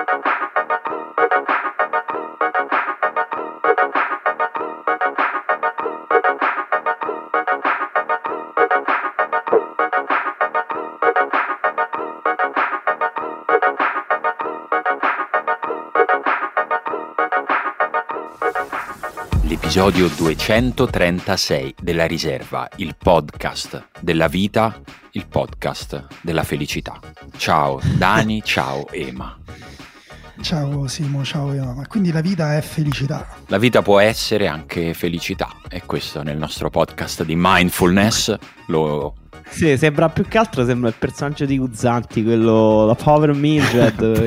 L'episodio 236 della Riserva, il podcast della vita, il podcast della felicità. Ciao Dani, ciao Ema. Ciao Simo, ciao Ema. Ma quindi la vita è felicità? La vita può essere anche felicità, e questo nel nostro podcast di mindfulness lo... Sì, sembra più che altro sembra il personaggio di Guzzanti, quello, la Power Mildred,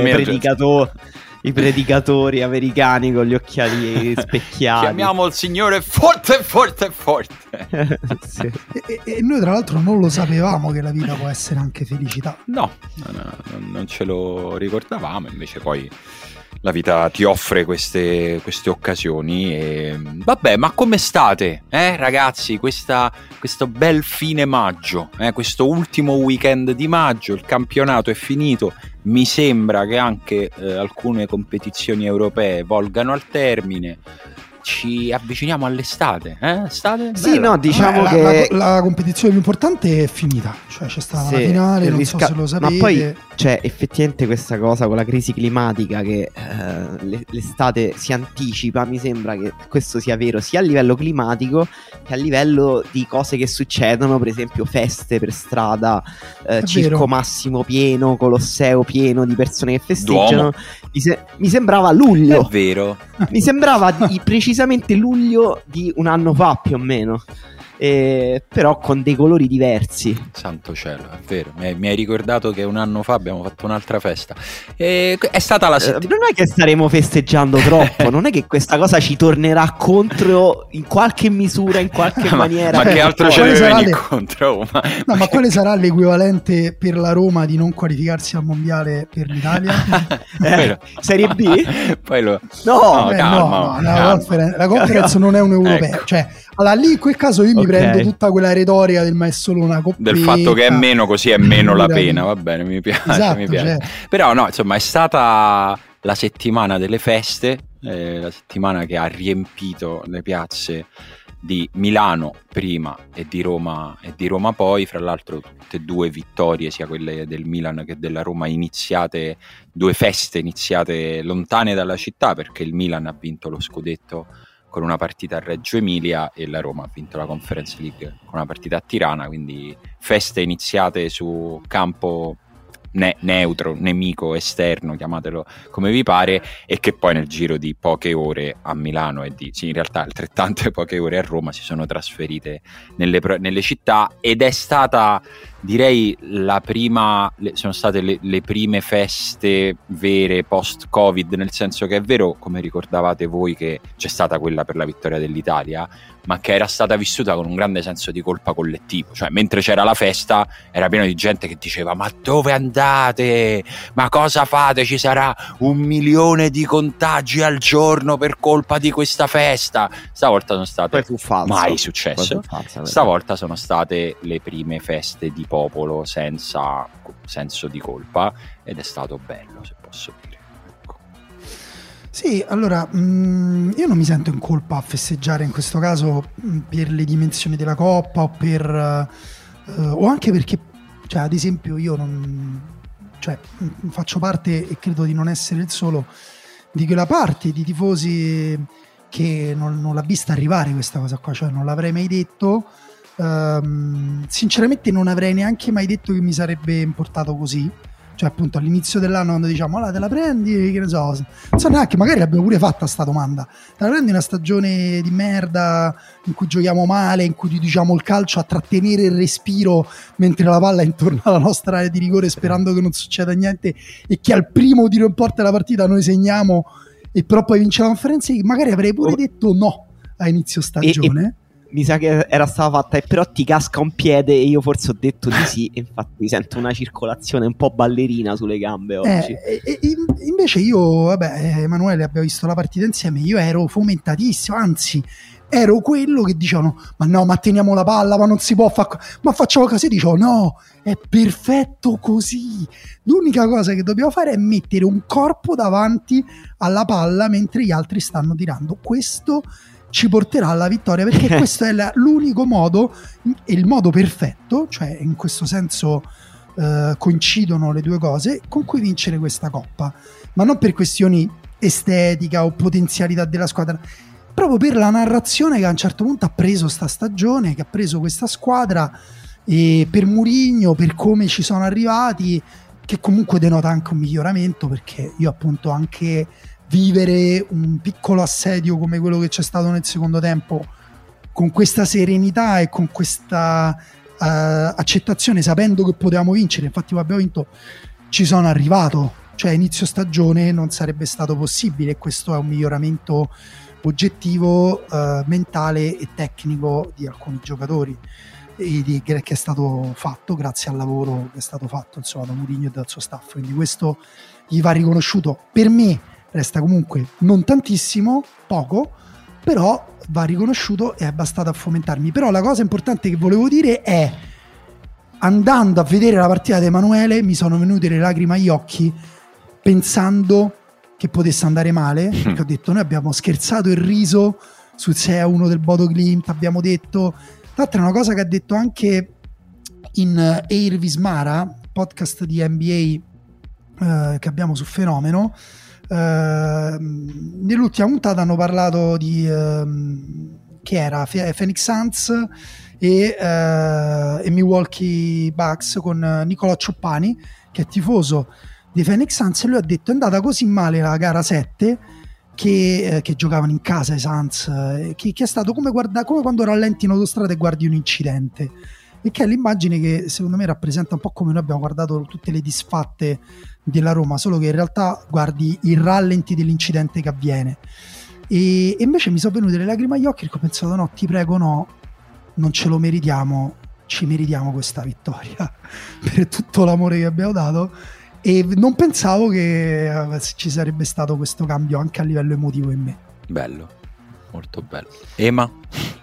i predicatori americani con gli occhiali specchiati. Chiamiamo il Signore forte, forte, forte. Sì. E noi tra l'altro non lo sapevamo che la vita può essere anche felicità. No, non ce lo ricordavamo, invece poi la vita ti offre queste occasioni. E vabbè, ma come state, ragazzi? Questo bel fine maggio, questo ultimo weekend di maggio, il campionato è finito. Mi sembra che anche alcune competizioni europee volgano al termine. Ci avviciniamo all'estate, Estate? Sì, bella. no, diciamo che la competizione più importante è finita, cioè c'è stata la finale, non so se lo sapete. Ma poi c'è effettivamente questa cosa con la crisi climatica che l'estate si anticipa. Mi sembra che questo sia vero sia a livello climatico che a livello di cose che succedono, per esempio feste per strada, Circo Massimo pieno, Colosseo pieno di persone che festeggiano. Mi sembrava luglio. È vero. Mi sembrava precisamente luglio di un anno fa più o meno, però con dei colori diversi. Santo cielo, è vero. Mi hai ricordato che un anno fa abbiamo fatto un'altra festa. È stata la settimana. Non è che staremo festeggiando troppo, non è che questa cosa ci tornerà contro in qualche misura, in qualche maniera. Ma che altro ce ne viene incontro? Ma quale sarà l'equivalente per la Roma di non qualificarsi al mondiale per l'Italia? Serie B? Poi No, calma. La conference non è un europeo. Ecco. Cioè, allora lì in quel caso io mi prendo tutta quella retorica del ma è solo una coppetta, del fatto che è meno, così è meno la pena. Va bene, mi piace, esatto, mi piace. Certo. Però no, insomma, è stata la settimana delle feste, la settimana che ha riempito le piazze di Milano prima e di Roma poi. Fra l'altro tutte e due vittorie, sia quelle del Milan che della Roma, iniziate, due feste iniziate lontane dalla città, perché il Milan ha vinto lo scudetto con una partita a Reggio Emilia e la Roma ha vinto la Conference League con una partita a Tirana, quindi feste iniziate su campo neutro, nemico, esterno, chiamatelo come vi pare, e che poi nel giro di poche ore a Milano e in realtà altrettante poche ore a Roma si sono trasferite nelle città, ed è stata, direi, sono state le prime feste vere post-Covid, nel senso che è vero, come ricordavate voi, che c'è stata quella per la vittoria dell'Italia, ma che era stata vissuta con un grande senso di colpa collettivo. Cioè, mentre c'era la festa era pieno di gente che diceva: ma dove andate? Ma cosa fate? Ci sarà 1 milione di contagi al giorno per colpa di questa festa. Stavolta sono state mai successe. Stavolta sono state le prime feste di popolo senza senso di colpa, ed è stato bello, se posso dire. Sì, allora io non mi sento in colpa a festeggiare in questo caso per le dimensioni della coppa o anche perché, cioè, ad esempio, io faccio parte, e credo di non essere il solo, di quella parte di tifosi che non l'ha vista arrivare questa cosa qua, cioè non l'avrei mai detto. Sinceramente non avrei neanche mai detto che mi sarebbe importato così. Cioè, appunto, all'inizio dell'anno, quando diciamo allora te la prendi, che ne so, non so neanche, magari l'abbiamo pure fatta sta domanda, te la prendi una stagione di merda in cui giochiamo male, in cui diciamo il calcio a trattenere il respiro mentre la palla è intorno alla nostra area di rigore, sperando che non succeda niente e che al primo tiro in porta della partita noi segniamo, e però poi vince la conferenza. Magari avrei pure detto no a inizio stagione. mi sa che era stata fatta e però ti casca un piede e io forse ho detto di sì e infatti mi sento una circolazione un po' ballerina sulle gambe oggi. Invece io, vabbè, Emanuele, abbiamo visto la partita insieme, io ero fomentatissimo, anzi ero quello che dicevano ma no, ma teniamo la palla, ma non si può fare, ma facciamo così, dicevo no, è perfetto così, l'unica cosa che dobbiamo fare è mettere un corpo davanti alla palla mentre gli altri stanno tirando, questo ci porterà alla vittoria, perché questo è l'unico modo, è il modo perfetto, cioè in questo senso coincidono le due cose, con cui vincere questa coppa, ma non per questioni estetica o potenzialità della squadra, proprio per la narrazione che a un certo punto ha preso sta stagione, che ha preso questa squadra, e per Mourinho, per come ci sono arrivati, che comunque denota anche un miglioramento, perché io appunto anche vivere un piccolo assedio come quello che c'è stato nel secondo tempo con questa serenità e con questa accettazione, sapendo che potevamo vincere, infatti abbiamo vinto, ci sono arrivato, cioè inizio stagione non sarebbe stato possibile, e questo è un miglioramento oggettivo, mentale e tecnico di alcuni giocatori, che è stato fatto grazie al lavoro che è stato fatto, insomma, da Mourinho e dal suo staff, quindi questo gli va riconosciuto. Per me resta comunque non tantissimo, poco, però va riconosciuto e è bastato a fomentarmi. Però la cosa importante che volevo dire è, andando a vedere la partita di Emanuele, mi sono venute le lacrime agli occhi pensando che potesse andare male, perché ho detto, noi abbiamo scherzato e riso sul 6-1 del Bodo Glimt, abbiamo detto, tra l'altro è una cosa che ha detto anche in Air Vismara, podcast di NBA che abbiamo su Fenomeno, nell'ultima puntata hanno parlato di che era Phoenix Suns e Milwaukee Bucks con Nicola Cioppani, che è tifoso dei Phoenix Suns, e lui ha detto è andata così male la gara 7 che giocavano in casa i Suns, che è stato come quando rallenti in autostrada e guardi un incidente, e che è l'immagine che secondo me rappresenta un po' come noi abbiamo guardato tutte le disfatte della Roma, solo che in realtà guardi il rallenti dell'incidente che avviene. E invece mi sono venute le lacrime agli occhi, perché ho pensato no, ti prego, no, non ce lo meritiamo, ci meritiamo questa vittoria per tutto l'amore che abbiamo dato, e non pensavo che ci sarebbe stato questo cambio anche a livello emotivo in me. Bello, molto bello. Ema?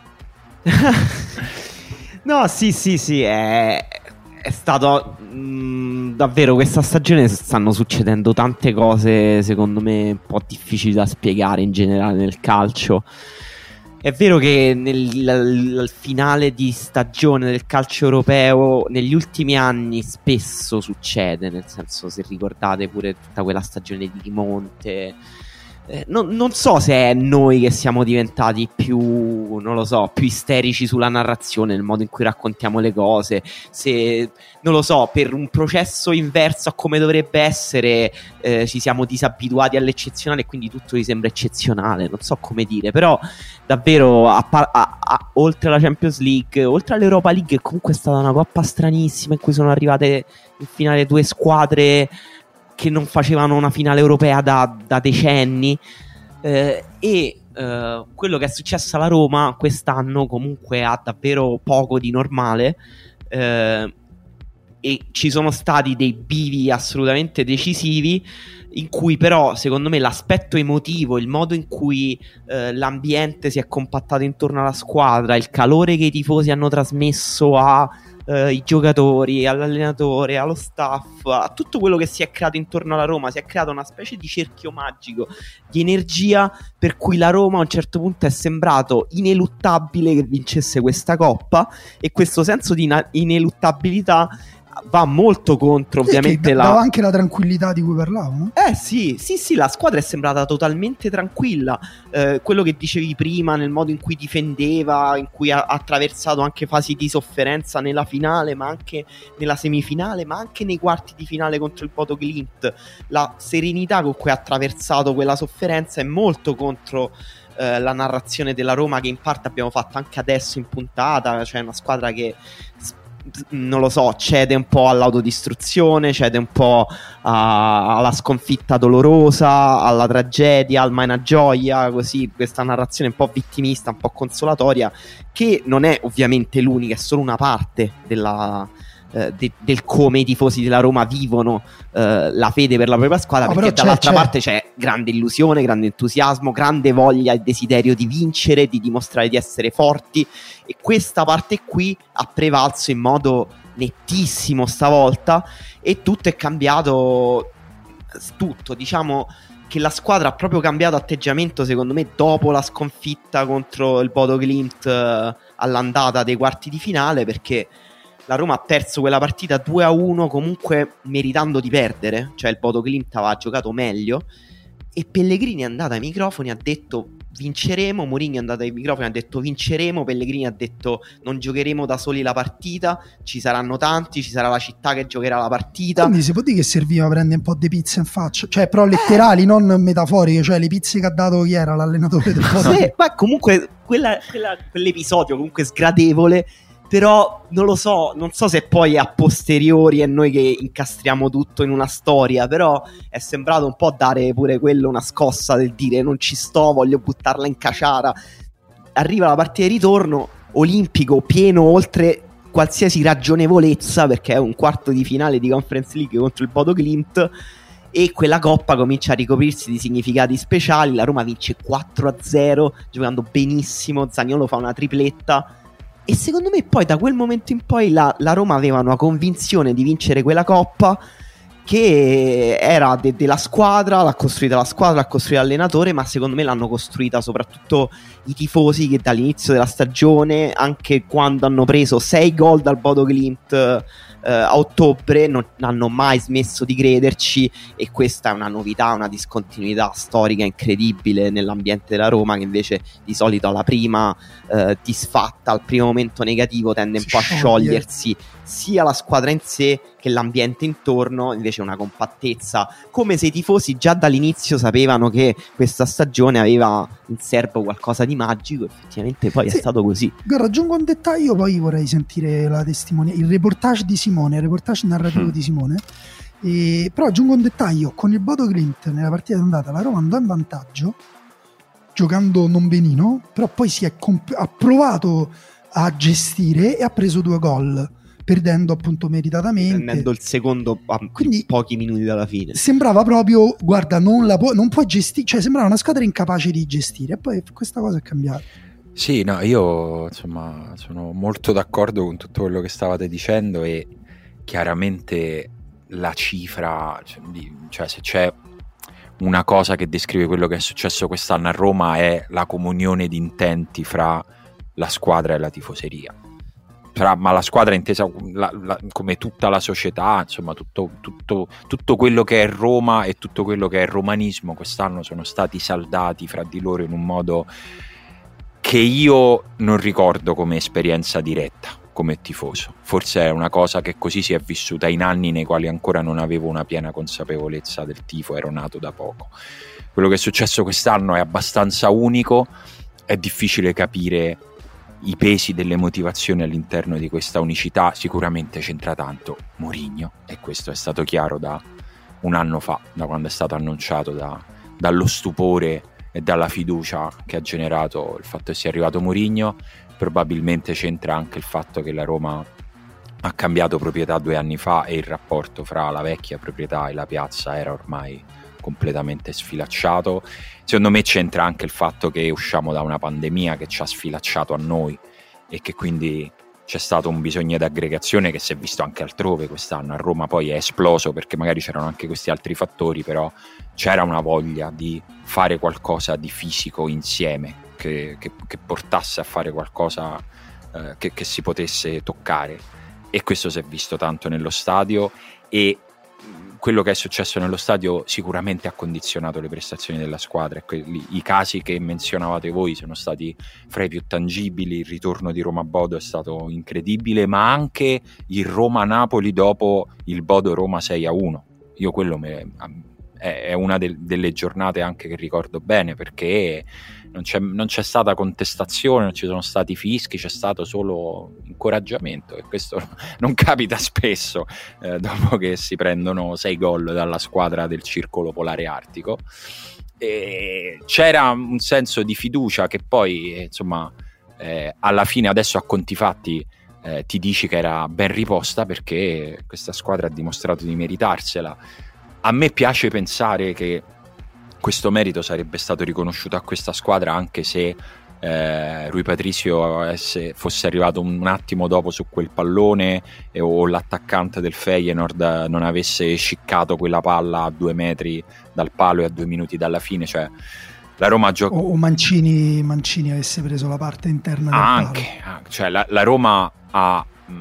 No, sì, è stato davvero, questa stagione stanno succedendo tante cose secondo me un po' difficili da spiegare in generale nel calcio. È vero che nel finale di stagione del calcio europeo negli ultimi anni spesso succede, nel senso, se ricordate pure tutta quella stagione di rimonte, non so se è noi che siamo diventati più, non lo so, più isterici sulla narrazione, nel modo in cui raccontiamo le cose, se, non lo so, per un processo inverso a come dovrebbe essere, ci siamo disabituati all'eccezionale e quindi tutto ci sembra eccezionale, non so come dire, però davvero oltre alla Champions League, oltre all'Europa League, comunque è stata una coppa stranissima in cui sono arrivate in finale due squadre che non facevano una finale europea da decenni, e quello che è successo alla Roma quest'anno comunque ha davvero poco di normale, e ci sono stati dei bivi assolutamente decisivi in cui però secondo me l'aspetto emotivo, il modo in cui l'ambiente si è compattato intorno alla squadra, il calore che i tifosi hanno trasmesso ai giocatori, all'allenatore, allo staff, a tutto quello che si è creato intorno alla Roma, si è creato una specie di cerchio magico di energia per cui la Roma a un certo punto è sembrato ineluttabile che vincesse questa coppa, e questo senso di ineluttabilità va molto contro ovviamente dava anche la tranquillità di cui parlavo, no? Sì, la squadra è sembrata totalmente tranquilla, quello che dicevi prima, nel modo in cui difendeva, in cui ha attraversato anche fasi di sofferenza nella finale, ma anche nella semifinale, ma anche nei quarti di finale contro il Bodo Glimt. La serenità con cui ha attraversato quella sofferenza è molto contro la narrazione della Roma, che in parte abbiamo fatto anche adesso in puntata, cioè una squadra che non lo so, cede un po' all'autodistruzione, cede un po' alla sconfitta dolorosa, alla tragedia, al mai una gioia, così, questa narrazione un po' vittimista, un po' consolatoria, che non è ovviamente l'unica, è solo una parte del come i tifosi della Roma vivono la fede per la propria squadra, perché dall'altra parte c'è grande illusione, grande entusiasmo, grande voglia e desiderio di vincere, di dimostrare di essere forti, e questa parte qui ha prevalso in modo nettissimo stavolta, e tutto è cambiato, tutto, diciamo che la squadra ha proprio cambiato atteggiamento, secondo me, dopo la sconfitta contro il Bodo Glimt all'andata dei quarti di finale, perché la Roma ha perso quella partita 2-1 comunque meritando di perdere, cioè il Bodo Glimt aveva giocato meglio, e Pellegrini è andato ai microfoni, ha detto vinceremo, Mourinho è andato ai microfoni, ha detto vinceremo, Pellegrini ha detto non giocheremo da soli la partita, ci saranno tanti, ci sarà la città che giocherà la partita. Quindi si può dire che serviva prendere un po' di pizze in faccia, cioè però letterali, non metaforiche, cioè le pizze che ha dato chi era l'allenatore del Bodo. Sì, ma comunque quell'episodio comunque sgradevole. Però non lo so, non so se poi è a posteriori e noi che incastriamo tutto in una storia, però è sembrato un po' dare pure quello una scossa, del dire non ci sto, voglio buttarla in caciara. Arriva la partita di ritorno, olimpico, pieno oltre qualsiasi ragionevolezza, perché è un quarto di finale di Conference League contro il Bodo Glimt, e quella coppa comincia a ricoprirsi di significati speciali. La Roma vince 4-0 giocando benissimo, Zaniolo fa una tripletta. E secondo me poi da quel momento in poi la Roma aveva una convinzione di vincere quella coppa, che era della squadra, l'ha costruita l'allenatore, ma secondo me l'hanno costruita soprattutto i tifosi, che dall'inizio della stagione, anche quando hanno preso 6 gol dal Bodo Glimt a ottobre, non hanno mai smesso di crederci, e questa è una novità, una discontinuità storica incredibile nell'ambiente della Roma, che invece di solito alla prima disfatta, al primo momento negativo, tende un po' a sciogliersi sia la squadra in sé che l'ambiente intorno. Invece una compattezza, come se i tifosi già dall'inizio sapevano che questa stagione aveva in serbo qualcosa di magico. Effettivamente poi è stato così. Guarda, aggiungo un dettaglio, poi vorrei sentire la testimonianza, il reportage di Simone, il reportage narrativo di Simone. Però aggiungo un dettaglio: con il Bodo Glimt nella partita d'andata la Roma andò in vantaggio giocando non benino, però poi ha provato a gestire e ha preso 2 gol, perdendo appunto meritatamente, prendendo il secondo a pochi minuti dalla fine. Sembrava proprio, guarda, non puoi gestire, cioè sembrava una squadra incapace di gestire, e poi questa cosa è cambiata. Sì, no, io insomma sono molto d'accordo con tutto quello che stavate dicendo, e chiaramente la cifra, cioè se c'è una cosa che descrive quello che è successo quest'anno a Roma, è la comunione di intenti fra la squadra e la tifoseria. Ma la squadra intesa come tutta la società, insomma tutto quello che è Roma e tutto quello che è romanismo quest'anno sono stati saldati fra di loro in un modo che io non ricordo come esperienza diretta come tifoso. Forse è una cosa che così si è vissuta in anni nei quali ancora non avevo una piena consapevolezza del tifo, ero nato da poco. Quello che è successo quest'anno è abbastanza unico, è difficile capire i pesi delle motivazioni all'interno di questa unicità. Sicuramente c'entra tanto Mourinho, e questo è stato chiaro da un anno fa, da quando è stato annunciato, dallo stupore e dalla fiducia che ha generato il fatto che sia arrivato Mourinho. Probabilmente c'entra anche il fatto che la Roma ha cambiato proprietà 2 anni fa, e il rapporto fra la vecchia proprietà e la piazza era ormai completamente sfilacciato. Secondo me c'entra anche il fatto che usciamo da una pandemia che ci ha sfilacciato a noi, e che quindi c'è stato un bisogno di aggregazione che si è visto anche altrove quest'anno. A Roma poi è esploso perché magari c'erano anche questi altri fattori, però c'era una voglia di fare qualcosa di fisico insieme, che portasse a fare qualcosa che si potesse toccare, e questo si è visto tanto nello stadio, e quello che è successo nello stadio sicuramente ha condizionato le prestazioni della squadra. I casi che menzionavate voi sono stati fra i più tangibili. Il ritorno di Roma-Bodo è stato incredibile, ma anche il Roma-Napoli dopo il Bodo-Roma 6-1. Io quello è una delle giornate anche che ricordo bene, perché non c'è stata contestazione, non ci sono stati fischi, c'è stato solo incoraggiamento, e questo non capita spesso dopo che si prendono 6 gol dalla squadra del Circolo Polare Artico. E c'era un senso di fiducia che poi insomma alla fine, adesso a conti fatti, ti dici che era ben riposta, perché questa squadra ha dimostrato di meritarsela. A me piace pensare che questo merito sarebbe stato riconosciuto a questa squadra anche se Rui Patricio fosse arrivato un attimo dopo su quel pallone, o l'attaccante del Feyenoord non avesse sciccato quella palla a 2 metri dal palo e a 2 minuti dalla fine. Cioè la Roma o Mancini avesse preso la parte interna del anche, cioè la Roma ha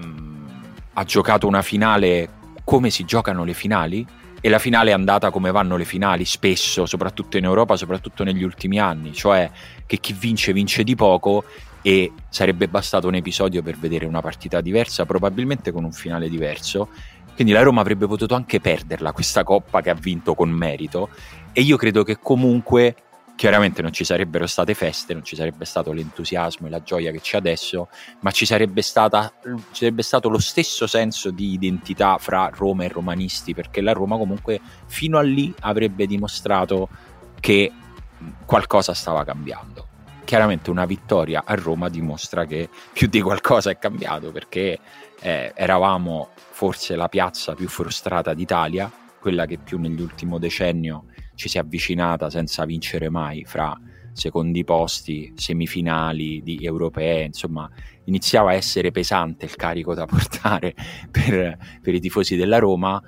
giocato una finale come si giocano le finali, e la finale è andata come vanno le finali spesso, soprattutto in Europa, soprattutto negli ultimi anni, cioè che chi vince di poco, e sarebbe bastato un episodio per vedere una partita diversa, probabilmente con un finale diverso. Quindi la Roma avrebbe potuto anche perderla questa coppa che ha vinto con merito, e io credo che comunque chiaramente non ci sarebbero state feste, non ci sarebbe stato l'entusiasmo e la gioia che c'è adesso, ma ci sarebbe stato lo stesso senso di identità fra Roma e romanisti, perché la Roma comunque fino a lì avrebbe dimostrato che qualcosa stava cambiando. Chiaramente una vittoria a Roma dimostra che più di qualcosa è cambiato, perché eravamo forse la piazza più frustrata d'Italia, quella che più nell'ultimo decennio ci si è avvicinata senza vincere mai, fra secondi posti, semifinali di europee, insomma iniziava a essere pesante il carico da portare per i tifosi della Roma.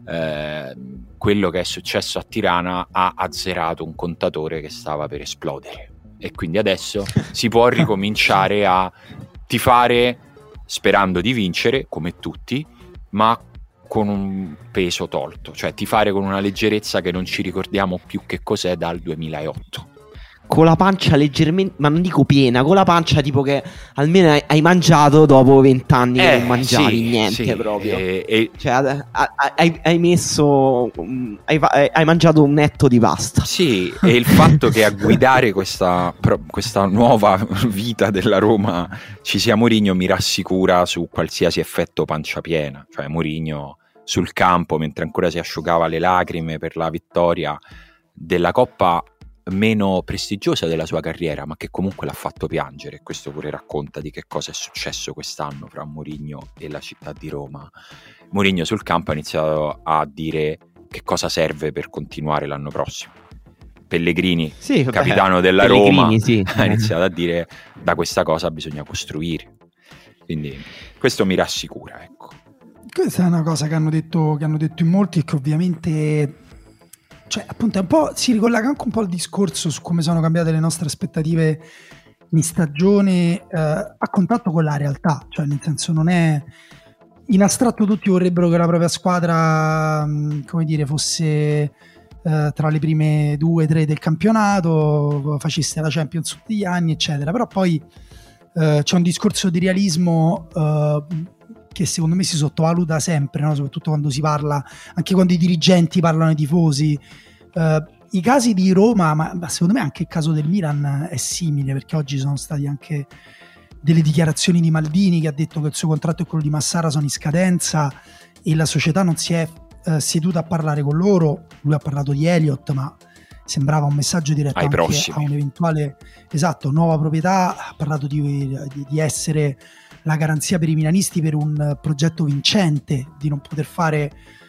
Quello che è successo a Tirana ha azzerato un contatore che stava per esplodere, e quindi adesso si può ricominciare a tifare sperando di vincere come tutti, ma con un peso tolto, cioè tifare con una leggerezza che non ci ricordiamo più che cos'è dal 2008. Con la pancia leggermente, ma non dico piena, con la pancia tipo che almeno hai mangiato dopo 20 anni che non mangiavi niente proprio. Cioè hai messo, hai mangiato un netto di pasta. Sì, e il fatto che a guidare questa nuova vita della Roma ci sia Mourinho mi rassicura su qualsiasi effetto pancia piena. Cioè Mourinho sul campo, mentre ancora si asciugava le lacrime per la vittoria della Coppa meno prestigiosa della sua carriera, ma che comunque l'ha fatto piangere. Questo pure racconta di che cosa è successo quest'anno fra Mourinho e la città di Roma. Mourinho sul campo ha iniziato a dire che cosa serve per continuare l'anno prossimo. Pellegrini, sì, capitano della Roma, sì, ha iniziato a dire da questa cosa bisogna costruire. Quindi questo mi rassicura, ecco. Questa è una cosa che hanno detto in molti, e che ovviamente, cioè appunto è un po', si ricollega anche un po' al discorso su come sono cambiate le nostre aspettative in stagione a contatto con la realtà. Cioè nel senso, non è in astratto, tutti vorrebbero che la propria squadra come dire fosse tra le prime 2-3 del campionato, facesse la Champions tutti gli anni eccetera, però poi c'è un discorso di realismo che secondo me si sottovaluta sempre, no? Soprattutto quando si parla, anche quando i dirigenti parlano ai tifosi. I casi di Roma, ma secondo me anche il caso del Milan è simile, perché oggi sono stati anche delle dichiarazioni di Maldini, che ha detto che il suo contratto e quello di Massara sono in scadenza e la società non si è seduta a parlare con loro. Lui ha parlato di Elliott, ma sembrava un messaggio diretto ai anche prossimi, a un'eventuale nuova proprietà. Ha parlato di essere la garanzia per i milanisti per un progetto vincente, di non poter fare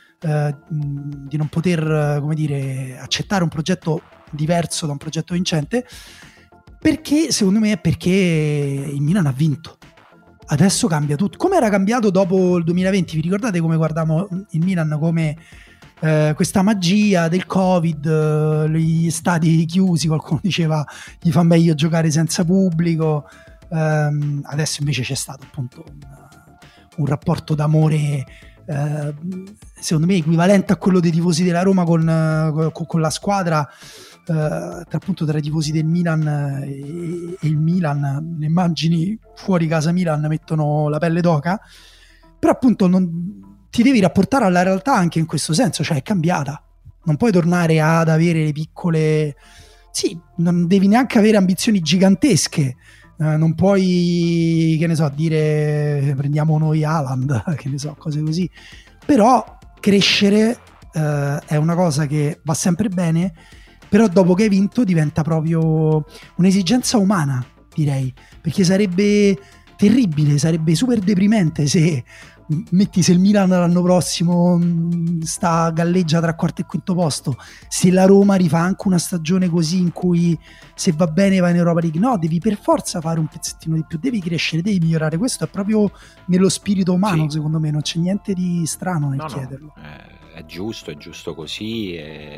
di non poter come dire accettare un progetto diverso da un progetto vincente, perché secondo me è perché il Milan ha vinto. Adesso cambia tutto, come era cambiato dopo il 2020. Vi ricordate come guardavamo il Milan come questa magia del Covid, gli stadi chiusi, qualcuno diceva gli fa meglio giocare senza pubblico. Adesso invece c'è stato appunto un rapporto d'amore secondo me equivalente a quello dei tifosi della Roma con la squadra, tra i tifosi del Milan e il Milan. Le immagini fuori casa Milan mettono la pelle d'oca, però appunto non ti devi rapportare alla realtà anche in questo senso, cioè è cambiata. non puoi tornare ad avere le piccole, sì, non devi neanche avere ambizioni gigantesche, non puoi, che ne so, dire prendiamo noi Haaland, che ne so, cose così, però crescere è una cosa che va sempre bene, però dopo che hai vinto diventa proprio un'esigenza umana, direi, perché sarebbe terribile, sarebbe super deprimente se il Milan l'anno prossimo galleggia tra quarto e quinto posto, se la Roma rifà anche una stagione così in cui se va bene va in Europa League. No, devi per forza fare un pezzettino di più, devi crescere, devi migliorare. Questo è proprio nello spirito umano, sì. Secondo me non c'è niente di strano nel chiederlo. È giusto così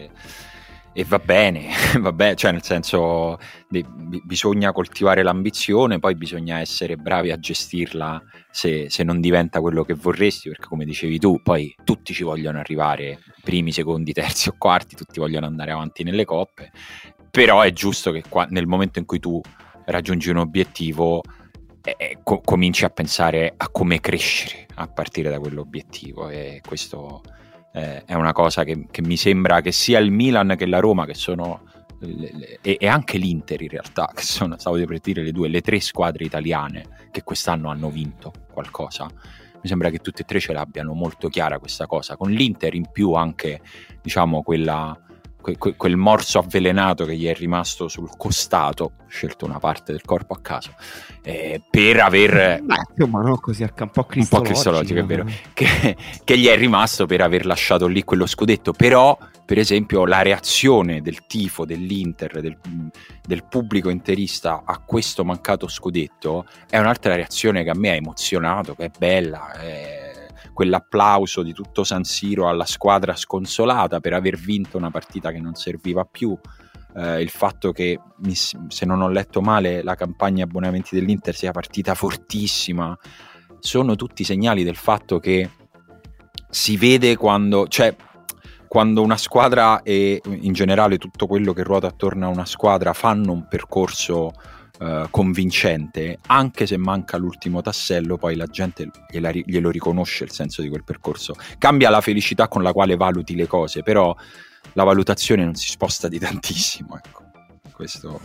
e va bene, cioè nel senso bisogna coltivare l'ambizione, poi bisogna essere bravi a gestirla se non diventa quello che vorresti, perché come dicevi tu, poi tutti ci vogliono arrivare primi, secondi, terzi o quarti, tutti vogliono andare avanti nelle coppe, però è giusto che nel momento in cui tu raggiungi un obiettivo cominci a pensare a come crescere a partire da quell'obiettivo, e questo è una cosa che mi sembra che sia il Milan che la Roma, che sono e anche l'Inter in realtà, che sono, stavo per dire, le tre squadre italiane che quest'anno hanno vinto qualcosa. Mi sembra che tutte e tre ce l'abbiano molto chiara questa cosa, con l'Inter in più anche, diciamo, quel morso avvelenato che gli è rimasto sul costato, scelto una parte del corpo a caso, per aver insomma, no, così un po' cristologico, è vero, che gli è rimasto per aver lasciato lì quello scudetto. Però per esempio la reazione del tifo dell'Inter, del pubblico interista a questo mancato scudetto è un'altra reazione che a me ha emozionato, che è bella, quell'applauso di tutto San Siro alla squadra sconsolata per aver vinto una partita che non serviva più, il fatto che, se non ho letto male, la campagna abbonamenti dell'Inter sia partita fortissima, sono tutti segnali del fatto che si vede quando una squadra e in generale tutto quello che ruota attorno a una squadra fanno un percorso convincente, anche se manca l'ultimo tassello, poi la gente glielo riconosce il senso di quel percorso. Cambia la felicità con la quale valuti le cose, però la valutazione non si sposta di tantissimo, ecco. Questo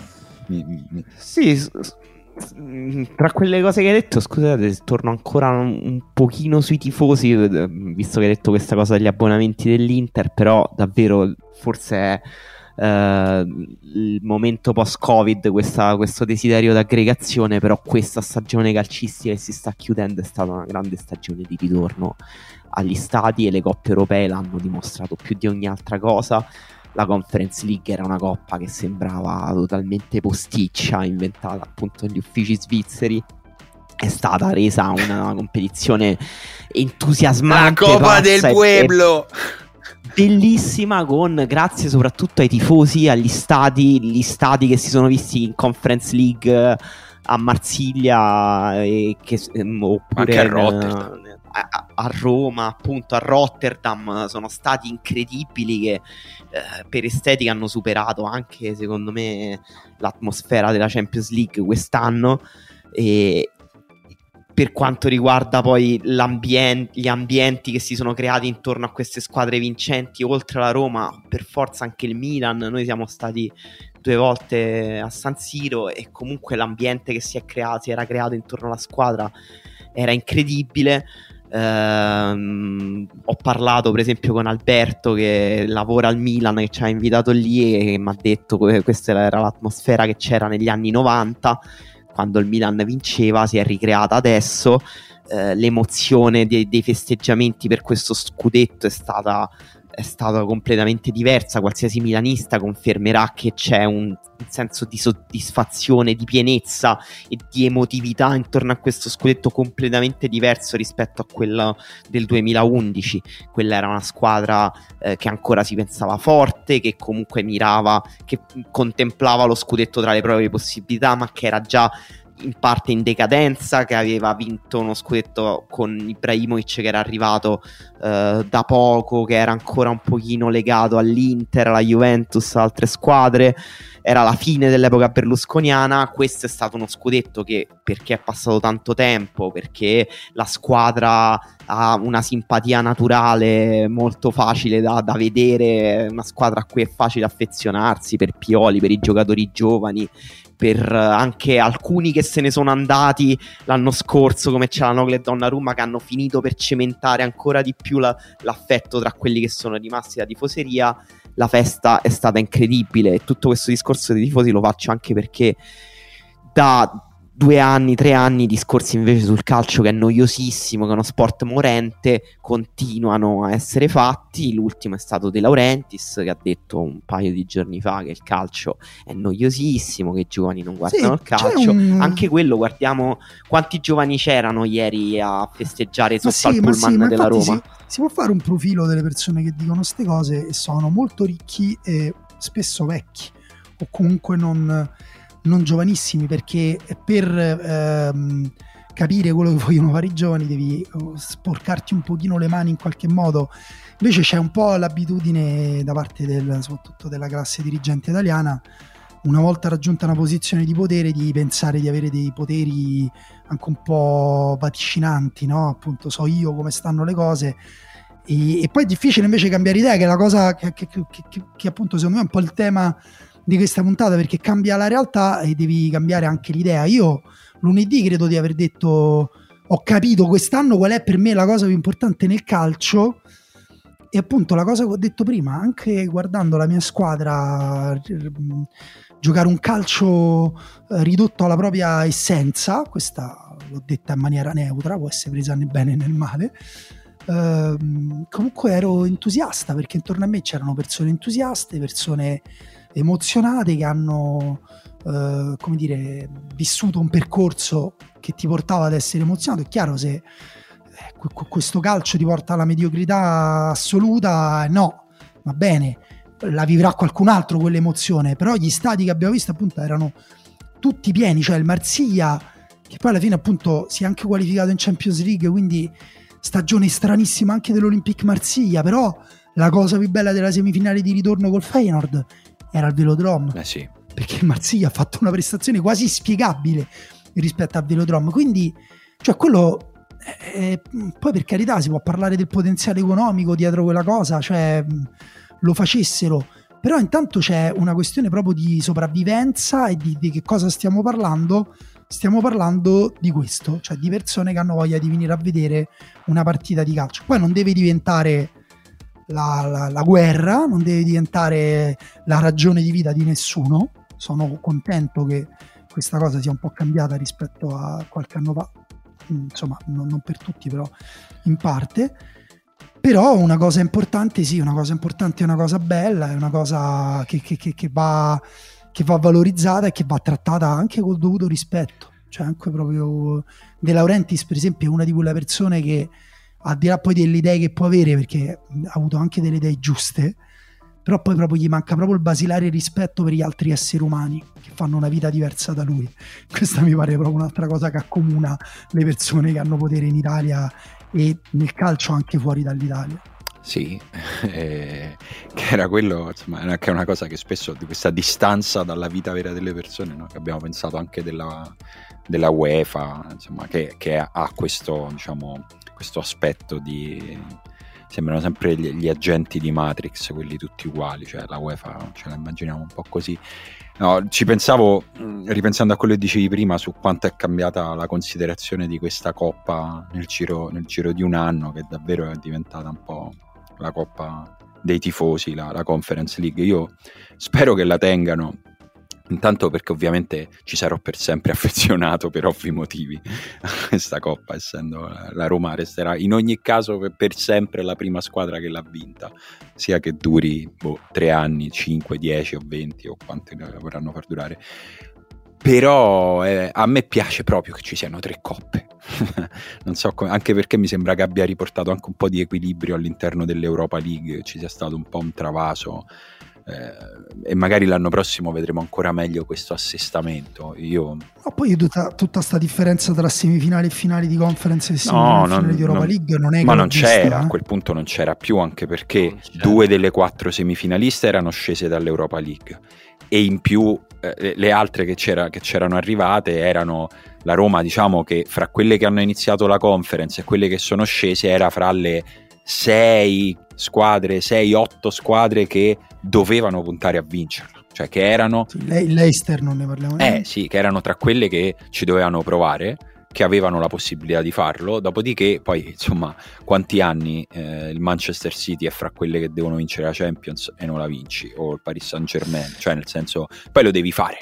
Sì, tra quelle cose che hai detto, scusate, torno ancora un pochino sui tifosi, visto che hai detto questa cosa degli abbonamenti dell'Inter, però davvero forse è il momento post-Covid, questo desiderio d'aggregazione, però questa stagione calcistica che si sta chiudendo è stata una grande stagione di ritorno agli stadi, e le coppe europee l'hanno dimostrato più di ogni altra cosa. La Conference League era una coppa che sembrava totalmente posticcia, inventata appunto negli uffici svizzeri. È stata resa una competizione entusiasmante, la Coppa del Pueblo, bellissima, grazie soprattutto ai tifosi, agli stadi, gli stadi che si sono visti in Conference League a Marsiglia oppure anche a Roma, appunto a Rotterdam. Sono stati incredibili che per estetica hanno superato anche, secondo me, l'atmosfera della Champions League quest'anno. E per quanto riguarda poi gli ambienti che si sono creati intorno a queste squadre vincenti, oltre alla Roma, per forza anche il Milan. Noi siamo stati 2 volte a San Siro e comunque l'ambiente che si era creato intorno alla squadra era incredibile. Ho parlato per esempio con Alberto, che lavora al Milan, che ci ha invitato lì, e mi ha detto che questa era l'atmosfera che c'era negli anni 90 quando il Milan vinceva, si è ricreata adesso. L'emozione dei festeggiamenti per questo scudetto è stata completamente diversa. Qualsiasi milanista confermerà che c'è un senso di soddisfazione, di pienezza e di emotività intorno a questo scudetto completamente diverso rispetto a quello del 2011. Quella era una squadra che ancora si pensava forte, che comunque mirava, che contemplava lo scudetto tra le proprie possibilità, ma che era già in parte in decadenza, che aveva vinto uno scudetto con Ibrahimovic che era arrivato da poco, che era ancora un pochino legato all'Inter, alla Juventus, a altre squadre. Era la fine dell'epoca berlusconiana. Questo è stato uno scudetto che, perché è passato tanto tempo, perché la squadra ha una simpatia naturale molto facile da vedere, una squadra a cui è facile affezionarsi, per Pioli, per i giocatori giovani, per anche alcuni che se ne sono andati l'anno scorso, come Çalhanoğlu e Donnarumma, che hanno finito per cementare ancora di più l'affetto tra quelli che sono rimasti da tifoseria. La festa è stata incredibile, e tutto questo discorso dei tifosi lo faccio anche perché da 2 anni, 3 anni, i discorsi invece sul calcio, che è noiosissimo, che è uno sport morente, continuano a essere fatti. L'ultimo è stato De Laurentiis, che ha detto un paio di giorni fa che il calcio è noiosissimo, che i giovani non guardano il calcio. Anche quello, guardiamo quanti giovani c'erano ieri a festeggiare sotto al pullman della Roma. Si può fare un profilo delle persone che dicono queste cose e sono molto ricchi e spesso vecchi, o comunque non giovanissimi, perché per capire quello che vogliono fare i giovani devi sporcarti un pochino le mani in qualche modo. Invece c'è un po' l'abitudine da parte soprattutto della classe dirigente italiana, una volta raggiunta una posizione di potere, di pensare di avere dei poteri anche un po' vaticinanti, no? Appunto, so io come stanno le cose. E poi è difficile invece cambiare idea, che è la cosa che appunto secondo me è un po' il tema di questa puntata, perché cambia la realtà e devi cambiare anche l'idea. Io lunedì credo di aver detto: ho capito quest'anno qual è per me la cosa più importante nel calcio, e appunto la cosa che ho detto prima, anche guardando la mia squadra giocare un calcio ridotto alla propria essenza, questa l'ho detta in maniera neutra, può essere presa né bene né male, comunque ero entusiasta, perché intorno a me c'erano persone entusiaste, persone emozionate, che hanno come dire, vissuto un percorso che ti portava ad essere emozionato. È chiaro, se questo calcio ti porta alla mediocrità assoluta, no, va bene, la vivrà qualcun altro quell'emozione, però gli stadi che abbiamo visto appunto erano tutti pieni, cioè il Marsiglia, che poi alla fine appunto si è anche qualificato in Champions League, quindi stagione stranissima anche dell'Olympique Marsiglia, però la cosa più bella della semifinale di ritorno col Feyenoord era il Velodrome, sì, perché il Marsiglia ha fatto una prestazione quasi spiegabile rispetto al Velodrome, quindi cioè quello poi per carità si può parlare del potenziale economico dietro quella cosa, cioè lo facessero, però intanto c'è una questione proprio di sopravvivenza e di che cosa stiamo parlando. Stiamo parlando di questo, cioè di persone che hanno voglia di venire a vedere una partita di calcio. Poi non deve diventare la guerra, non deve diventare la ragione di vita di nessuno. Sono contento che questa cosa sia un po' cambiata rispetto a qualche anno fa, insomma non per tutti, però in parte. Però una cosa importante, sì, una cosa importante, è una cosa bella, è una cosa che va valorizzata e che va trattata anche col dovuto rispetto. Cioè anche proprio De Laurentiis, per esempio, è una di quelle persone che, al di là poi delle idee che può avere, perché ha avuto anche delle idee giuste, però poi proprio gli manca proprio il basilare rispetto per gli altri esseri umani che fanno una vita diversa da lui. Questa mi pare proprio un'altra cosa che accomuna le persone che hanno potere in Italia e nel calcio anche fuori dall'Italia. Sì, che era quello, insomma, che è una cosa che spesso, di questa distanza dalla vita vera delle persone, no? Che abbiamo pensato anche della UEFA, insomma, che ha questo, diciamo, questo aspetto di... sembrano sempre gli agenti di Matrix, quelli tutti uguali, cioè la UEFA ce la immaginiamo un po' così. No, ci pensavo, ripensando a quello che dicevi prima, su quanto è cambiata la considerazione di questa coppa nel giro di un anno, che davvero è diventata un po' la coppa dei tifosi, la Conference League. Io spero che la tengano, intanto perché ovviamente ci sarò per sempre affezionato per ovvi motivi a questa coppa, essendo la Roma resterà in ogni caso per sempre la prima squadra che l'ha vinta, sia che duri 3 anni, 5, 10 o 20 o quanti la vorranno far durare. Però a me piace proprio che ci siano 3 coppe. Non so come, anche perché mi sembra che abbia riportato anche un po' di equilibrio all'interno dell'Europa League, ci sia stato un po' un travaso e magari l'anno prossimo vedremo ancora meglio questo assestamento. Ma poi tutta sta differenza tra semifinali e finali di conference e finali di Europa League non è che ma non c'era, a quel punto non c'era più, anche perché 2 delle 4 semifinaliste erano scese dall'Europa League, e in più le altre che c'erano arrivate erano la Roma, diciamo che fra quelle che hanno iniziato la conference e quelle che sono scese era fra le 6-8 squadre che dovevano puntare a vincerla, cioè che erano l'Eister, non ne parliamo sì, che erano tra quelle che ci dovevano provare, che avevano la possibilità di farlo. Dopodiché poi, insomma, quanti anni il Manchester City è fra quelle che devono vincere la Champions e non la vinci, o il Paris Saint-Germain, cioè nel senso, poi lo devi fare.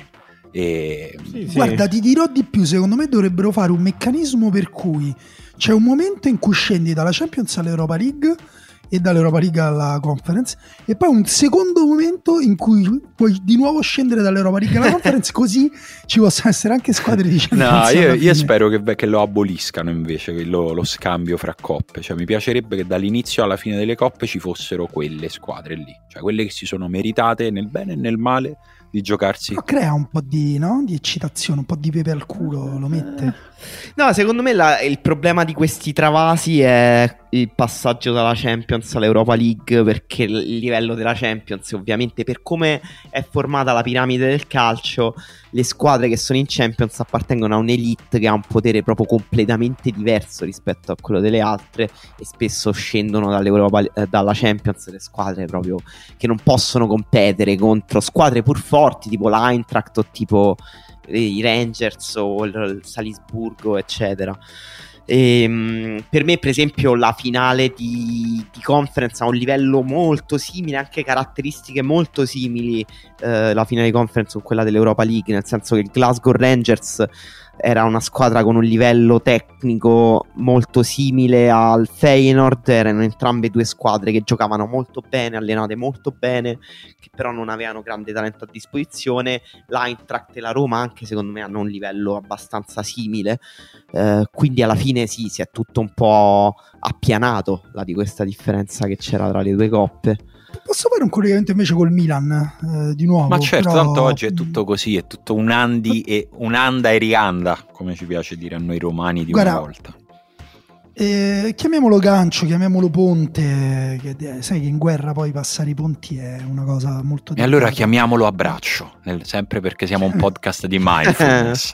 Guarda, ti dirò di più, secondo me dovrebbero fare un meccanismo per cui c'è un momento in cui scendi dalla Champions all'Europa League e dall'Europa League alla Conference, e poi un secondo momento in cui puoi di nuovo scendere dall'Europa League alla Conference, così ci possono essere anche squadre di Champions. No, io spero che lo aboliscano invece, lo scambio fra coppe, cioè mi piacerebbe che dall'inizio alla fine delle coppe ci fossero quelle squadre lì, cioè quelle che si sono meritate nel bene e nel male di giocarsi. Ma crea un po' di eccitazione, un po' di pepe al culo, lo mette. No, secondo me il problema di questi travasi è il passaggio dalla Champions all'Europa League, perché il livello della Champions, ovviamente, per come è formata la piramide del calcio, le squadre che sono in Champions appartengono a un'elite che ha un potere proprio completamente diverso rispetto a quello delle altre, e spesso scendono dalla Champions le squadre proprio che non possono competere contro squadre pur forti tipo l'Eintracht o tipo i Rangers o il Salisburgo, eccetera. Per me, per esempio, la finale di conference ha un livello molto simile, anche caratteristiche molto simili, la finale di conference con quella dell'Europa League, nel senso che il Glasgow Rangers era una squadra con un livello tecnico molto simile al Feyenoord, erano entrambe due squadre che giocavano molto bene, allenate molto bene, che però non avevano grande talento a disposizione. L'Eintracht e la Roma anche, secondo me, hanno un livello abbastanza simile, quindi alla fine sì, si è tutto un po' appianato di questa differenza che c'era tra le due coppe. Posso fare un collegamento invece col Milan di nuovo? Ma certo, però... tanto oggi è tutto così, è tutto un'anda e rianda, come ci piace dire a noi romani di una volta. Chiamiamolo gancio, chiamiamolo ponte, sai che in guerra poi passare i ponti è una cosa molto delicata. E allora chiamiamolo abbraccio, sempre perché siamo un podcast di mindfulness.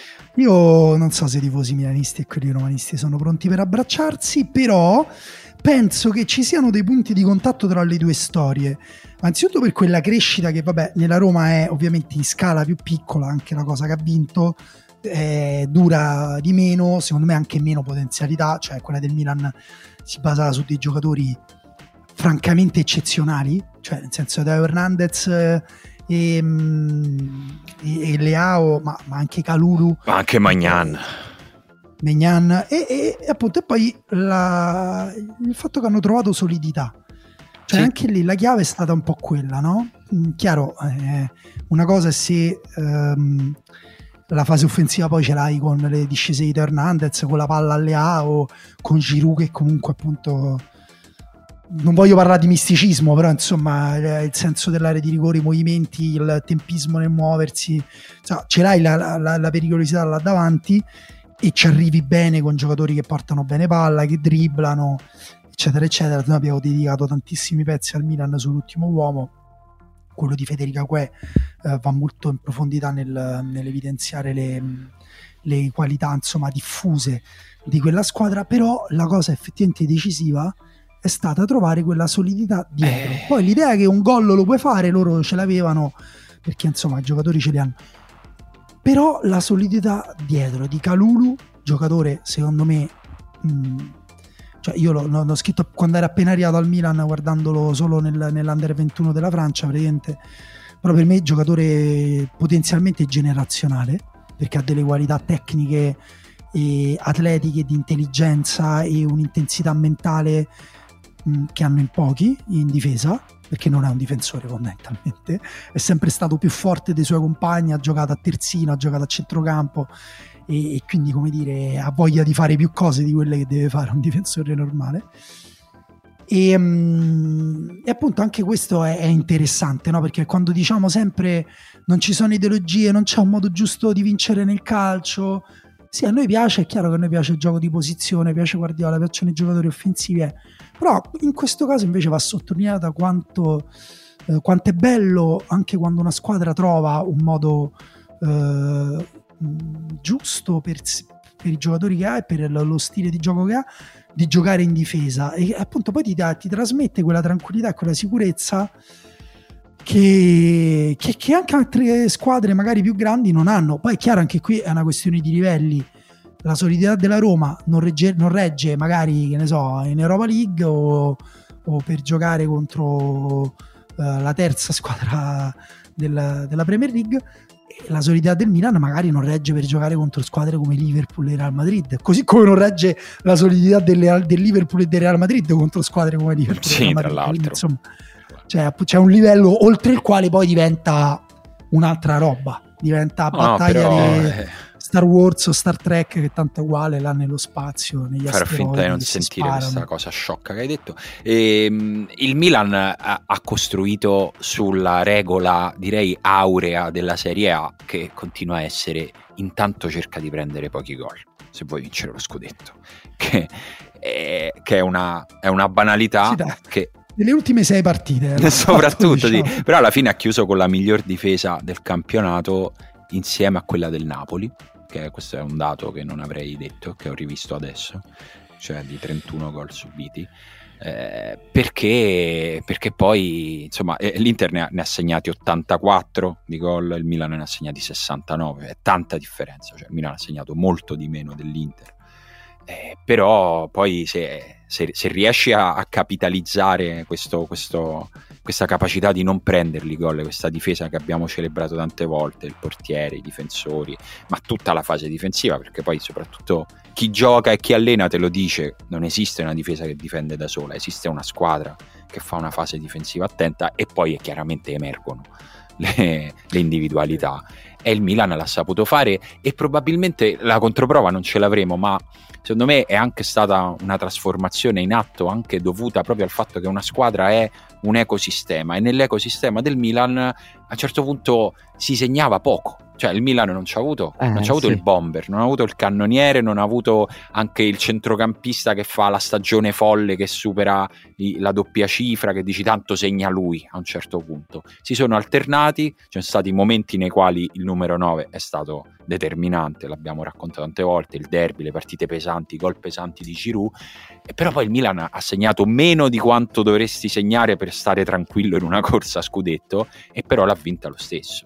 Io non so se i tifosi milanisti e quelli romanisti sono pronti per abbracciarsi, però penso che ci siano dei punti di contatto tra le due storie. Anzitutto per quella crescita che, vabbè, nella Roma è ovviamente in scala più piccola, anche la cosa che ha vinto dura di meno, secondo me anche meno potenzialità, cioè quella del Milan si basava su dei giocatori francamente eccezionali, cioè nel senso Teo Hernandez e Leao, ma anche Kalulu, ma anche Maignan e appunto, e poi il fatto che hanno trovato solidità, cioè sì. Anche lì la chiave è stata un po' quella, no? Chiaro, una cosa è se la fase offensiva poi ce l'hai con le discese di Hernandez, con la palla a Leao, con Giroud che comunque appunto, non voglio parlare di misticismo, però insomma il senso dell'area di rigore, i movimenti, il tempismo nel muoversi, cioè, ce l'hai la pericolosità là davanti, e ci arrivi bene con giocatori che portano bene palla, che dribblano, eccetera eccetera. Noi abbiamo dedicato tantissimi pezzi al Milan sull'ultimo uomo, quello di Federica Guè va molto in profondità nell'evidenziare le qualità, insomma, diffuse di quella squadra, però la cosa effettivamente decisiva è stata trovare quella solidità dietro. Poi l'idea che un gol lo puoi fare, loro ce l'avevano, perché insomma i giocatori ce li hanno, però la solidità dietro di Kalulu, giocatore secondo me cioè io l'ho scritto quando era appena arrivato al Milan, guardandolo solo nell'Under 21 della Francia, praticamente, però per me giocatore potenzialmente generazionale, perché ha delle qualità tecniche e atletiche, di intelligenza e un'intensità mentale che hanno in pochi in difesa, perché non è un difensore fondamentalmente, è sempre stato più forte dei suoi compagni, ha giocato a terzino, ha giocato a centrocampo, e quindi, come dire, ha voglia di fare più cose di quelle che deve fare un difensore normale, E appunto anche questo è interessante, no? Perché quando diciamo sempre non ci sono ideologie, non c'è un modo giusto di vincere nel calcio, sì, a noi piace, è chiaro che a noi piace il gioco di posizione, piace Guardiola, piacciono i giocatori offensivi, però in questo caso invece va sottolineata quanto è bello anche quando una squadra trova un modo giusto per i giocatori che ha e per lo stile di gioco che ha, di giocare in difesa, e appunto poi ti trasmette quella tranquillità e quella sicurezza che anche altre squadre magari più grandi non hanno. Poi è chiaro, anche qui è una questione di livelli. La solidità della Roma non regge magari, che ne so, in Europa League o per giocare contro la terza squadra della Premier League. La solidità del Milan magari non regge per giocare contro squadre come Liverpool e Real Madrid, così come non regge la solidità del Liverpool e del Real Madrid contro squadre come Liverpool e Real Madrid. Tra l'altro. Quindi, insomma, c'è un livello oltre il quale poi diventa un'altra roba, diventa battaglia di Star Wars o Star Trek, che tanto è uguale là nello spazio, negli fare asteroidi, finta di non sentire questa cosa sciocca che hai detto. Il Milan ha costruito sulla regola, direi aurea, della Serie A, che continua a essere: intanto cerca di prendere pochi gol se vuoi vincere lo scudetto, che è una banalità, sì, che nelle ultime 6 partite soprattutto, diciamo. Sì, però alla fine ha chiuso con la miglior difesa del campionato insieme a quella del Napoli, che questo è un dato che non avrei detto, che ho rivisto adesso, cioè di 31 gol subiti, perché poi insomma l'Inter ne ha segnati 84 di gol, il Milan ne ha segnati 69, è tanta differenza, cioè il Milan ha segnato molto di meno dell'Inter, però poi se riesci a capitalizzare questa capacità di non prenderli gol, questa difesa che abbiamo celebrato tante volte, il portiere, i difensori, ma tutta la fase difensiva, perché poi soprattutto chi gioca e chi allena te lo dice: non esiste una difesa che difende da sola, esiste una squadra che fa una fase difensiva attenta, e poi chiaramente emergono le individualità, e il Milan l'ha saputo fare, e probabilmente la controprova non ce l'avremo, ma secondo me è anche stata una trasformazione in atto, anche dovuta proprio al fatto che una squadra è un ecosistema, e nell'ecosistema del Milan a un certo punto si segnava poco. Cioè il Milan non c'ha avuto sì, il bomber, non ha avuto il cannoniere, non ha avuto anche il centrocampista che fa la stagione folle, che supera la doppia cifra, che dici tanto segna lui a un certo punto. Si sono alternati, ci sono stati momenti nei quali il numero 9 è stato determinante, l'abbiamo raccontato tante volte, il derby, le partite pesanti, i gol pesanti di Giroud, e però poi il Milan ha segnato meno di quanto dovresti segnare per stare tranquillo in una corsa a scudetto, e però l'ha vinta lo stesso.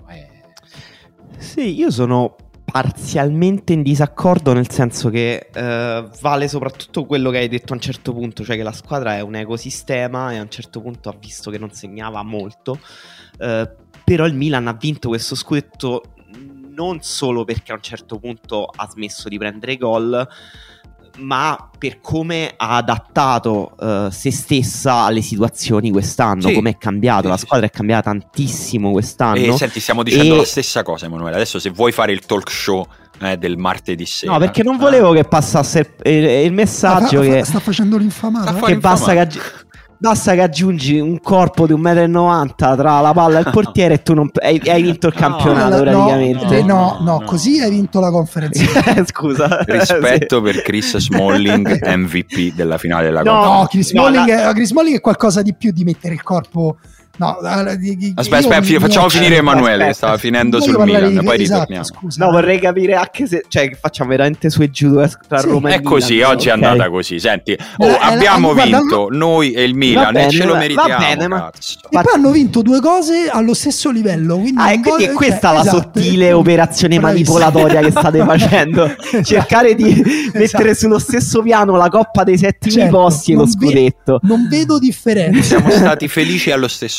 Sì, io sono parzialmente in disaccordo, nel senso che vale soprattutto quello che hai detto a un certo punto, cioè che la squadra è un ecosistema, e a un certo punto ha visto che non segnava molto, però il Milan ha vinto questo scudetto non solo perché a un certo punto ha smesso di prendere gol, ma per come ha adattato se stessa alle situazioni quest'anno, come è cambiato, la squadra è cambiata tantissimo quest'anno. Senti, stiamo dicendo la stessa cosa, Emanuele. Adesso se vuoi fare il talk show del martedì sera, no, perché non volevo che passasse il messaggio che sta facendo l'infamato, che basta che aggiungi un corpo di 1,90 m tra la palla e il portiere e tu hai vinto il campionato, praticamente. No, così hai vinto la conference. Scusa. Rispetto per Chris Smalling, MVP della finale della conference. No, Chris Smalling è qualcosa di più di mettere il corpo. No, aspetta, facciamo finire Emanuele, stava finendo sul Milan, poi ritorniamo. Scusa, no, vorrei capire anche se, cioè, che facciamo veramente su e giù tra Roma e Milan. È così, oggi è andata così. Senti, abbiamo vinto noi e il Milan, e ce lo meritiamo. Bene, e poi hanno vinto 2 cose allo stesso livello, quindi quindi è questa la sottile operazione manipolatoria che state facendo, cercare di mettere sullo stesso piano la coppa dei 7 posti e lo scudetto. Non vedo differenza. Siamo stati felici allo stesso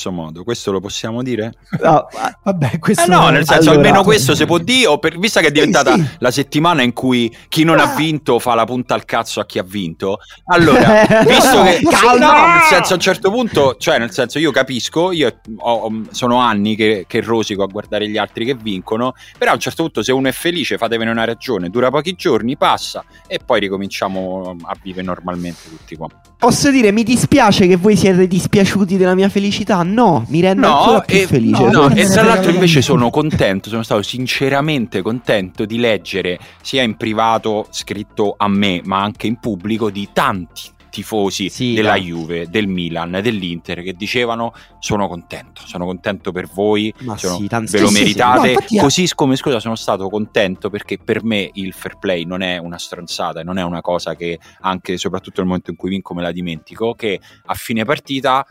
grosso modo, questo lo possiamo dire? No, vabbè, questo No, nel senso, allora, almeno questo si può dire, visto che è diventata la settimana in cui chi non ha vinto fa la punta al cazzo a chi ha vinto, allora, visto che no, nel senso, a un certo punto, cioè nel senso, io capisco, sono anni che rosico a guardare gli altri che vincono, però a un certo punto se uno è felice fatevene una ragione, dura pochi giorni, passa e poi ricominciamo a vivere normalmente tutti qua. Posso dire, mi dispiace che voi siete dispiaciuti della mia felicità? No, mi rende ancora più felice. E tra l'altro invece sono stato sinceramente contento di leggere sia in privato scritto a me ma anche in pubblico di tanti tifosi della Juve, del Milan, dell'Inter che dicevano sono contento per voi, ve lo meritate. No, così come sono stato contento perché per me il fair play non è una stronzata, non è una cosa che anche soprattutto nel momento in cui vinco me la dimentico, che a fine partita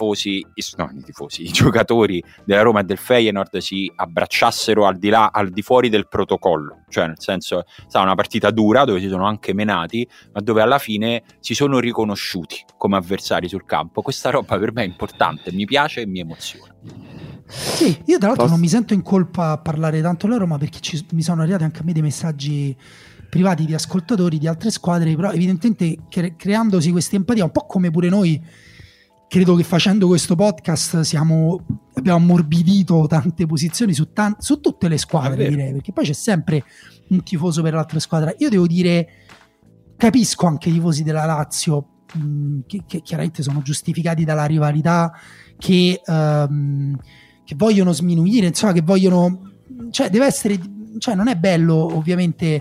i giocatori della Roma e del Feyenoord si abbracciassero al di fuori del protocollo, cioè nel senso è stata una partita dura dove si sono anche menati ma dove alla fine si sono riconosciuti come avversari sul campo. Questa roba per me è importante, mi piace e mi emoziona. Sì, io tra l'altro non mi sento in colpa a parlare tanto della Roma perché mi sono arrivati anche a me dei messaggi privati di ascoltatori di altre squadre, però evidentemente creandosi questa empatia, un po' come pure noi, credo che facendo questo podcast abbiamo ammorbidito tante posizioni su tutte le squadre, direi, perché poi c'è sempre un tifoso per l'altra squadra. Io devo dire, capisco anche i tifosi della Lazio che chiaramente sono giustificati dalla rivalità, che vogliono sminuire, insomma, che vogliono, cioè deve essere, cioè non è bello ovviamente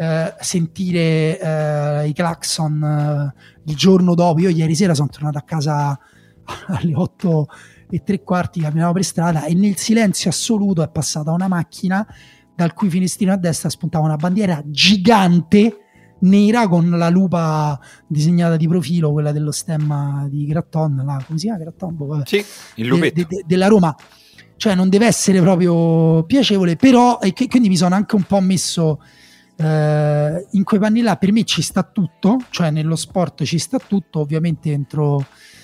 sentire i clacson il giorno dopo. Io ieri sera sono tornato a casa alle 8:15, camminavo per strada e nel silenzio assoluto è passata una macchina dal cui finestrino a destra spuntava una bandiera gigante nera con la disegnata di profilo, quella dello stemma di Gratton, come si chiama Gratton? Sì, il lupetto della Roma. Cioè non deve essere proprio piacevole, però quindi mi sono anche un po' messo in quei panni là. Per me ci sta tutto, cioè nello sport ci sta tutto, ovviamente entro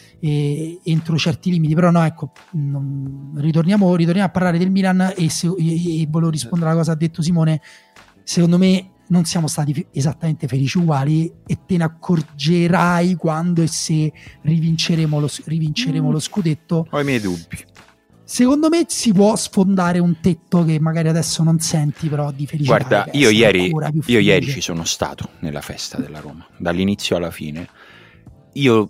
certi limiti, però no, ecco, ritorniamo a parlare del Milan e volevo rispondere alla cosa che ha detto Simone. Secondo me non siamo stati esattamente felici uguali e te ne accorgerai quando e se rivinceremo lo scudetto. Ho i miei dubbi. Secondo me si può sfondare un tetto che magari adesso non senti, però di felicità. Guarda, io ieri ci sono stato nella festa della Roma, dall'inizio alla fine. Io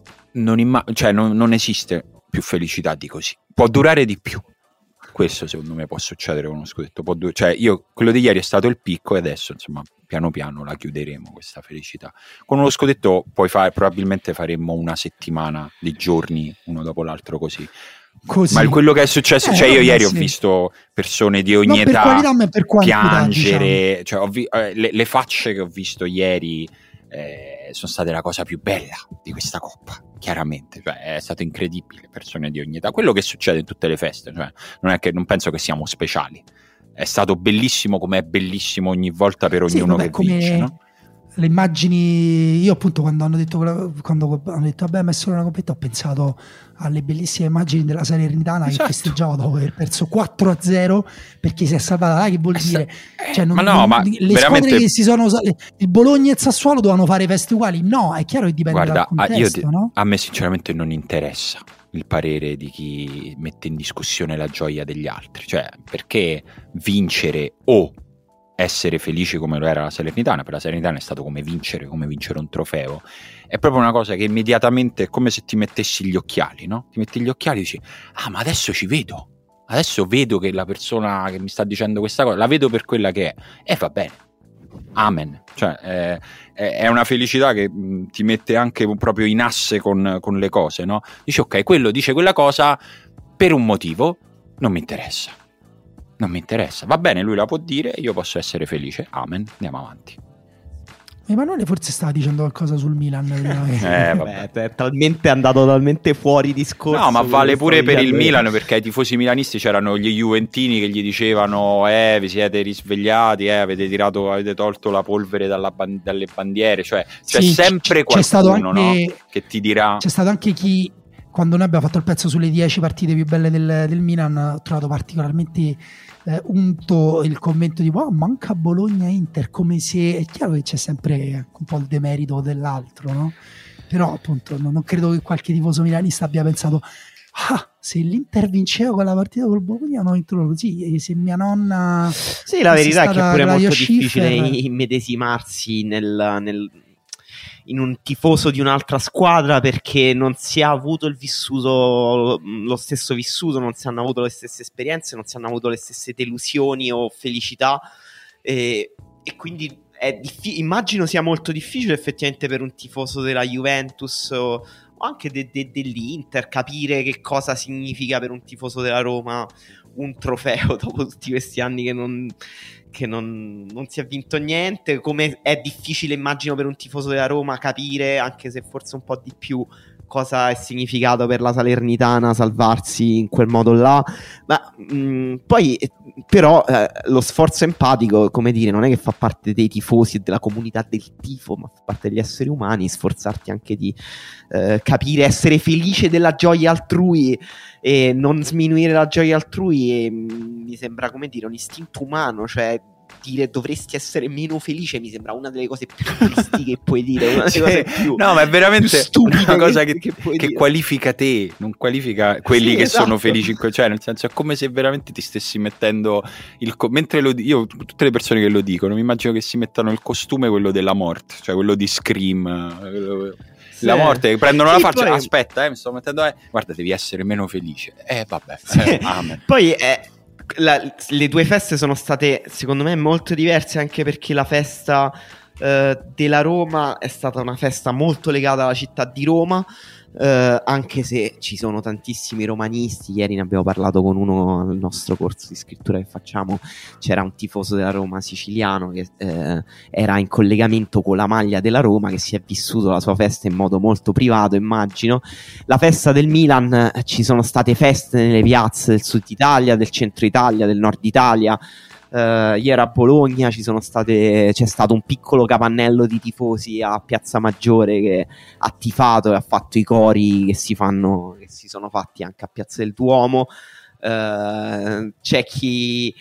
non esiste più felicità di così. Può durare di più. Questo secondo me può succedere con uno scudetto. Quello di ieri è stato il picco e adesso insomma piano piano la chiuderemo questa felicità. Con uno scudetto probabilmente faremmo una settimana di giorni uno dopo l'altro così. Ma quello che è successo, cioè io ieri ho visto persone di ogni età piangere, diciamo. Cioè le facce che ho visto ieri sono state la cosa più bella di questa coppa, chiaramente, cioè, è stato incredibile, persone di ogni età, quello che succede in tutte le feste, cioè, non penso che siamo speciali, è stato bellissimo come è bellissimo ogni volta per ognuno che vince, no? Le immagini, io appunto quando hanno detto vabbè, ma è solo una coppetta, ho pensato alle bellissime immagini della Salernitana che festeggiava dopo aver perso 4-0 perché si è salvata, che vuol dire? Cioè, le squadre che si sono il Bologna e il Sassuolo dovevano fare feste uguali? No, è chiaro che dipende dal contesto, no? A me sinceramente non interessa il parere di chi mette in discussione la gioia degli altri, cioè perché vincere o essere felici come lo era la Salernitana, per la Salernitana è stato come vincere un trofeo, è proprio una cosa che immediatamente è come se ti mettessi gli occhiali, no? Ti metti gli occhiali e dici ma adesso adesso vedo che la persona che mi sta dicendo questa cosa la vedo per quella che è e va bene, amen, cioè è una felicità che ti mette anche proprio in asse con le cose, no? Dici ok, quello dice quella cosa per un motivo, non mi interessa, va bene, lui la può dire, io posso essere felice, amen, andiamo avanti. Emanuele forse stava dicendo qualcosa sul Milan. Vabbè. È andato talmente fuori discorso. No, ma vale pure per il Milan, perché ai tifosi milanisti c'erano gli juventini che gli dicevano vi siete risvegliati, avete tolto la polvere dalle bandiere, cioè c'è sempre qualcuno, no? Che ti dirà. C'è stato anche chi quando noi abbiamo fatto il pezzo sulle 10 partite più belle del Milan, ho trovato particolarmente unto il commento di manca Bologna-Inter, come se è chiaro che c'è sempre un po' il demerito dell'altro, no? Però appunto non credo che qualche tifoso milanista abbia pensato se l'Inter vinceva quella partita col Bologna non intro così, e se mia nonna sì, la verità è che è pure molto Schiffer, difficile immedesimarsi in un tifoso di un'altra squadra, perché non si è avuto lo stesso vissuto, non si hanno avuto le stesse esperienze, non si hanno avuto le stesse delusioni o felicità, e quindi immagino sia molto difficile effettivamente per un tifoso della Juventus o anche dell'Inter capire che cosa significa per un tifoso della Roma un trofeo dopo tutti questi anni che non si è vinto niente, come è difficile immagino per un tifoso della Roma capire, anche se forse un po' di più, cosa è significato per la Salernitana salvarsi in quel modo là. Ma poi però lo sforzo empatico, come dire, non è che fa parte dei tifosi e della comunità del tifo, ma fa parte degli esseri umani, sforzarti anche di capire, essere felice della gioia altrui e non sminuire la gioia altrui, e mi sembra, come dire, un istinto umano, cioè dire dovresti essere meno felice mi sembra una delle cose più tristi che puoi dire, una delle cose più, no, ma è veramente stupide una cosa che dire. Qualifica te, non qualifica quelli sì, che esatto. sono felici, cioè nel senso è come se veramente ti stessi mettendo mentre io tutte le persone che lo dicono mi immagino che si mettano il costume, quello della morte, cioè quello di Scream, la morte, prendono la faccia, poi aspetta, mi sto mettendo, guarda, devi essere meno felice, vabbè, amen. Poi le due feste sono state secondo me molto diverse, anche perché la festa della Roma è stata una festa molto legata alla città di Roma, anche se ci sono tantissimi romanisti. Ieri ne abbiamo parlato con uno al nostro corso di scrittura che facciamo, c'era un tifoso della Roma siciliano che era in collegamento con la maglia della Roma, che si è vissuto la sua festa in modo molto privato, immagino. La festa del Milan, ci sono state feste nelle piazze del sud Italia, del centro Italia, del nord Italia. Ieri a Bologna c'è stato un piccolo capannello di tifosi a Piazza Maggiore che ha tifato e ha fatto i cori che si sono fatti anche a Piazza del Duomo. C'è chi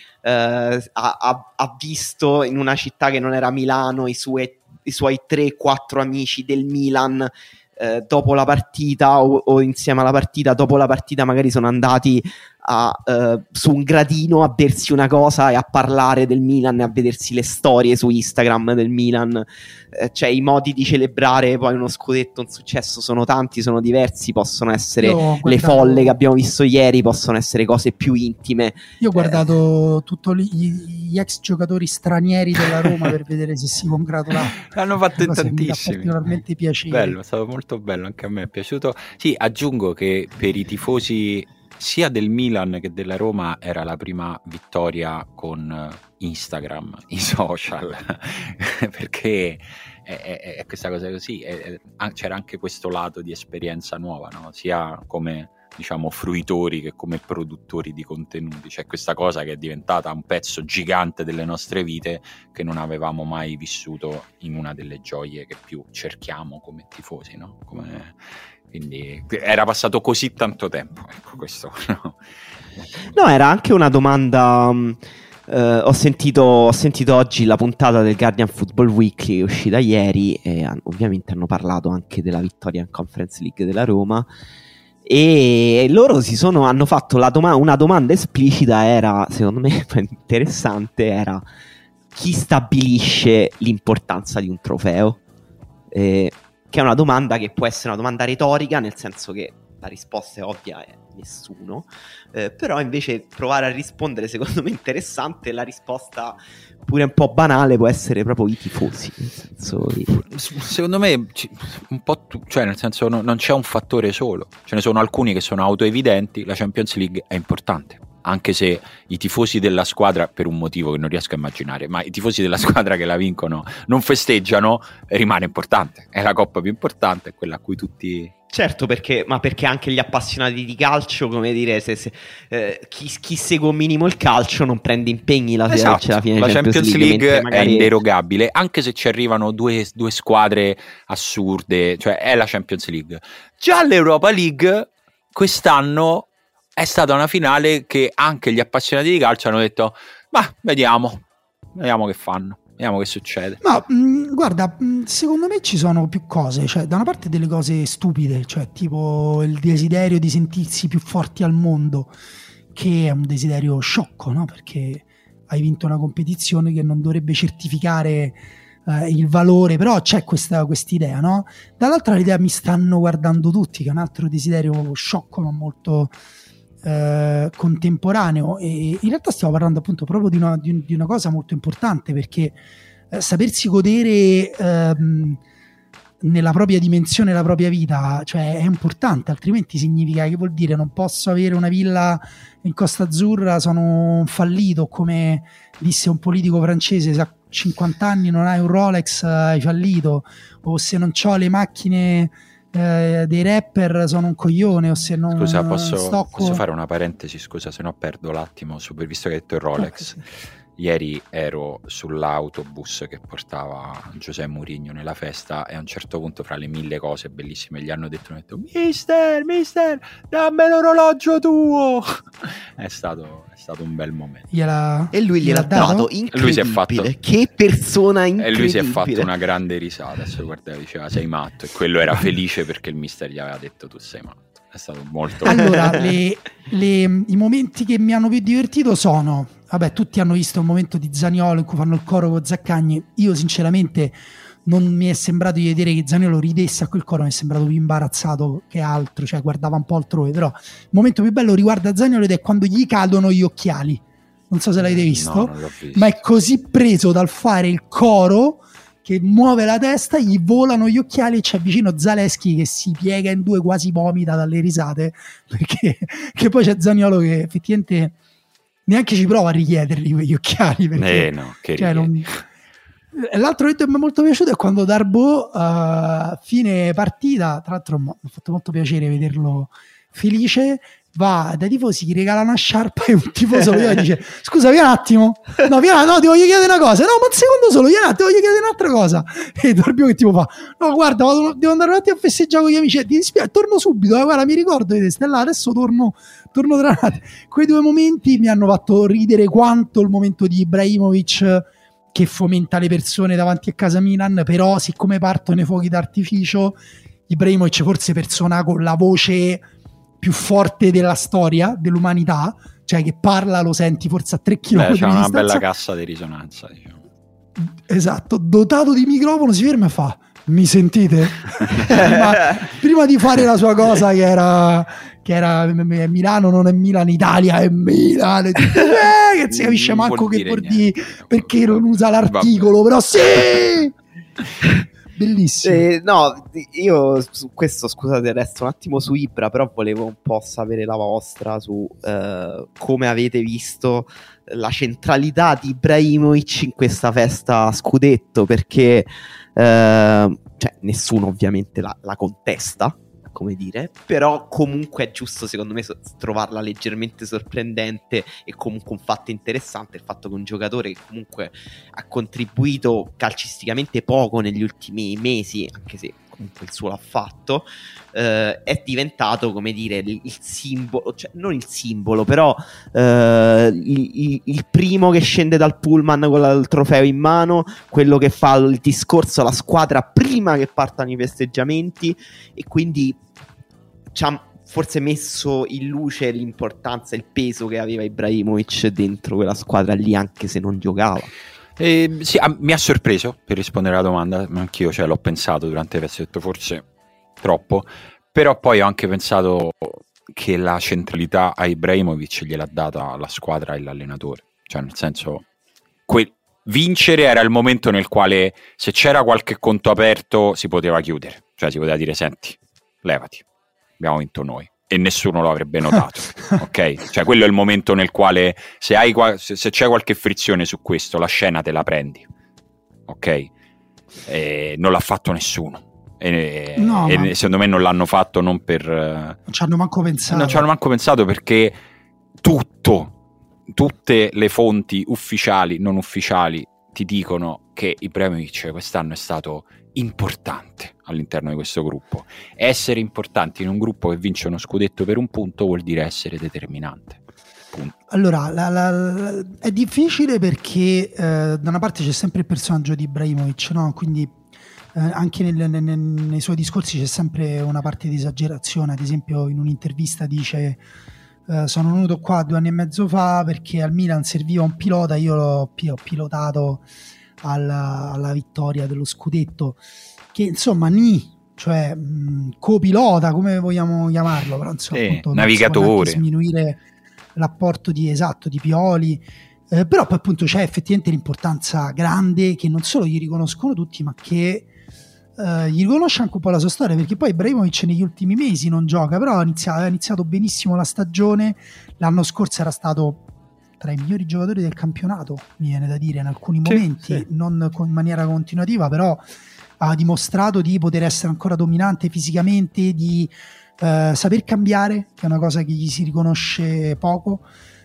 ha visto in una città che non era Milano i suoi 3-4 amici del Milan dopo la partita o insieme alla partita. Dopo la partita magari sono andati su un gradino a bersi una cosa e a parlare del Milan e a vedersi le storie su Instagram del Milan. Cioè i modi di celebrare poi uno scudetto, un successo, sono tanti, sono diversi, possono essere le folle che abbiamo visto ieri, possono essere cose più intime. Io ho guardato tutti gli ex giocatori stranieri della Roma per vedere se si congratulavano. L'hanno fatto in tantissimi. Mi fa particolarmente piacere. Bello, è stato molto bello, anche a me è piaciuto. Sì, aggiungo che per i tifosi sia del Milan che della Roma era la prima vittoria con Instagram, i social, perché è questa cosa così, c'era anche questo lato di esperienza nuova, no? Sia come, diciamo, fruitori che come produttori di contenuti. C'è questa cosa che è diventata un pezzo gigante delle nostre vite che non avevamo mai vissuto in una delle gioie che più cerchiamo come tifosi, no? Quindi era passato così tanto tempo, ecco questo. No, era anche una domanda. Ho sentito oggi la puntata del Guardian Football Weekly che è uscita ieri, e ovviamente hanno parlato anche della vittoria in Conference League della Roma, e loro hanno fatto una domanda esplicita, era secondo me interessante, era: chi stabilisce l'importanza di un trofeo? Che è una domanda che può essere una domanda retorica, nel senso che la risposta è ovvia, è nessuno, però invece provare a rispondere, secondo me interessante, la risposta pure un po' banale può essere proprio i tifosi, nel senso secondo me un po' cioè nel senso non c'è un fattore solo, ce ne sono alcuni che sono autoevidenti. La Champions League è importante, anche se i tifosi della squadra, per un motivo che non riesco a immaginare, ma i tifosi della squadra che la vincono non festeggiano, rimane importante, è la coppa più importante, è quella a cui tutti... Certo, perché anche gli appassionati di calcio, come dire, chi segue un minimo il calcio non prende impegni la sera c'è la fine la Champions League magari... è inderogabile, anche se ci arrivano due squadre assurde, cioè è la Champions League. Già l'Europa League quest'anno è stata una finale che anche gli appassionati di calcio hanno detto: ma vediamo che fanno, vediamo che succede. Ma guarda, secondo me ci sono più cose, cioè da una parte delle cose stupide, cioè tipo il desiderio di sentirsi più forti al mondo, che è un desiderio sciocco, no? Perché hai vinto una competizione che non dovrebbe certificare il valore, però c'è questa idea, no? Dall'altra l'idea mi stanno guardando tutti, che è un altro desiderio sciocco ma molto contemporaneo, e in realtà stiamo parlando appunto proprio di una cosa molto importante, perché sapersi godere nella propria dimensione la propria vita, cioè è importante, altrimenti significa che vuol dire non posso avere una villa in Costa Azzurra, sono un fallito, come disse un politico francese: se a 50 anni non hai un Rolex hai fallito, o se non ho le macchine dei rapper sono un coglione, o se non scusa, posso fare una parentesi, scusa se no perdo l'attimo, visto che hai detto il Rolex. Sì. Ieri ero sull'autobus che portava José Mourinho nella festa, e a un certo punto, fra le 1000 cose bellissime, gli hanno detto mister, dammi l'orologio tuo. È stato un bel momento. E lui gliel'ha dato, incredibile. Lui si è fatto, che persona incredibile. E lui si è fatto una grande risata, se guardava, diceva sei matto, e quello era felice perché il mister gli aveva detto tu sei matto. È stato molto allora i momenti che mi hanno più divertito sono, vabbè, tutti hanno visto il momento di Zaniolo in cui fanno il coro con Zaccagni. Io sinceramente non mi è sembrato di vedere che Zaniolo ridesse a quel coro, mi è sembrato più imbarazzato che altro, cioè guardava un po' altrove. Però il momento più bello riguarda Zaniolo ed è quando gli cadono gli occhiali, non so se l'avete visto, no, non l'ho visto. Ma è così preso dal fare il coro che muove la testa, gli volano gli occhiali, e c'è vicino Zaleschi che si piega in due, quasi vomita dalle risate, perché che poi c'è Zaniolo che effettivamente neanche ci prova a richiederli quegli occhiali, perché no, che cioè, l'altro che mi è molto piaciuto è quando Darboe fine partita, tra l'altro mi ha fatto molto piacere vederlo felice, va dai tifosi, gli regala una sciarpa e un tifoso lo dice: scusa, vieni un attimo, no, ti voglio chiedere una cosa, no, ma un secondo solo, vieni un attimo, ti voglio chiedere un'altra cosa. E Darboe che tipo fa: no, guarda, devo andare avanti a festeggiare con gli amici, ti dispiace, torno subito, guarda, mi ricordo di te, là, adesso torno tra un attimo. Quei due momenti mi hanno fatto ridere quanto il momento di Ibrahimovic che fomenta le persone davanti a casa Milan, però siccome partono i fuochi d'artificio, Ibrahimovic forse persona con la voce più forte della storia dell'umanità, cioè che parla, lo senti forse a 3 km di c'ha una distanza. bella cassa di risonanza, diciamo. Esatto, dotato di microfono, si ferma e fa: mi sentite? prima di fare la sua cosa che era Milano non è Milan, Italia è Milan, che si capisce manco che vuol dire, perché non usa l'articolo. Vabbè. Però sì, bellissimo. No, io su questo, scusate, resto un attimo su Ibra, però volevo un po' sapere la vostra su come avete visto la centralità di Ibrahimovic in questa festa scudetto, perché cioè, nessuno ovviamente la contesta, come dire, però comunque è giusto secondo me trovarla leggermente sorprendente, e comunque un fatto interessante il fatto che un giocatore che comunque ha contribuito calcisticamente poco negli ultimi mesi, anche se comunque il suo l'ha fatto, è diventato, come dire, il simbolo, cioè non il simbolo, però il primo che scende dal pullman con il trofeo in mano, quello che fa il discorso alla squadra prima che partano i festeggiamenti, e quindi ci ha forse messo in luce l'importanza e il peso che aveva Ibrahimovic dentro quella squadra lì, anche se non giocava. Sì, mi ha sorpreso, per rispondere alla domanda, ma anch'io l'ho pensato durante il pezzo, ho detto forse troppo, però poi ho anche pensato che la centralità a Ibrahimovic gliel'ha data la squadra e l'allenatore, cioè nel senso, vincere era il momento nel quale se c'era qualche conto aperto si poteva chiudere, cioè si poteva dire senti, levati, abbiamo vinto noi, e nessuno lo avrebbe notato. Ok, cioè quello è il momento nel quale se c'è qualche frizione su questo, la scena te la prendi, ok? Non l'ha fatto nessuno, e secondo me non l'hanno fatto non per non ci hanno manco pensato, perché tutte le fonti ufficiali, non ufficiali, ti dicono che Ibrahimovic quest'anno è stato importante, all'interno di questo gruppo. Essere importanti in un gruppo che vince uno scudetto per un punto vuol dire essere determinante. Punto. Allora, è difficile perché da una parte c'è sempre il personaggio di Ibrahimovic, no? Quindi anche nei suoi discorsi c'è sempre una parte di esagerazione. Ad esempio in un'intervista dice sono venuto qua 2 anni e mezzo fa perché al Milan serviva un pilota, io ho pilotato alla vittoria dello scudetto, che insomma cioè copilota, come vogliamo chiamarlo, però insomma appunto, navigatore, sminuire l'apporto di Pioli, però poi appunto c'è effettivamente l'importanza grande che non solo gli riconoscono tutti, ma che gli riconosce anche un po' la sua storia, perché poi Ibrahimovic negli ultimi mesi non gioca, però aveva iniziato benissimo la stagione, l'anno scorso era stato tra i migliori giocatori del campionato, mi viene da dire, in alcuni momenti, sì. Non in maniera continuativa, però ha dimostrato di poter essere ancora dominante fisicamente, di saper cambiare, che è una cosa che gli si riconosce poco.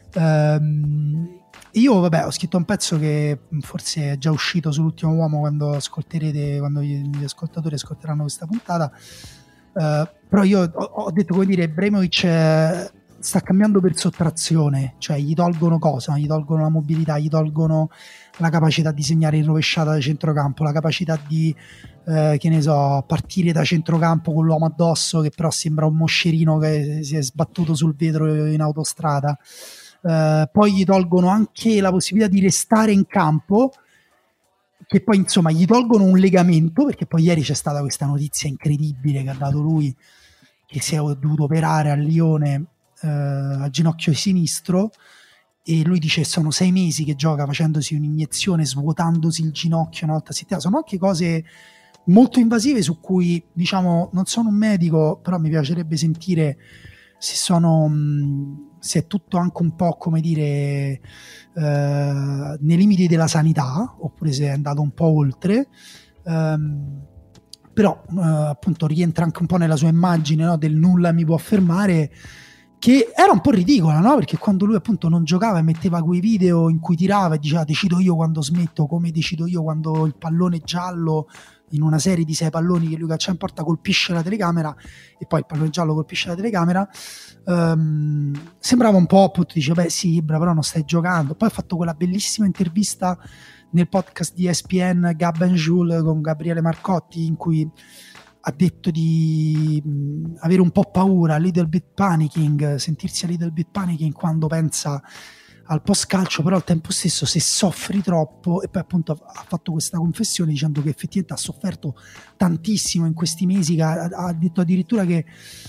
Io ho scritto un pezzo che forse è già uscito sull'Ultimo Uomo quando gli ascoltatori ascolteranno questa puntata, però io ho detto, come dire, Ibrahimovic sta cambiando per sottrazione, cioè gli tolgono cosa? Gli tolgono la mobilità, gli tolgono la capacità di segnare in rovesciata da centrocampo, la capacità di partire da centrocampo con l'uomo addosso che però sembra un moscerino che si è sbattuto sul vetro in autostrada. Poi gli tolgono anche la possibilità di restare in campo, che poi insomma gli tolgono un legamento, perché poi ieri c'è stata questa notizia incredibile che ha dato lui, che si è dovuto operare a Lione al ginocchio sinistro, e lui dice sono 6 mesi che gioca facendosi un'iniezione, svuotandosi il ginocchio una volta a settimana. Sono anche cose molto invasive su cui, diciamo, non sono un medico, però mi piacerebbe sentire se è tutto anche un po', come dire, nei limiti della sanità, oppure se è andato un po' oltre, però appunto rientra anche un po' nella sua immagine, no, del nulla mi può fermare, che era un po' ridicola, no? Perché quando lui appunto non giocava e metteva quei video in cui tirava e diceva decido io quando smetto, come decido io quando il pallone giallo in una serie di 6 palloni che lui caccia in porta colpisce la telecamera, e poi il pallone giallo colpisce la telecamera, sembrava un po', appunto, dice beh sì Ibra, però non stai giocando. Poi ha fatto quella bellissima intervista nel podcast di ESPN Gab and Jules con Gabriele Marcotti, in cui ha detto di avere un po' paura, sentirsi a little bit panicking quando pensa al post calcio, però al tempo stesso se soffri troppo. E poi appunto ha fatto questa confessione dicendo che effettivamente ha sofferto tantissimo in questi mesi, che ha detto addirittura che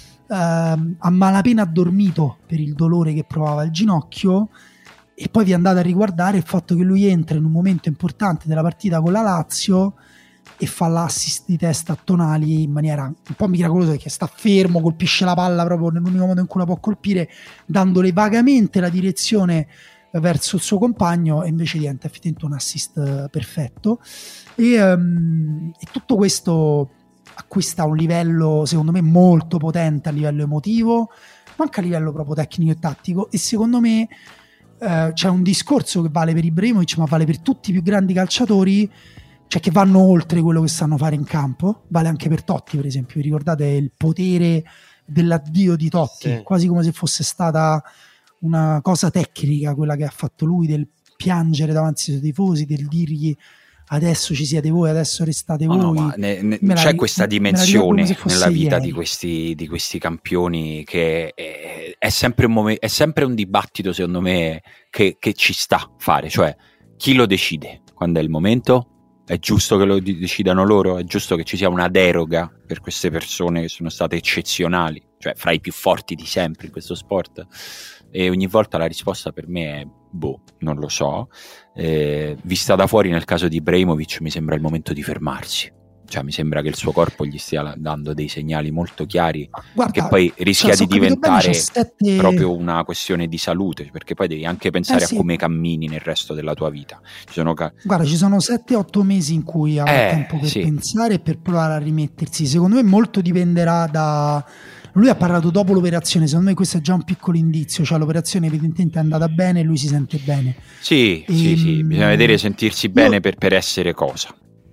a malapena ha dormito per il dolore che provava al ginocchio. E poi vi andate a riguardare il fatto che lui entra in un momento importante della partita con la Lazio e fa l'assist di testa a Tonali in maniera un po' miracolosa, perché sta fermo, colpisce la palla proprio nell'unico modo in cui la può colpire, dandole vagamente la direzione verso il suo compagno, e invece diventa effettivamente un assist perfetto. E tutto questo acquista un livello secondo me molto potente a livello emotivo, ma anche a livello proprio tecnico e tattico. E secondo me c'è un discorso che vale per Ibrahimovic, ma vale per tutti i più grandi calciatori, cioè che vanno oltre quello che sanno fare in campo. Vale anche per Totti, per esempio. Vi ricordate il potere dell'addio di Totti? Sì. Quasi come se fosse stata una cosa tecnica quella che ha fatto lui, del piangere davanti ai tifosi, del dirgli adesso ci siete voi, adesso restate voi. No, ma c'è questa dimensione nella vita di questi campioni che è sempre un dibattito, secondo me, che ci sta a fare. Cioè, chi lo decide? Quando è il momento? È giusto che lo decidano loro? È giusto che ci sia una deroga per queste persone che sono state eccezionali, cioè fra i più forti di sempre in questo sport? E ogni volta la risposta per me è non lo so. Vista da fuori, nel caso di Ibrahimovic mi sembra il momento di fermarsi. Cioè mi sembra che il suo corpo gli stia dando dei segnali molto chiari. Guarda, che poi rischia di diventare proprio una questione di salute, perché poi devi anche pensare a come cammini nel resto della tua vita. Guarda, ci sono 7-8 mesi in cui ha tempo per pensare e per provare a rimettersi. Secondo me molto dipenderà da... Lui ha parlato dopo l'operazione, secondo me questo è già un piccolo indizio, cioè l'operazione evidentemente è andata bene e lui si sente bene. Sì, bisogna vedere, sentirsi bene per essere cosa.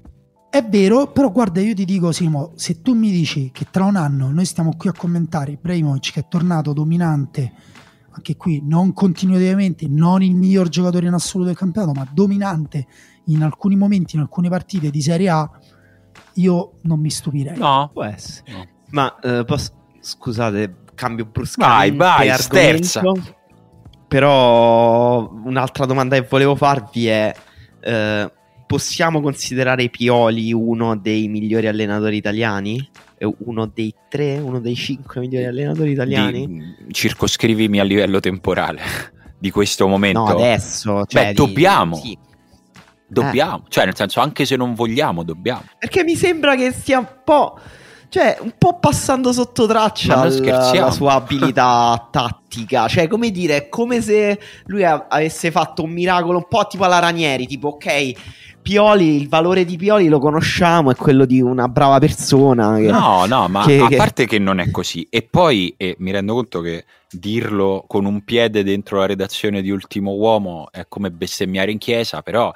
È vero, però guarda, io ti dico Simo, se tu mi dici che tra un anno noi stiamo qui a commentare Ibrahimovic che è tornato dominante, anche qui non continuativamente, non il miglior giocatore in assoluto del campionato, ma dominante in alcuni momenti, in alcune partite di Serie A, io non mi stupirei. No, Può essere. no. Ma scusate, cambio bruscamente Vai, argomento, sterza. però un'altra domanda che volevo farvi è possiamo considerare Pioli uno dei migliori allenatori italiani? Uno dei 3, uno dei 5 migliori allenatori italiani? Circoscrivimi a livello temporale di questo momento. No, adesso. Cioè, dobbiamo. Sì. Dobbiamo, cioè nel senso anche se non vogliamo dobbiamo. Perché mi sembra che stia un po', cioè un po' passando sotto traccia la sua abilità tattica. Cioè, come dire, è come se lui avesse fatto un miracolo un po' tipo alla Ranieri, tipo ok, Pioli, il valore di Pioli lo conosciamo, è quello di una brava persona che, no, ma a parte che non è così. E poi mi rendo conto che dirlo con un piede dentro la redazione di Ultimo Uomo è come bestemmiare in chiesa, però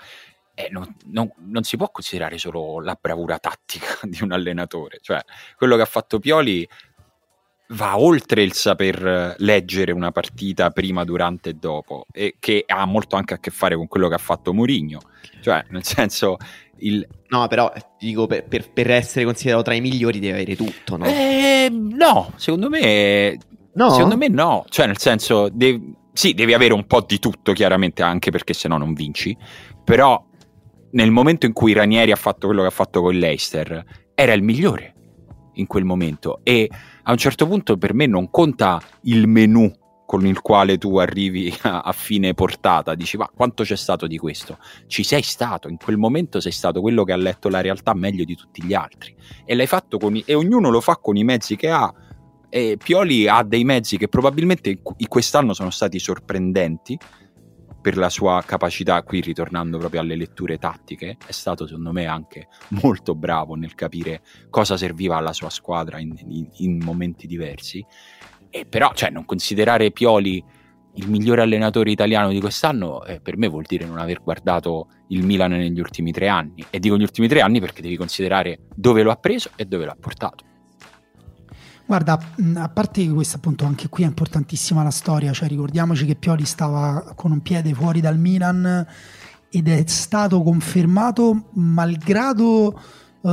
non si può considerare solo la bravura tattica di un allenatore. Cioè, quello che ha fatto Pioli va oltre il saper leggere una partita prima, durante e dopo, e che ha molto anche a che fare con quello che ha fatto Mourinho. Cioè, nel senso, no, però dico, per essere considerato tra i migliori deve avere tutto, no? No, secondo me no. Cioè, nel senso, sì, devi avere un po' di tutto, chiaramente, anche perché sennò non vinci. Però nel momento in cui Ranieri ha fatto quello che ha fatto con Leicester, era il migliore in quel momento, e a un certo punto per me non conta il menù con il quale tu arrivi a fine portata, dici ma quanto c'è stato di questo? Ci sei stato, in quel momento sei stato quello che ha letto la realtà meglio di tutti gli altri, e l'hai fatto e ognuno lo fa con i mezzi che ha, e Pioli ha dei mezzi che probabilmente quest'anno sono stati sorprendenti per la sua capacità. Qui, ritornando proprio alle letture tattiche, è stato secondo me anche molto bravo nel capire cosa serviva alla sua squadra in momenti diversi. E però, cioè, non considerare Pioli il migliore allenatore italiano di quest'anno, per me vuol dire non aver guardato il Milan negli ultimi 3 anni. E dico gli ultimi 3 anni perché devi considerare dove lo ha preso e dove l'ha portato. Guarda, a parte che questo, appunto, anche qui è importantissima la storia, cioè ricordiamoci che Pioli stava con un piede fuori dal Milan ed è stato confermato malgrado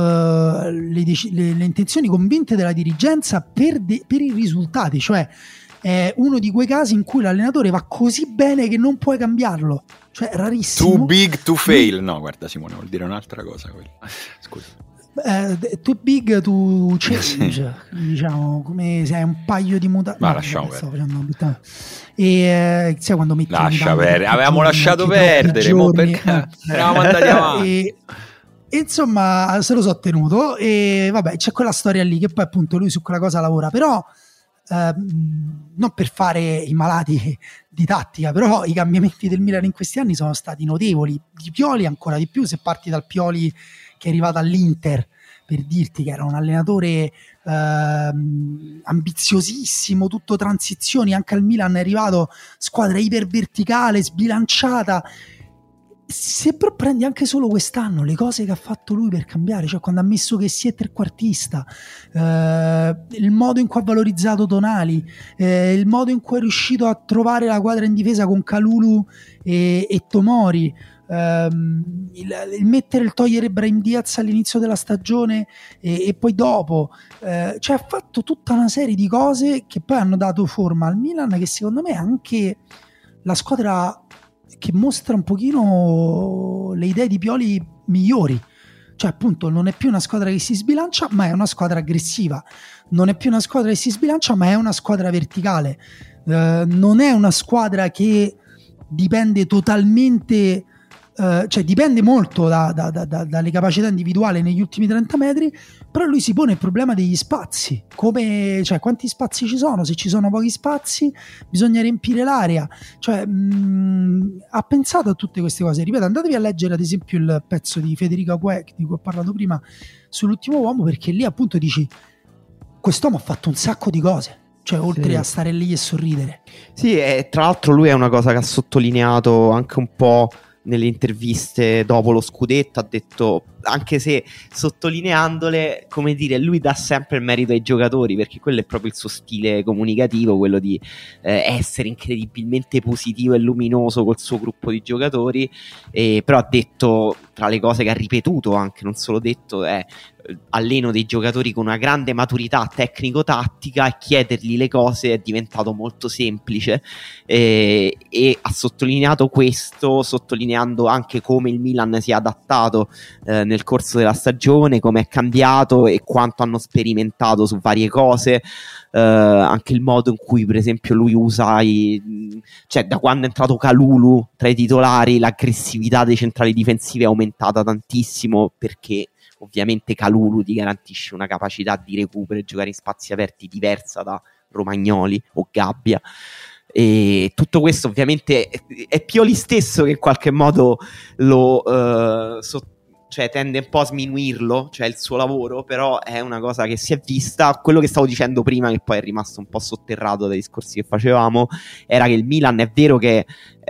le intenzioni convinte della dirigenza per i risultati. Cioè è uno di quei casi in cui l'allenatore va così bene che non puoi cambiarlo, cioè rarissimo. Too big to fail. No, guarda Simone, vuol dire un'altra cosa quella. Scusa. Too big to change, diciamo, come se hai un paio di mutande. Ma lasciamo perdere. E sai quando metti lascia perdere, avevamo lasciato perdere, eravamo andati avanti. E insomma se lo so tenuto, e vabbè, c'è quella storia lì che poi appunto lui su quella cosa lavora, però non per fare i malati di tattica, però i cambiamenti del Milan in questi anni sono stati notevoli, di Pioli ancora di più. Se parti dal Pioli che è arrivato all'Inter, per dirti che era un allenatore ambiziosissimo, tutto transizioni, anche al Milan è arrivato squadra iperverticale, sbilanciata. Se però prendi anche solo quest'anno le cose che ha fatto lui per cambiare, cioè quando ha messo che sia trequartista, il modo in cui ha valorizzato Tonali, il modo in cui è riuscito a trovare la quadra in difesa con Kalulu e Tomori, il mettere, il togliere Brahim Diaz all'inizio della stagione e poi dopo, cioè ha fatto tutta una serie di cose che poi hanno dato forma al Milan, che secondo me è anche la squadra che mostra un pochino le idee di Pioli migliori. Cioè appunto non è più una squadra che si sbilancia, ma è una squadra aggressiva. Non è più una squadra che si sbilancia, ma è una squadra verticale. Non è una squadra che dipende totalmente, cioè dipende molto dalle capacità individuali negli ultimi 30 metri, però lui si pone il problema degli spazi, come, cioè quanti spazi ci sono. Se ci sono pochi spazi bisogna riempire l'area, cioè ha pensato a tutte queste cose. Ripeto, andatevi a leggere ad esempio il pezzo di Federico Aguek di cui ho parlato prima sull'ultimo uomo, perché lì appunto dici quest'uomo ha fatto un sacco di cose, cioè oltre a stare lì e sorridere. Sì, e tra l'altro lui è una cosa che ha sottolineato anche un po' nelle interviste dopo lo scudetto, ha detto anche se sottolineandole, come dire, lui dà sempre il merito ai giocatori, perché quello è proprio il suo stile comunicativo, quello di essere incredibilmente positivo e luminoso col suo gruppo di giocatori. Però ha detto, tra le cose che ha ripetuto anche, non solo detto, è: alleno dei giocatori con una grande maturità tecnico-tattica e chiedergli le cose è diventato molto semplice, e ha sottolineato questo, sottolineando anche come il Milan si è adattato nel corso della stagione, come è cambiato e quanto hanno sperimentato su varie cose. Anche il modo in cui, per esempio, lui usa cioè, da quando è entrato Kalulu tra i titolari, l'aggressività dei centrali difensivi è aumentata tantissimo, perché ovviamente Kalulu ti garantisce una capacità di recupero e giocare in spazi aperti diversa da Romagnoli o Gabbia. E tutto questo ovviamente è Pioli stesso che in qualche modo lo cioè tende un po' a sminuirlo, cioè il suo lavoro, però è una cosa che si è vista. Quello che stavo dicendo prima, che poi è rimasto un po' sotterrato dai discorsi che facevamo, era che il Milan è vero che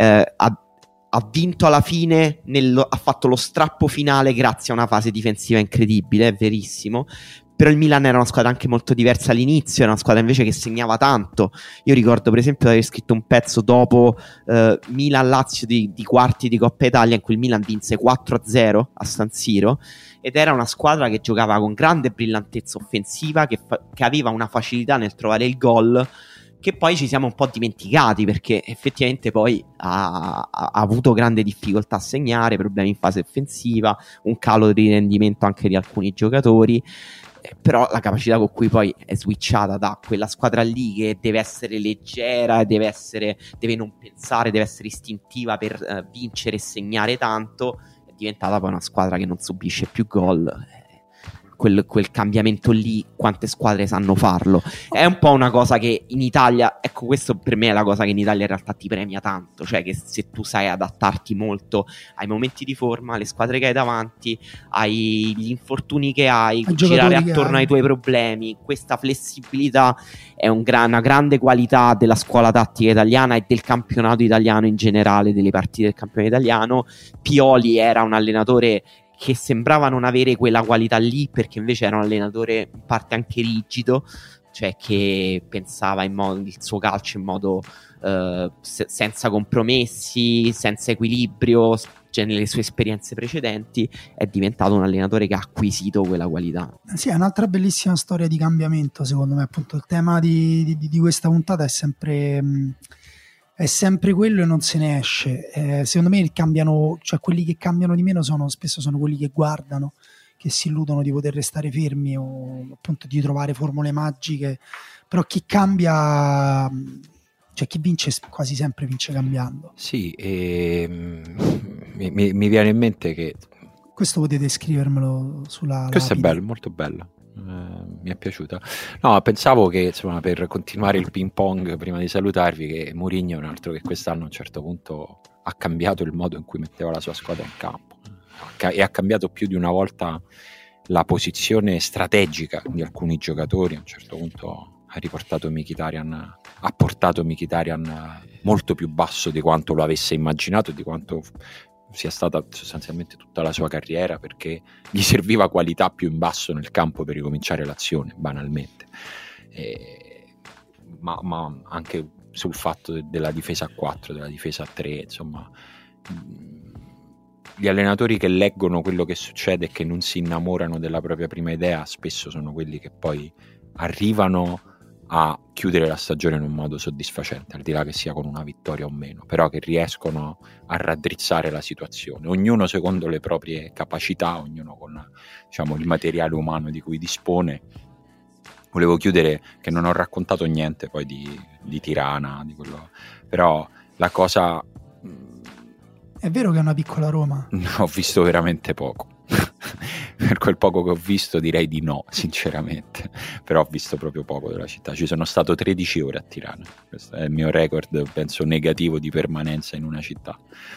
ha vinto alla fine, ha fatto lo strappo finale grazie a una fase difensiva incredibile, è verissimo. Però il Milan era una squadra anche molto diversa all'inizio, era una squadra invece che segnava tanto. Io ricordo per esempio di aver scritto un pezzo dopo Milan-Lazio di quarti di Coppa Italia, in cui il Milan vinse 4-0 a San Siro, ed era una squadra che giocava con grande brillantezza offensiva, che aveva una facilità nel trovare il gol, che poi ci siamo un po' dimenticati, perché effettivamente poi ha avuto grande difficoltà a segnare, problemi in fase offensiva, un calo di rendimento anche di alcuni giocatori. Però la capacità con cui poi è switchata da quella squadra lì, che deve essere leggera, deve non pensare, deve essere istintiva per vincere e segnare tanto, è diventata poi una squadra che non subisce più gol. Quel cambiamento lì, quante squadre sanno farlo? È un po' una cosa che in Italia, ecco, questo per me è la cosa che in Italia in realtà ti premia tanto, cioè che se tu sai adattarti molto ai momenti di forma, alle squadre che hai davanti, agli infortuni che hai, girare attorno ai tuoi problemi, questa flessibilità è una grande qualità della scuola tattica italiana e del campionato italiano in generale, delle partite del campionato italiano. Pioli era un allenatore che sembrava non avere quella qualità lì, perché invece era un allenatore in parte anche rigido, cioè che pensava il suo calcio in modo senza compromessi, senza equilibrio, cioè nelle sue esperienze precedenti è diventato un allenatore che ha acquisito quella qualità. Sì, è un'altra bellissima storia di cambiamento, secondo me. Appunto il tema di questa puntata è sempre quello e non se ne esce. Secondo me quelli che cambiano di meno spesso sono quelli che guardano, che si illudono di poter restare fermi o appunto di trovare formule magiche. Però chi cambia, cioè chi vince quasi sempre vince cambiando. Sì, mi viene in mente che questo potete scrivermelo sulla questo lapide. È bello, molto bello. Mi è piaciuta. No, pensavo che, insomma, per continuare il ping pong, prima di salutarvi, che Mourinho è un altro che quest'anno a un certo punto ha cambiato il modo in cui metteva la sua squadra in campo e ha cambiato più di una volta la posizione strategica di alcuni giocatori. A un certo punto ha portato Mkhitaryan molto più basso di quanto lo avesse immaginato, di quanto sia stata sostanzialmente tutta la sua carriera, perché gli serviva qualità più in basso nel campo per ricominciare l'azione, banalmente. Ma anche sul fatto della difesa a 4, della difesa a 3, insomma, gli allenatori che leggono quello che succede e che non si innamorano della propria prima idea spesso sono quelli che poi arrivano a chiudere la stagione in un modo soddisfacente, al di là che sia con una vittoria o meno, però che riescono a raddrizzare la situazione, ognuno secondo le proprie capacità, ognuno con, diciamo, il materiale umano di cui dispone. Volevo chiudere che non ho raccontato niente poi di Tirana, di quello, però la cosa... È vero che è una piccola Roma? Ho visto veramente poco. Per quel poco che ho visto direi di no, sinceramente, però ho visto proprio poco della città. Ci sono stato 13 ore a Tirana, questo è il mio record, penso, negativo di permanenza in una città.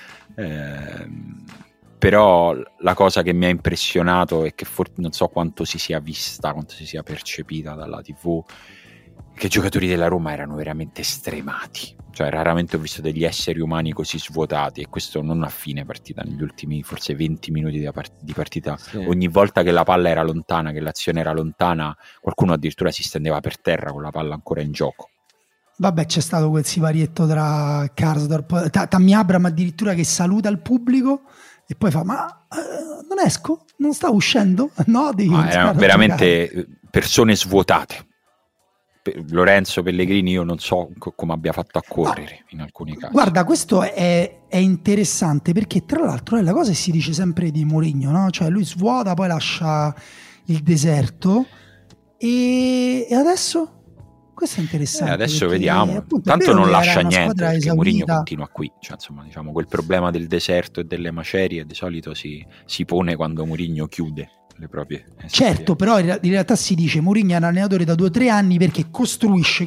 Però la cosa che mi ha impressionato e che non so quanto si sia vista, quanto si sia percepita dalla TV, che i giocatori della Roma erano veramente stremati, cioè raramente ho visto degli esseri umani così svuotati, e questo non a fine partita, negli ultimi forse 20 minuti di partita, sì. Ogni volta che la palla era lontana, che l'azione era lontana, qualcuno addirittura si stendeva per terra con la palla ancora in gioco. Vabbè, c'è stato quel siparietto tra Karsdorp, Tammy Abraham addirittura, che saluta il pubblico e poi fa: ma non esco? Non stavo uscendo? No, erano veramente persone svuotate. Lorenzo Pellegrini io non so come abbia fatto a correre in alcuni casi. Guarda, questo è interessante, perché tra l'altro è la cosa che si dice sempre di Mourinho, no? Cioè lui svuota, poi lascia il deserto, e adesso? Questo è interessante. Adesso vediamo, appunto, tanto non lascia niente, perché Mourinho continua qui, cioè, insomma, diciamo, quel problema del deserto e delle macerie di solito si pone quando Mourinho chiude le proprie esperienze. Certo, però in realtà si dice Mourinho è un allenatore da 2 o 3 anni perché costruisce,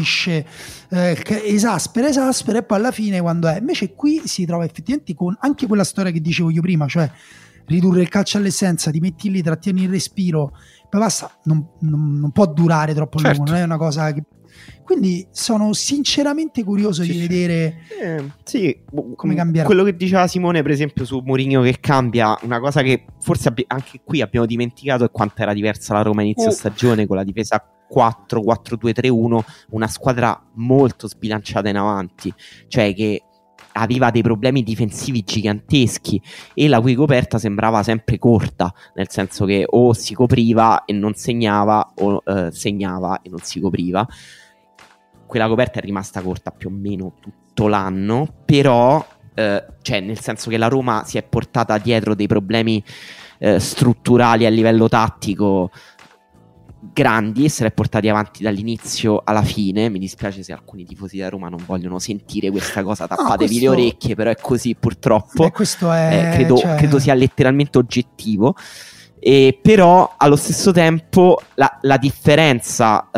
esaspera, e poi alla fine quando è, invece qui si trova effettivamente con anche quella storia che dicevo io prima, cioè ridurre il calcio all'essenza, ti metti lì, trattieni il respiro, poi basta, non può durare troppo lungo, non è una cosa che... Quindi sono sinceramente curioso di vedere come cambierà. Quello che diceva Simone, per esempio, su Mourinho che cambia, una cosa che forse anche qui abbiamo dimenticato è quanto era diversa la Roma inizio stagione, con la difesa 4-4-2-3-1, una squadra molto sbilanciata in avanti, cioè che aveva dei problemi difensivi giganteschi, e la cui coperta sembrava sempre corta, nel senso che o si copriva e non segnava, o segnava e non si copriva. Quella coperta è rimasta corta più o meno tutto l'anno, però cioè nel senso che la Roma si è portata dietro dei problemi strutturali a livello tattico grandi, e se l'è portati avanti dall'inizio alla fine. Mi dispiace se alcuni tifosi della Roma non vogliono sentire questa cosa, tappatevi le orecchie, però è così purtroppo. Questo è, credo sia letteralmente oggettivo. Però allo stesso tempo la differenza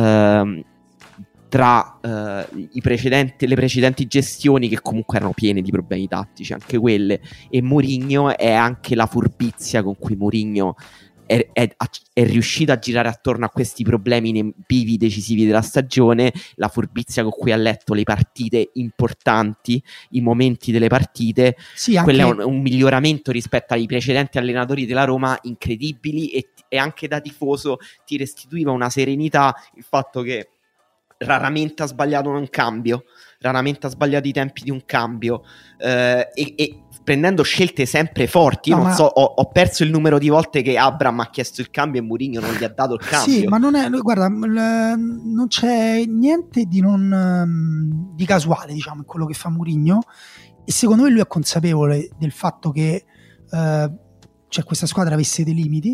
tra le precedenti gestioni, che comunque erano piene di problemi tattici anche quelle, e Mourinho, è anche la furbizia con cui Mourinho è riuscito a girare attorno a questi problemi nei bivi decisivi della stagione, la furbizia con cui ha letto le partite importanti, i momenti delle partite. Sì, anche... Quello è un miglioramento rispetto ai precedenti allenatori della Roma incredibili, e anche da tifoso ti restituiva una serenità il fatto che raramente ha sbagliato un cambio, raramente ha sbagliato i tempi di un cambio, e prendendo scelte sempre forti. Io non so, ho perso il numero di volte che Abraham ha chiesto il cambio e Mourinho non gli ha dato il cambio. Sì, ma non è, guarda, non c'è niente di casuale, diciamo, in quello che fa Mourinho, e secondo me lui è consapevole del fatto che cioè questa squadra avesse dei limiti.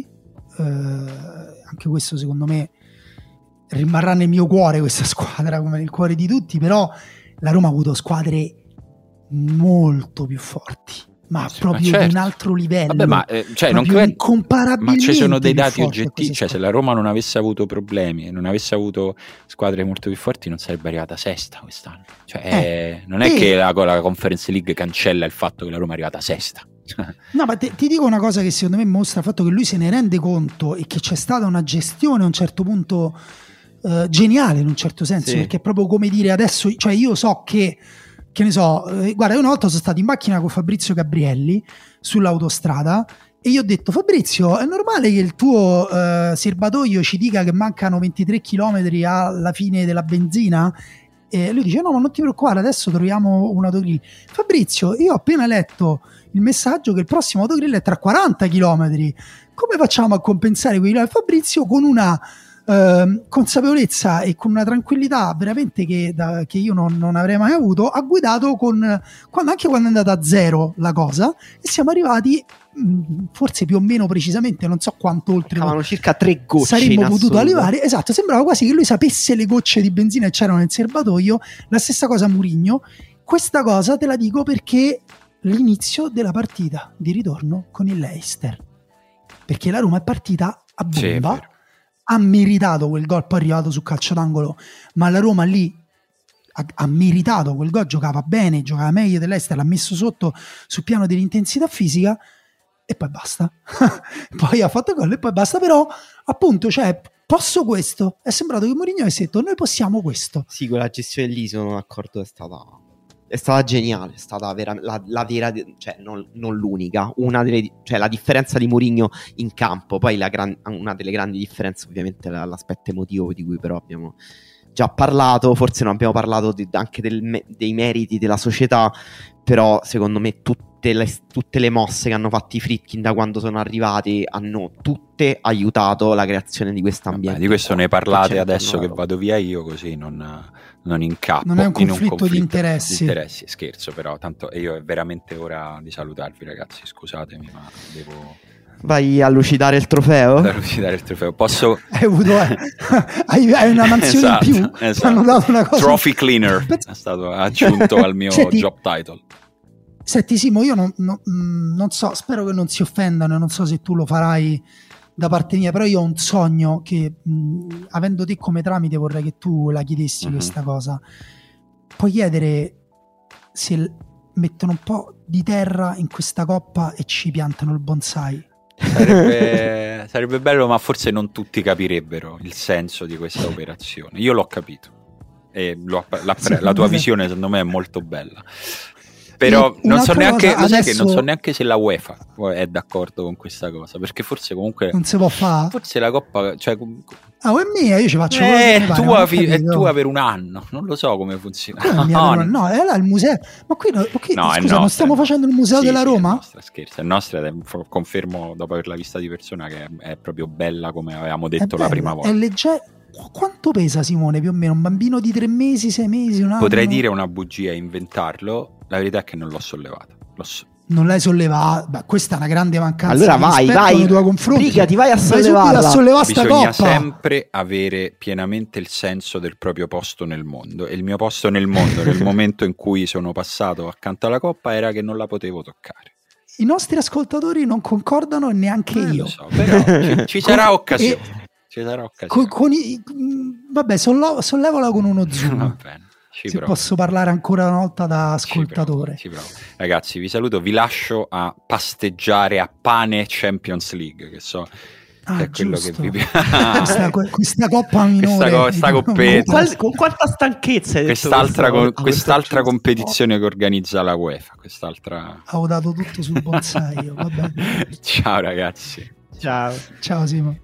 Anche questo secondo me rimarrà nel mio cuore, questa squadra, come nel cuore di tutti, però la Roma ha avuto squadre molto più forti, ma proprio di un altro livello. Vabbè, ma cioè, incomparabilmente, ma ci sono dei dati oggettivi, cioè se la Roma non avesse avuto problemi e non avesse avuto squadre molto più forti, non sarebbe arrivata sesta quest'anno, cioè non è che la Conference League cancella il fatto che la Roma è arrivata sesta. No, ma ti dico una cosa che secondo me mostra il fatto che lui se ne rende conto e che c'è stata una gestione a un certo punto geniale, in un certo senso, perché è proprio come dire adesso, cioè io so che ne so, guarda, io una volta sono stato in macchina con Fabrizio Gabrielli sull'autostrada e io ho detto: Fabrizio, è normale che il tuo serbatoio ci dica che mancano 23 km alla fine della benzina? E lui dice: no, ma non ti preoccupare, adesso troviamo un autogrill. Fabrizio, io ho appena letto il messaggio che il prossimo autogrill è tra 40 km, come facciamo a compensare quei km? Fabrizio, con una consapevolezza e con una tranquillità veramente che io non avrei mai avuto, ha guidato anche quando è andata a zero la cosa, e siamo arrivati forse più o meno precisamente, non so quanto oltre, circa 3 gocce saremmo potuto arrivare. Esatto, sembrava quasi che lui sapesse le gocce di benzina che c'erano nel serbatoio. La stessa cosa Mourinho. Questa cosa te la dico perché l'inizio della partita di ritorno con il Leicester, perché la Roma è partita a bomba, ha meritato quel gol, poi è arrivato su calcio d'angolo, ma la Roma lì ha meritato quel gol, giocava bene, giocava meglio dell'Ester, l'ha messo sotto sul piano dell'intensità fisica, e poi basta. Poi ha fatto gol e poi basta. Però appunto, cioè, posso questo. È sembrato che Mourinho avesse detto noi possiamo questo. Sì, con la gestione lì sono d'accordo, è stata geniale, è stata la vera, cioè non l'unica, una delle, cioè la differenza di Mourinho in campo. Poi una delle grandi differenze ovviamente è l'aspetto emotivo, di cui però abbiamo già parlato. Forse non abbiamo parlato anche dei meriti della società, però secondo me tutte le mosse che hanno fatto i Friedkin da quando sono arrivati hanno tutte aiutato la creazione di quest'ambiente. Di questo ne parlate adesso che vado via io, così non incappo. Non è un conflitto di interessi. Scherzo, però tanto io è veramente ora di salutarvi, ragazzi, scusatemi, ma devo... Vai a lucidare il trofeo? Posso... hai una mansione in più? Esatto. Hanno dato una cosa... Trophy cleaner è stato aggiunto al mio job title. Senti Simo, io non so, spero che non si offendano, non so se tu lo farai da parte mia, però io ho un sogno che avendo te come tramite vorrei che tu la chiedessi questa cosa. Puoi chiedere se mettono un po' di terra in questa coppa e ci piantano il bonsai? Sarebbe bello, ma forse non tutti capirebbero il senso di questa operazione. Io l'ho capito e la tua visione secondo me è molto bella. Però non so neanche, adesso... non so neanche se la UEFA è d'accordo con questa cosa, perché forse comunque non si può fare. Forse la coppa, cioè... è mia, io ci faccio è tua per un anno, non lo so come funziona. No, è là il museo. Ma qui scusa, non stiamo facendo il museo della Roma? È nostra, confermo dopo averla vista di persona che è proprio bella come avevamo detto la prima volta. È leggera. Quanto pesa Simone più o meno? Un bambino di 3 mesi, 6 mesi, un anno? Potrei dire una bugia e inventarlo. La verità è che non l'ho sollevata. Non l'hai sollevata? Beh, questa è una grande mancanza. Allora vai, brigati, vai a sollevarla. Bisogna sempre avere pienamente il senso del proprio posto nel mondo. E il mio posto nel mondo, nel momento in cui sono passato accanto alla coppa, era che non la potevo toccare. I nostri ascoltatori non concordano, neanche io. Lo so, però ci sarà occasione. Vabbè, sollevola con uno zoom. Va bene, se posso parlare ancora una volta da ascoltatore. Ci provo. Ragazzi, vi saluto, vi lascio a pasteggiare a pane Champions League, che so che è quello che vi piace. questa coppa minore, questa coppetta, con quanta stanchezza quest'altra competizione che organizza la UEFA, avevo dato tutto sul bonsai. Vabbè. Ciao ragazzi. Ciao Simo.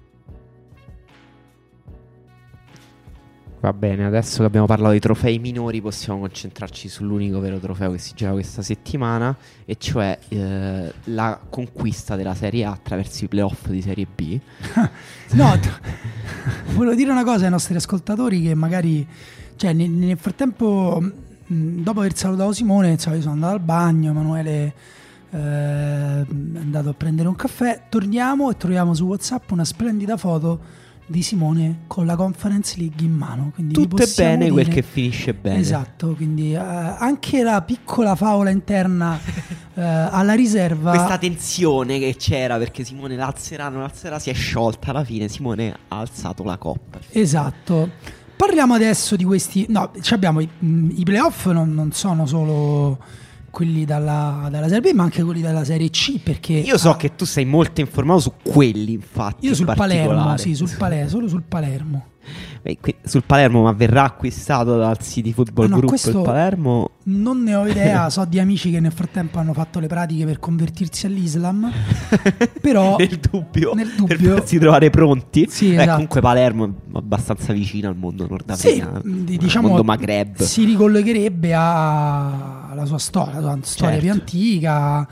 Va bene, adesso che abbiamo parlato di trofei minori possiamo concentrarci sull'unico vero trofeo che si gioca questa settimana, e cioè la conquista della Serie A attraverso i playoff di Serie B. No, volevo dire una cosa ai nostri ascoltatori, che magari, cioè, nel frattempo, dopo aver salutato Simone, io sono andato al bagno, Emanuele è andato a prendere un caffè, torniamo e troviamo su WhatsApp una splendida foto di Simone con la Conference League in mano, quindi tutto è bene quel che finisce bene. Esatto, quindi anche la piccola favola interna alla riserva, questa tensione che c'era perché Simone l'alzerà, si è sciolta, alla fine Simone ha alzato la coppa. Esatto. Parliamo adesso di questi, abbiamo i playoff, non sono solo quelli dalla Serie B, ma anche quelli della Serie C, perché io so che tu sei molto informato su quelli, infatti. Io sul Palermo, solo sul Palermo. Sul Palermo, ma verrà acquistato dal City Football Group il Palermo? Non ne ho idea, so di amici che nel frattempo hanno fatto le pratiche per convertirsi all'Islam, però nel dubbio per farsi trovare pronti. Sì, esatto. Comunque Palermo è abbastanza vicino al mondo nordafricano, diciamo, al mondo Maghreb. Si ricollegherebbe alla sua storia, certo, più antica.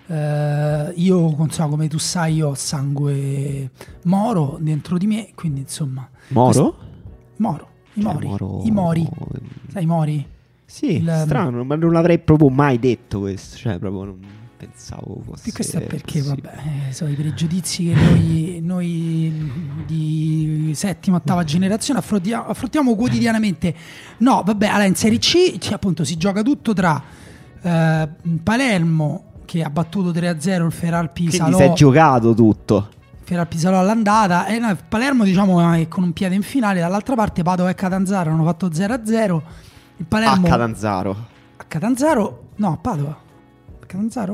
Io, come tu sai, io ho sangue moro dentro di me, quindi insomma. Moro? I Mori. Sai, i Mori? Sì, strano, ma non l'avrei proprio mai detto questo, cioè proprio non pensavo fosse. E questo è perché, vabbè, sono i pregiudizi che noi di settima, ottava generazione affrontiamo quotidianamente. No, vabbè, allora in Serie C, appunto, si gioca tutto tra Palermo, che ha battuto 3-0 il Feral Pisa. Quindi si è giocato tutto. Feral Pisalò all'andata, e Palermo, diciamo, è con un piede in finale. Dall'altra parte Padova e Catanzaro hanno fatto 0-0. Il Palermo a Catanzaro? No, a Padova. A Catanzaro?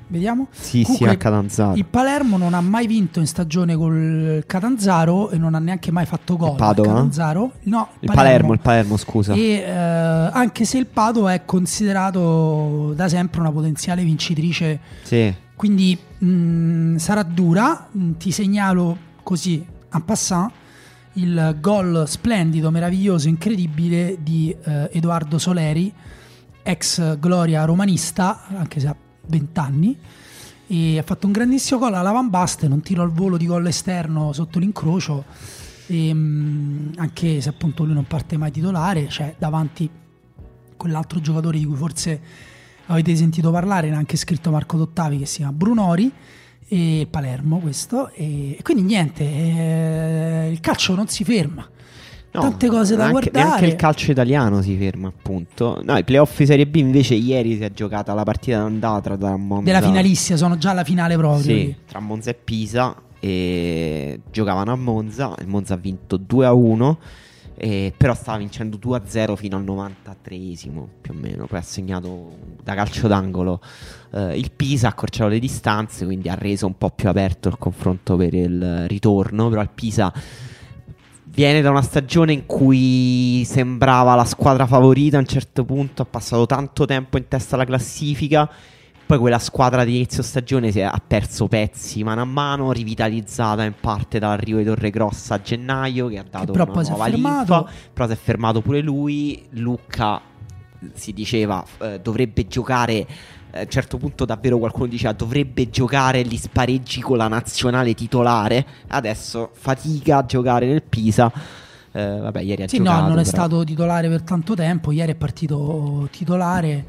Vediamo. Sì, Comunque, sì, a Catanzaro. il Palermo non ha mai vinto in stagione col Catanzaro e non ha neanche mai fatto gol. Il Padova? A Catanzaro. No, Il Palermo, scusa. E anche se il Padova è considerato da sempre una potenziale vincitrice, Sì. quindi sarà dura. Ti segnalo così en passant il gol splendido, meraviglioso, incredibile di Edoardo Soleri, ex gloria romanista, anche se ha 20 anni, e ha fatto un grandissimo gol alla Van Basten, un tiro al volo di gol esterno sotto l'incrocio, e, anche se appunto lui non parte mai titolare, c'è davanti quell'altro giocatore di cui forse avete sentito parlare, ne ha anche scritto Marco Dottavi, che si chiama Brunori, e Palermo questo, e quindi niente, il calcio non si ferma. No, tante cose da guardare. Neanche il calcio italiano si ferma, appunto. No, i playoff di Serie B invece ieri si è giocata la partita d'andata tra Monza, della finalissima, sono già alla finale proprio. Sì, tra Monza e Pisa, e giocavano a Monza. Il Monza ha vinto 2-1, però stava vincendo 2-0 fino al 93esimo più o meno. Poi ha segnato da calcio d'angolo il Pisa, ha accorciato le distanze, quindi ha reso un po' più aperto il confronto per il ritorno. Però il Pisa viene da una stagione in cui sembrava la squadra favorita. A un certo punto ha passato tanto tempo in testa alla classifica, poi quella squadra di inizio stagione ha perso pezzi mano a mano, rivitalizzata in parte dall'arrivo di Torregrossa a gennaio, che ha dato però una poi nuova si è linfa, fermato. però si è fermato pure lui. Lucca, si diceva, dovrebbe giocare, a un certo punto davvero qualcuno diceva dovrebbe giocare gli spareggi con la nazionale titolare. Adesso fatica a giocare nel Pisa. Vabbè, ieri ha giocato. No, non è però stato titolare per tanto tempo. Ieri è partito titolare.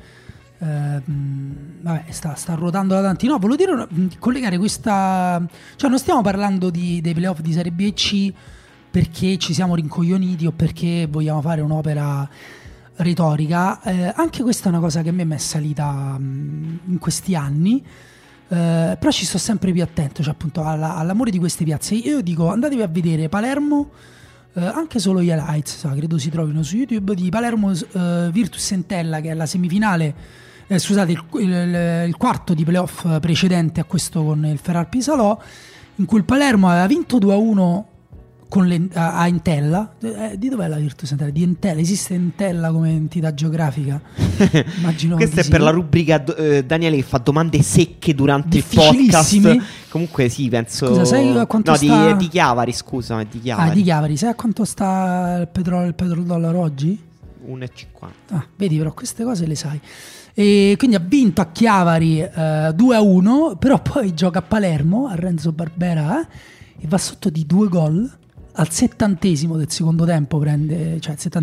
Vabbè, sta ruotando da tanti. No, volevo dire, collegare questa, cioè non stiamo parlando dei playoff di Serie B e C perché ci siamo rincoglioniti o perché vogliamo fare un'opera retorica. Anche questa è una cosa che a me mi è salita in questi anni, però ci sto sempre più attento, cioè appunto all'amore di queste piazze. Io dico, andatevi a vedere Palermo, anche solo gli highlights, credo si trovino su YouTube, di Palermo Virtus Entella, che è la semifinale, scusate, il quarto di playoff precedente a questo con il Ferrar Pisalò, in cui il Palermo aveva vinto 2-1 a Entella. Di dov'è la Virtus Entella? Di Entella. Esiste Entella come entità geografica? Immagino. Questa è per la rubrica Daniele che fa domande secche durante il podcast. Comunque sì, penso. Scusa, sai a quanto sta... di Chiavari, scusa, di Chiavari. Di Chiavari. Sai a quanto sta il petrodollaro oggi? 1,50. Vedi, però queste cose le sai. E quindi ha vinto a Chiavari 2-1, però poi gioca a Palermo, a Renzo Barbera, e va sotto di 2 gol. Al 70° del secondo tempo prende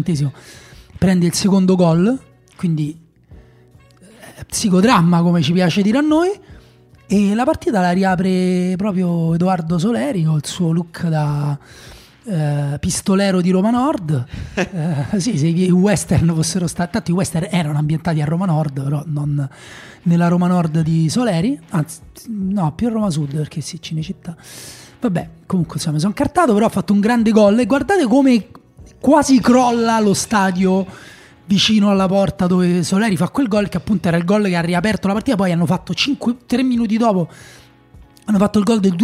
il secondo gol, quindi psicodramma, come ci piace dire a noi, e la partita la riapre proprio Edoardo Soleri con il suo look da pistolero di Roma Nord. Sì, se i western fossero stati, tanto i western erano ambientati a Roma Nord, però non nella Roma Nord di Soleri, anzi no, più a Roma Sud, perché sì, Cinecittà. Vabbè, comunque insomma mi sono cartato, però ha fatto un grande gol, e guardate come quasi crolla lo stadio vicino alla porta dove Soleri fa quel gol, che appunto era il gol che ha riaperto la partita. Poi hanno fatto 3 minuti dopo hanno fatto il gol del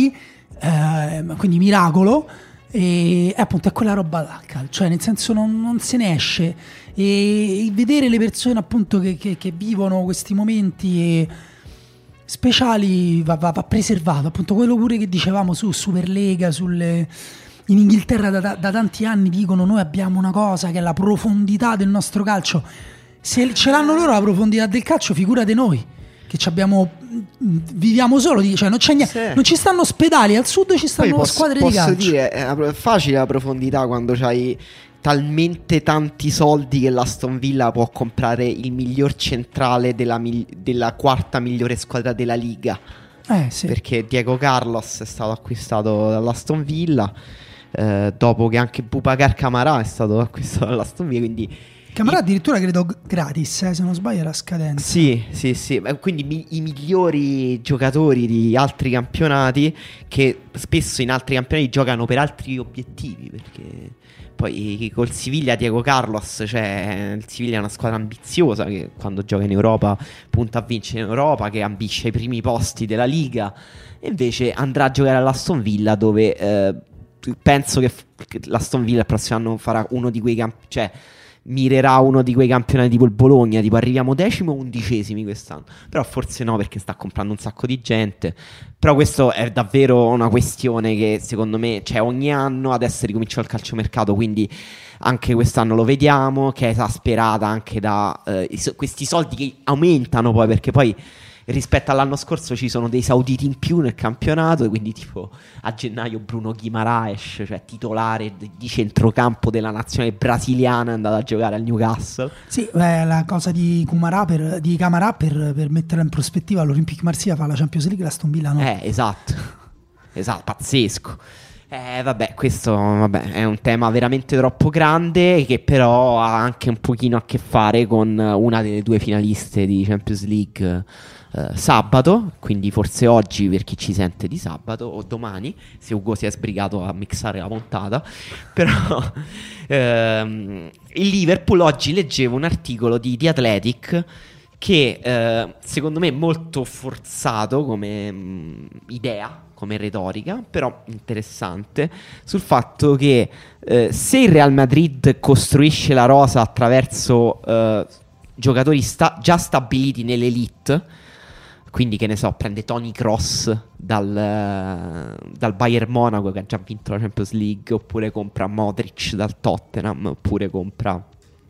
2-2, quindi miracolo, e appunto è quella roba là, cioè nel senso non se ne esce, e vedere le persone appunto che vivono questi momenti speciali va preservato, appunto quello pure che dicevamo su Superlega, in Inghilterra da tanti anni dicono noi abbiamo una cosa che è la profondità del nostro calcio. Se ce l'hanno loro la profondità del calcio, figurate noi che viviamo solo cioè non c'è niente, non ci stanno ospedali, al sud ci stanno squadre di calcio. Posso dire, è facile la profondità quando c'hai talmente tanti soldi che l'Aston Villa può comprare il miglior centrale della quarta migliore squadra della Liga. Sì. Perché Diego Carlos è stato acquistato dall'Aston Villa, dopo che anche Boubacar Kamara è stato acquistato dall'Aston Villa, quindi Camarà addirittura credo gratis, se non sbaglio era scadenza. Sì. Quindi i migliori giocatori di altri campionati, che spesso in altri campionati giocano per altri obiettivi, perché poi col Siviglia Diego Carlos, cioè il Siviglia è una squadra ambiziosa che quando gioca in Europa punta a vincere in Europa, che ambisce ai primi posti della Liga, e invece andrà a giocare all'Aston Villa, dove penso che l'Aston Villa il prossimo anno farà uno di quei cioè mirerà uno di quei campionati tipo il Bologna, tipo arriviamo 10º o 11º quest'anno, però forse no, perché sta comprando un sacco di gente. Però questo è davvero una questione che secondo me c'è ogni anno. Adesso ricomincia il calciomercato, quindi anche quest'anno lo vediamo, che è esasperata anche da questi soldi che aumentano poi, perché poi rispetto all'anno scorso ci sono dei sauditi in più nel campionato, quindi tipo a gennaio Bruno Guimaraes, cioè titolare di centrocampo della nazionale brasiliana, è andato a giocare al Newcastle. Sì, la cosa di Camarà per metterla in prospettiva, l'Olympique Marsiglia fa la Champions League, l'Aston Villa no. Esatto, pazzesco. Vabbè, questo è un tema veramente troppo grande, che però ha anche un pochino a che fare con una delle due finaliste di Champions League sabato, quindi forse oggi per chi ci sente di sabato, o domani se Ugo si è sbrigato a mixare la puntata. Però il Liverpool, oggi leggevo un articolo di The Athletic che secondo me è molto forzato come idea, come retorica, però interessante, sul fatto che se il Real Madrid costruisce la rosa attraverso giocatori già stabiliti nell'elite, quindi che ne so, prende Toni Kroos dal Bayern Monaco, che ha già vinto la Champions League, oppure compra Modric dal Tottenham, oppure compra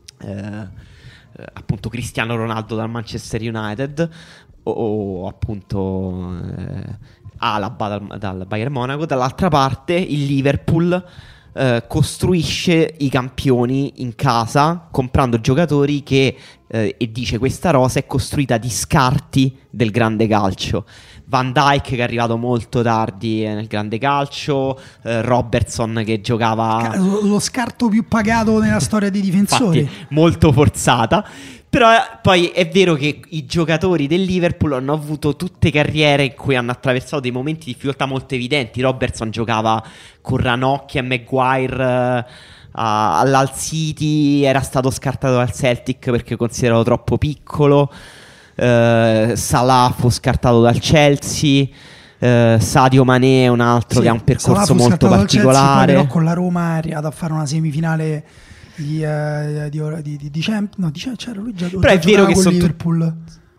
appunto Cristiano Ronaldo dal Manchester United, o appunto Alaba dal Bayern Monaco. Dall'altra parte il Liverpool costruisce i campioni in casa comprando giocatori che e dice questa rosa è costruita di scarti del grande calcio. Van Dijk, che è arrivato molto tardi nel grande calcio, Robertson, che giocava lo scarto più pagato nella storia dei difensori. Infatti, molto forzata. Però poi è vero che i giocatori del Liverpool hanno avuto tutte carriere in cui hanno attraversato dei momenti di difficoltà molto evidenti. Robertson giocava con Ranocchia e Maguire all'Hull City, era stato scartato dal Celtic perché considerato troppo piccolo. Salah fu scartato dal Chelsea. Sadio Mané è un altro che ha un percorso molto particolare. Chelsea, però con la Roma è arrivato a fare una semifinale di c'era lui già. Però è vero che Liverpool.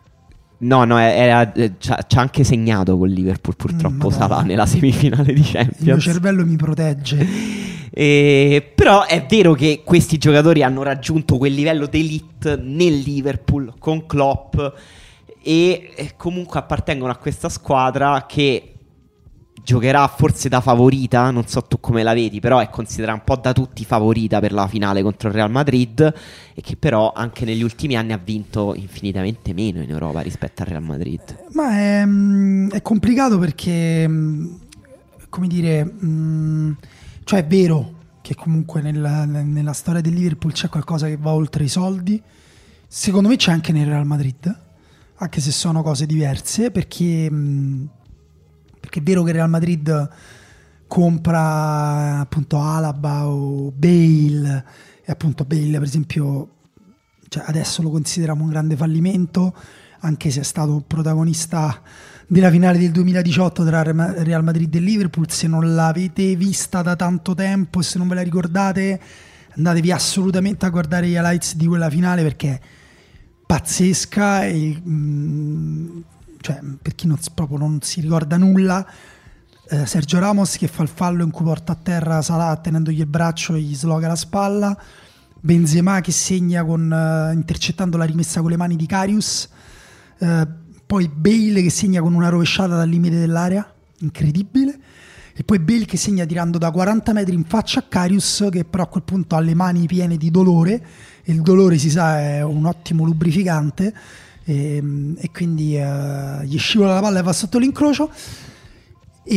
C'ha anche segnato con Liverpool, purtroppo Salah nella semifinale di Champions. Il mio cervello mi protegge. Però è vero che questi giocatori hanno raggiunto quel livello d'elite nel Liverpool con Klopp, e comunque appartengono a questa squadra che giocherà forse da favorita, non so tu come la vedi, però è considerata un po' da tutti favorita per la finale contro il Real Madrid, e che però anche negli ultimi anni ha vinto infinitamente meno in Europa rispetto al Real Madrid. Ma è complicato perché, come dire, cioè è vero che comunque nella storia del Liverpool c'è qualcosa che va oltre i soldi. Secondo me c'è anche nel Real Madrid, anche se sono cose diverse, perché è vero che il Real Madrid compra appunto Alaba o Bale, e appunto Bale per esempio, cioè adesso lo consideriamo un grande fallimento, anche se è stato protagonista della finale del 2018 tra Real Madrid e Liverpool. Se non l'avete vista da tanto tempo e se non ve la ricordate, andatevi assolutamente a guardare gli highlights di quella finale, perché è pazzesca. Cioè, per chi proprio non si ricorda nulla, Sergio Ramos che fa il fallo in cui porta a terra Salah tenendogli il braccio e gli sloga la spalla, Benzema che segna intercettando la rimessa con le mani di Karius, poi Bale che segna con una rovesciata dal limite dell'area, incredibile, e poi Bale che segna tirando da 40 metri in faccia a Karius, che però a quel punto ha le mani piene di dolore, e il dolore si sa è un ottimo lubrificante, e quindi gli scivola la palla e va sotto l'incrocio.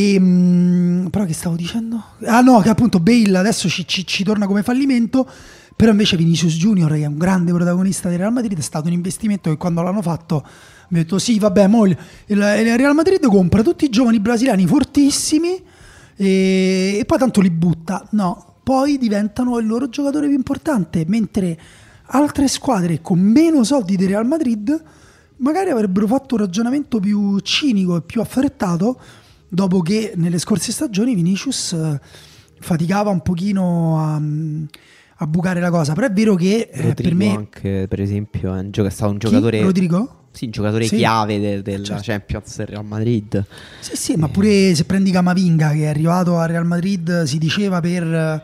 Però che stavo dicendo? Che appunto Bale adesso ci torna come fallimento, Però invece Vinicius Junior, che è un grande protagonista del Real Madrid, è stato un investimento che quando l'hanno fatto mi ha detto sì vabbè, mo il Real Madrid compra tutti i giovani brasiliani fortissimi e poi tanto li butta. No, poi diventano il loro giocatore più importante, mentre altre squadre con meno soldi del Real Madrid magari avrebbero fatto un ragionamento più cinico e più affrettato, dopo che nelle scorse stagioni Vinicius faticava un pochino a bucare la cosa. Però è vero che per me anche, per esempio, è stato un giocatore... Rodrigo? Sì, un giocatore chiave della Champions del Real Madrid. Sì, ma pure se prendi Camavinga, che è arrivato al Real Madrid, si diceva per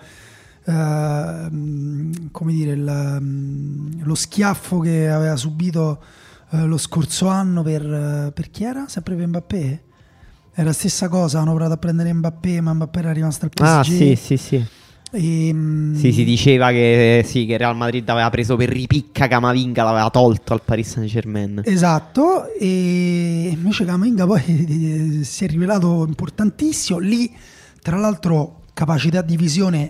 come dire, lo schiaffo che aveva subito lo scorso anno per chi era? Sempre per Mbappé? Era la stessa cosa, hanno provato a prendere Mbappé, ma Mbappé era rimasto al PSG. Ah, sì. Sì, si diceva che il Real Madrid aveva preso per ripicca Camavinga, l'aveva tolto al Paris Saint-Germain. Esatto, e invece Camavinga poi si è rivelato importantissimo. Lì, tra l'altro, capacità di visione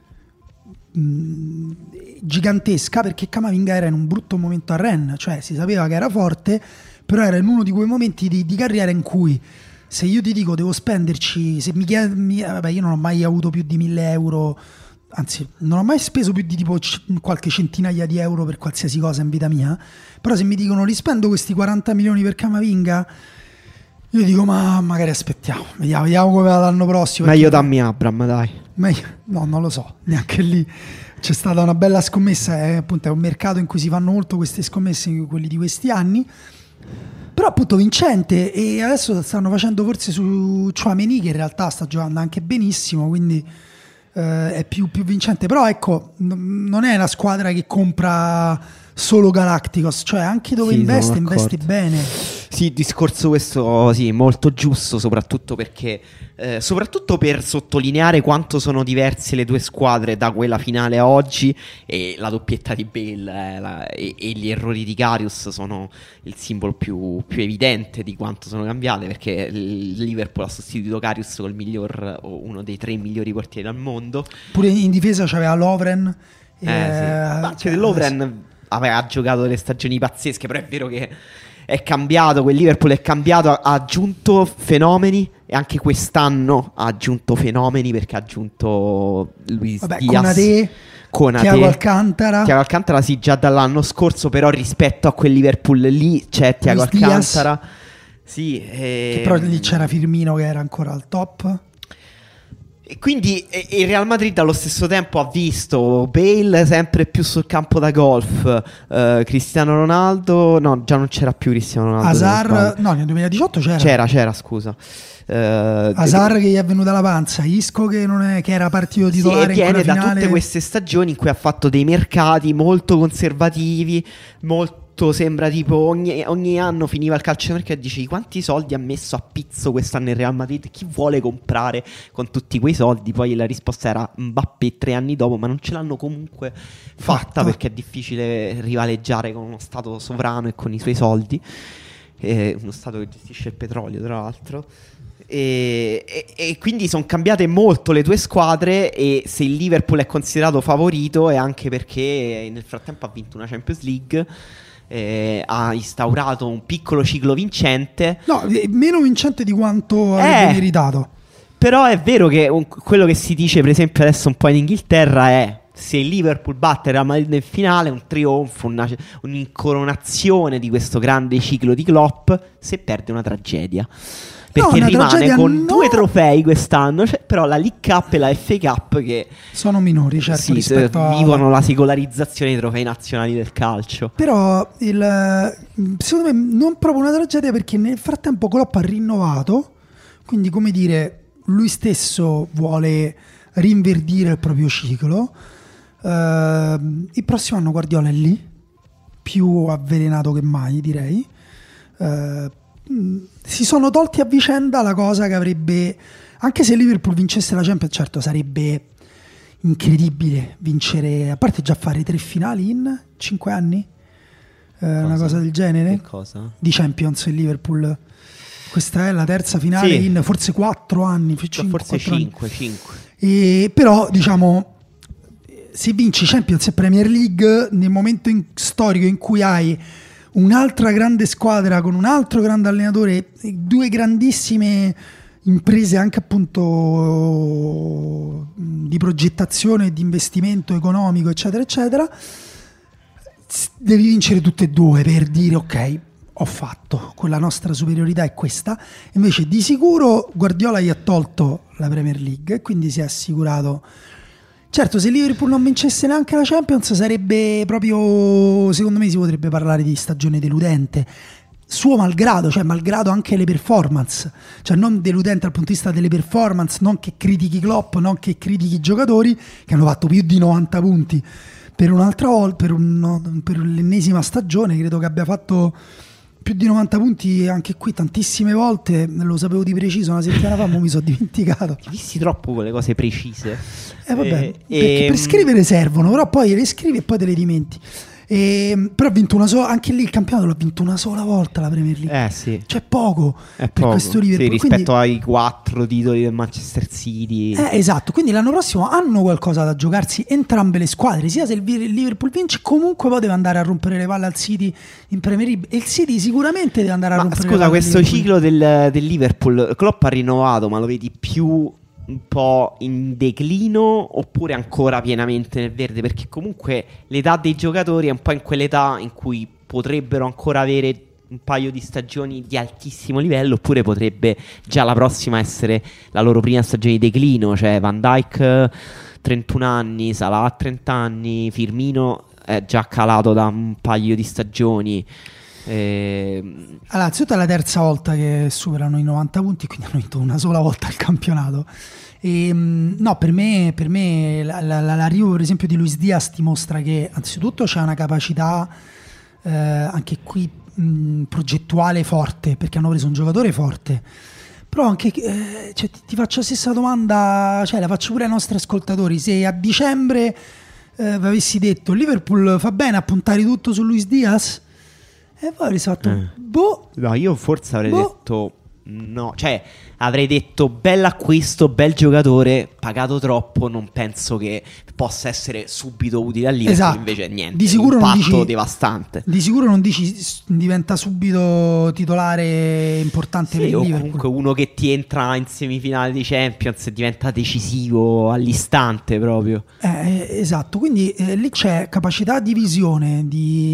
gigantesca, perché Camavinga era in un brutto momento a Rennes, cioè si sapeva che era forte, però era in uno di quei momenti di carriera in cui se io ti dico devo spenderci, se mi chiedi, vabbè, io non ho mai avuto più di 1.000 euro, anzi non ho mai speso più di tipo qualche centinaia di euro per qualsiasi cosa in vita mia, però se mi dicono li spendo questi 40 milioni per Camavinga, io dico ma magari aspettiamo, vediamo come va l'anno prossimo. Meglio dammi Abram, dai. No, non lo so, neanche lì c'è stata una bella scommessa, appunto è un mercato in cui si fanno molto queste scommesse, quelli di questi anni, però appunto vincente, e adesso stanno facendo forse su Tchouaméni, che in realtà sta giocando anche benissimo, quindi è più vincente. Però ecco, non è una squadra che compra solo Galacticos, cioè anche dove investe bene. Sì, il discorso questo sì, molto giusto, soprattutto perché soprattutto per sottolineare quanto sono diverse le due squadre da quella finale a oggi, e la doppietta di Bale e gli errori di Karius sono il simbolo più evidente di quanto sono cambiate, perché il Liverpool ha sostituito Karius col miglior, o uno dei 3 migliori portieri al mondo. Pure in difesa c'aveva Lovren. Lovren aveva giocato delle stagioni pazzesche, però è vero che è cambiato, quel Liverpool è cambiato, ha aggiunto fenomeni, e anche quest'anno ha aggiunto fenomeni, perché ha aggiunto Luis Diaz, Thiago Alcantara sì, già dall'anno scorso, però rispetto a quel Liverpool lì c'è Thiago Alcantara, sì, che però lì c'era Firmino che era ancora al top. E quindi il Real Madrid allo stesso tempo ha visto Bale sempre più sul campo da golf, Cristiano Ronaldo, no, già non c'era più Cristiano Ronaldo, Hazard, no, nel 2018 c'era scusa, Hazard che gli è venuta la panza, Isco che era partito titolare, sì, e viene in quella finale. Da tutte queste stagioni in cui ha fatto dei mercati molto conservativi, molto, sembra tipo ogni anno finiva il calciomercato e dici quanti soldi ha messo a pizzo quest'anno il Real Madrid, chi vuole comprare con tutti quei soldi? Poi la risposta era Mbappé 3 anni dopo, ma non ce l'hanno comunque fatta perché è difficile rivaleggiare con uno stato sovrano e con i suoi soldi, uno stato che gestisce il petrolio tra l'altro. E quindi sono cambiate molto le due squadre, e se il Liverpool è considerato favorito è anche perché nel frattempo ha vinto una Champions League, ha instaurato un piccolo ciclo vincente, meno vincente di quanto avrebbe meritato. Però è vero che quello che si dice per esempio adesso un po' in Inghilterra è: se il Liverpool batte il Real Madrid nel finale è un trionfo, un'incoronazione di questo grande ciclo di Klopp; se perde una tragedia, perché rimane con 2 trofei quest'anno, però la League Cup e la FA Cup, che sono minori, certo, vivono la secolarizzazione dei trofei nazionali del calcio. Però secondo me non proprio una tragedia, perché nel frattempo Klopp ha rinnovato, quindi come dire, lui stesso vuole rinverdire il proprio ciclo. Il prossimo anno Guardiola è lì, più avvelenato che mai, direi. Si sono tolti a vicenda la cosa che avrebbe, anche se Liverpool vincesse la Champions, certo sarebbe incredibile vincere, a parte già fare 3 finali in 5 anni, una cosa del genere. Che cosa? Di Champions il Liverpool, questa è la terza finale in forse 4 anni, forse 5. Però diciamo se vinci Champions e Premier League nel momento storico in cui hai un'altra grande squadra con un altro grande allenatore, due grandissime imprese anche appunto di progettazione, di investimento economico, eccetera eccetera, devi vincere tutte e due per dire ok, ho fatto, con la nostra superiorità è questa. Invece di sicuro Guardiola gli ha tolto la Premier League e quindi si è assicurato. Certo, se Liverpool non vincesse neanche la Champions sarebbe proprio, secondo me si potrebbe parlare di stagione deludente, suo malgrado, cioè malgrado anche le performance, cioè non deludente dal punto di vista delle performance, non che critichi Klopp, non che critichi i giocatori che hanno fatto più di 90 punti per un'altra volta, per l'ennesima stagione, credo che abbia fatto più di 90 punti anche qui tantissime volte, lo sapevo di preciso una settimana fa, ma mi sono dimenticato. Visti troppo quelle cose precise. Vabbè, perché per scrivere servono, però poi le scrivi e poi te le dimentichi. Però ha vinto una sola, anche lì il campionato l'ha vinto una sola volta la Premier League. Sì. Cioè poco è per questo Liverpool. Sì, rispetto ai 4 titoli del Manchester City. Esatto, quindi l'anno prossimo hanno qualcosa da giocarsi entrambe le squadre, sia se il Liverpool vince, comunque poi deve andare a rompere le palle al City in Premier League e il City sicuramente deve andare a rompere le palle. Scusa, questo ciclo del Liverpool, Klopp ha rinnovato, ma lo vedi più un po' in declino oppure ancora pienamente nel verde? Perché comunque l'età dei giocatori è un po' in quell'età in cui potrebbero ancora avere un paio di stagioni di altissimo livello, oppure potrebbe già la prossima essere la loro prima stagione di declino. Cioè Van Dijk 31 anni, Salah 30 anni, Firmino è già calato da un paio di stagioni. Allora, innanzitutto è la terza volta che superano i 90 punti, quindi hanno vinto una sola volta il campionato. No, per me l'arrivo per esempio di Luis Diaz dimostra che anzitutto c'è una capacità anche qui progettuale forte, perché hanno preso un giocatore forte. Però anche cioè, ti faccio la stessa domanda, cioè la faccio pure ai nostri ascoltatori: se a dicembre vi avessi detto Liverpool fa bene a puntare tutto su Luis Diaz, e poi avrei fatto no, io forse avrei detto no, cioè avrei detto bell'acquisto, bel giocatore, pagato troppo, non penso che possa essere subito utile al Liverpool. Esatto. Invece niente, di sicuro un impatto non dici, devastante. Di sicuro non dici diventa subito titolare importante per il Liverpool. Comunque uno che ti entra in semifinale di Champions e diventa decisivo all'istante proprio. Esatto, quindi lì c'è capacità di visione,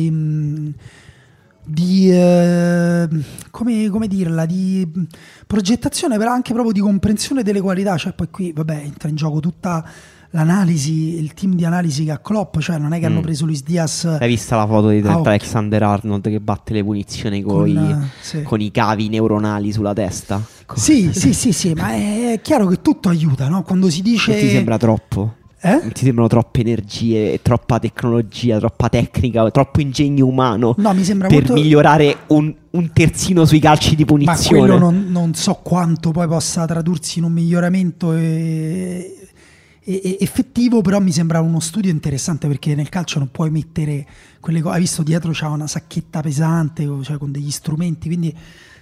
come dirla, di progettazione, però anche proprio di comprensione delle qualità. Cioè poi qui vabbè entra in gioco tutta l'analisi, il team di analisi che ha Klopp, cioè non è che hanno preso Luis Diaz. Hai visto la foto di Trent Alexander-Arnold che batte le punizioni con i cavi neuronali sulla testa? Sì, ma è chiaro che tutto aiuta, no? Quando si dice... Non ti sembra troppo? Non ti sembrano troppe energie, troppa tecnologia, troppa tecnica, troppo ingegno umano mi sembra per molto... migliorare un terzino sui calci di punizione? Ma quello non so quanto poi possa tradursi in un miglioramento effettivo, però mi sembra uno studio interessante, perché nel calcio non puoi mettere quelle cose. Hai visto dietro c'ha una sacchetta pesante, cioè con degli strumenti, quindi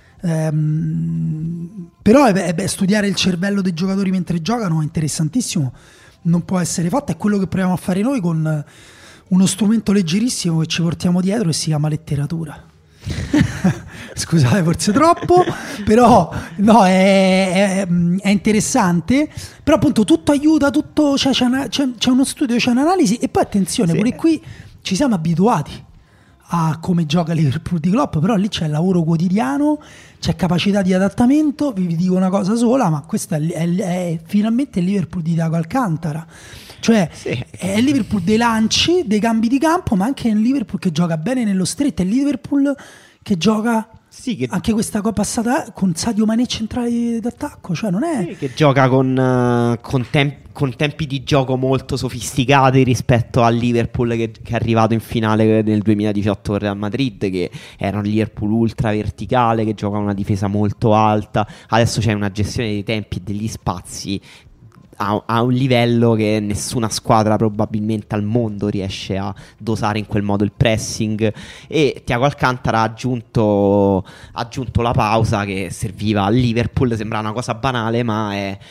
però studiare il cervello dei giocatori mentre giocano è interessantissimo. Non può essere fatto, è quello che proviamo a fare noi con uno strumento leggerissimo che ci portiamo dietro e si chiama letteratura. Scusate, forse troppo, però no, è interessante. Però appunto tutto aiuta, tutto, c'è uno studio, c'è un'analisi, e poi attenzione, pure qui ci siamo abituati a come gioca Liverpool di Klopp, però lì c'è il lavoro quotidiano, c'è capacità di adattamento. Vi dico una cosa sola, ma questo è finalmente il Liverpool di Thiago Alcantara, cioè è il Liverpool dei lanci, dei cambi di campo, ma anche il Liverpool che gioca bene nello stretto, è il Liverpool che gioca anche questa cosa passata con Sadio Mané centrale d'attacco, cioè non è che gioca con tempi di gioco molto sofisticati rispetto al Liverpool che è arrivato in finale nel 2018 con Real Madrid, che era un Liverpool ultra verticale, che gioca una difesa molto alta. Adesso c'è una gestione dei tempi e degli spazi a un livello che nessuna squadra probabilmente al mondo riesce a dosare in quel modo il pressing, e Thiago Alcantara ha aggiunto la pausa che serviva al Liverpool. Sembra una cosa banale, ma è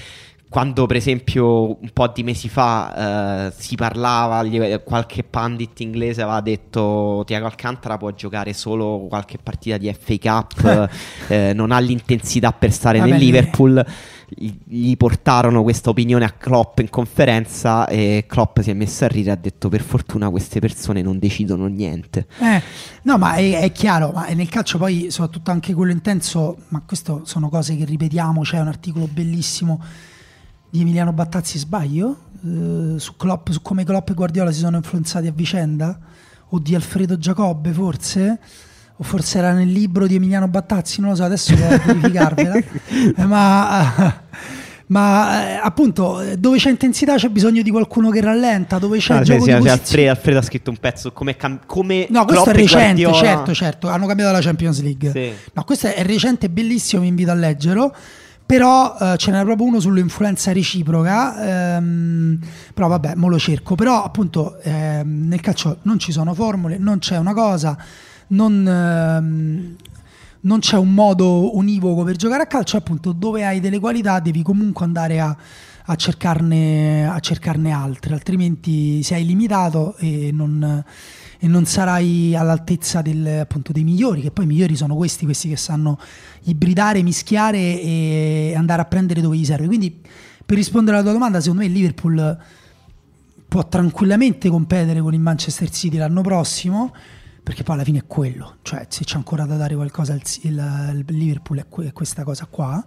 quando per esempio un po' di mesi fa si parlava, qualche pundit inglese aveva detto Thiago Alcantara può giocare solo qualche partita di FA Cup, non ha l'intensità per stare nel Liverpool. Gli portarono questa opinione a Klopp in conferenza e Klopp si è messo a ridere e ha detto per fortuna queste persone non decidono niente. No, ma è chiaro, ma nel calcio poi soprattutto anche quello intenso, ma queste sono cose che ripetiamo. C'è un articolo bellissimo di Emiliano Battazzi, sbaglio, su Klopp, su come Klopp e Guardiola si sono influenzati a vicenda, o di Alfredo Giacobbe forse, o forse era nel libro di Emiliano Battazzi, non lo so, adesso devo verificarvela. ma appunto dove c'è intensità c'è bisogno di qualcuno che rallenta, dove c'è gioco di posizione. Alfredo ha scritto un pezzo come no, questo è recente, certo, hanno cambiato la Champions League, sì. No, questo è recente, bellissimo, vi invito a leggerlo. Però ce n'era proprio uno sull'influenza reciproca, però vabbè, mo lo cerco. Però appunto nel calcio non ci sono formule, non c'è una cosa, non c'è un modo univoco per giocare a calcio. Appunto, dove hai delle qualità devi comunque andare a cercarne altre, altrimenti sei limitato e non sarai all'altezza appunto dei migliori, che poi i migliori sono questi che sanno ibridare, mischiare e andare a prendere dove gli serve. Quindi, per rispondere alla tua domanda, secondo me il Liverpool può tranquillamente competere con il Manchester City l'anno prossimo, perché poi alla fine è quello, cioè se c'è ancora da dare qualcosa il Liverpool è questa cosa qua.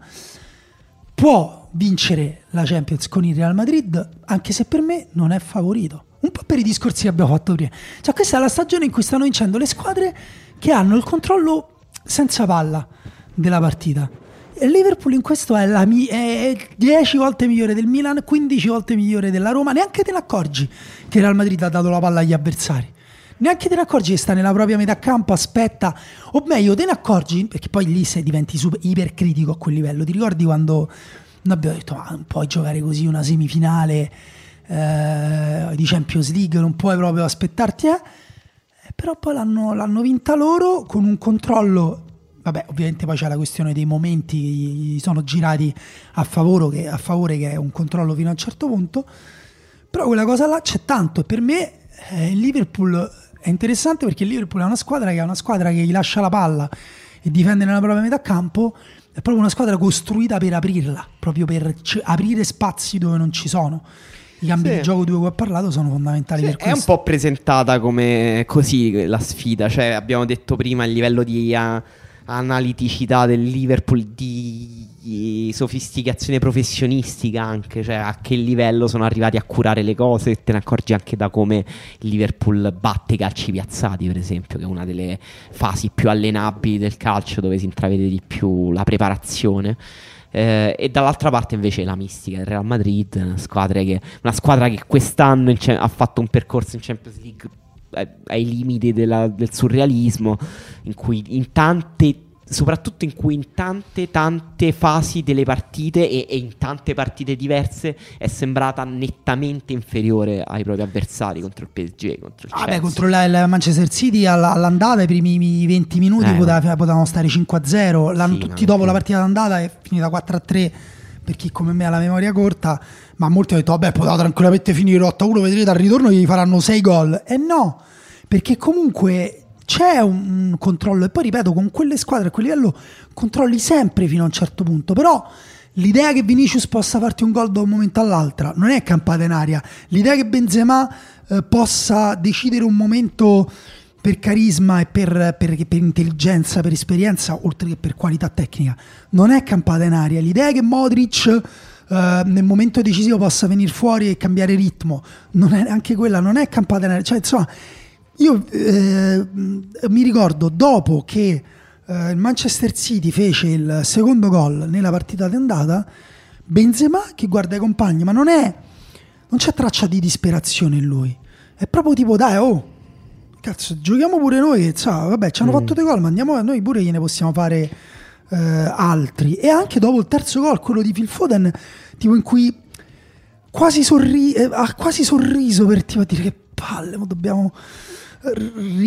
Può vincere la Champions con il Real Madrid, anche se per me non è favorito, un po' per i discorsi che abbiamo fatto prima. Cioè, questa è la stagione in cui stanno vincendo le squadre che hanno il controllo senza palla della partita. E il Liverpool in questo è 10 volte migliore del Milan, 15 volte migliore della Roma. Neanche te ne accorgi che il Real Madrid ha dato la palla agli avversari, neanche te ne accorgi che sta nella propria metà campo, aspetta, o meglio te ne accorgi perché poi lì se diventi ipercritico a quel livello. Ti ricordi quando noi abbiamo detto ma non puoi giocare così una semifinale di Champions League, non puoi proprio aspettarti, però poi l'hanno vinta loro con un controllo. Vabbè, ovviamente poi c'è la questione dei momenti che gli sono girati a favore, che è un controllo fino a un certo punto, però quella cosa là c'è tanto. E per me il Liverpool è interessante perché il Liverpool è una squadra che gli lascia la palla e difende nella propria metà campo, è proprio una squadra costruita per aprirla, proprio per aprire spazi dove non ci sono. I cambi di gioco di cui ho parlato sono fondamentali per questo. È un po' presentata come così la sfida, cioè abbiamo detto prima il livello di analiticità del Liverpool, di sofisticazione professionistica anche, cioè a che livello sono arrivati a curare le cose. Te ne accorgi anche da come il Liverpool batte i calci piazzati, per esempio, che è una delle fasi più allenabili del calcio, dove si intravede di più la preparazione. E dall'altra parte invece la mistica del Real Madrid, una squadra che quest'anno ha fatto un percorso in Champions League ai limiti del surrealismo, in cui in tante fasi delle partite e in tante partite diverse è sembrata nettamente inferiore ai propri avversari, contro il PSG, contro il Chelsea. Contro il Manchester City all'andata i primi 20 minuti potevano stare 5-0, tutti dopo la partita d'andata è finita 4-3 per chi come me ha la memoria corta, ma molti hanno detto vabbè, poteva tranquillamente finire 8-1, vedrete al ritorno gli faranno 6 gol. No, perché comunque c'è un controllo, e poi ripeto, con quelle squadre a quel livello controlli sempre fino a un certo punto. Però l'idea che Vinicius possa farti un gol da un momento all'altro non è campata in aria. L'idea che Benzema possa decidere un momento per carisma e per intelligenza, per esperienza, oltre che per qualità tecnica, non è campata in aria. L'idea che Modric nel momento decisivo possa venire fuori e cambiare ritmo, anche quella non è campata in aria. Cioè, insomma, io mi ricordo dopo che il Manchester City fece il secondo gol nella partita d'andata, Benzema che guarda i compagni, ma non c'è traccia di disperazione in lui, è proprio tipo dai, cazzo, giochiamo pure noi, vabbè, ci hanno fatto dei gol, ma andiamo, noi pure gliene possiamo fare altri. E anche dopo il terzo gol, quello di Phil Foden, tipo in cui ha quasi sorriso per tipo dire che palle, ma dobbiamo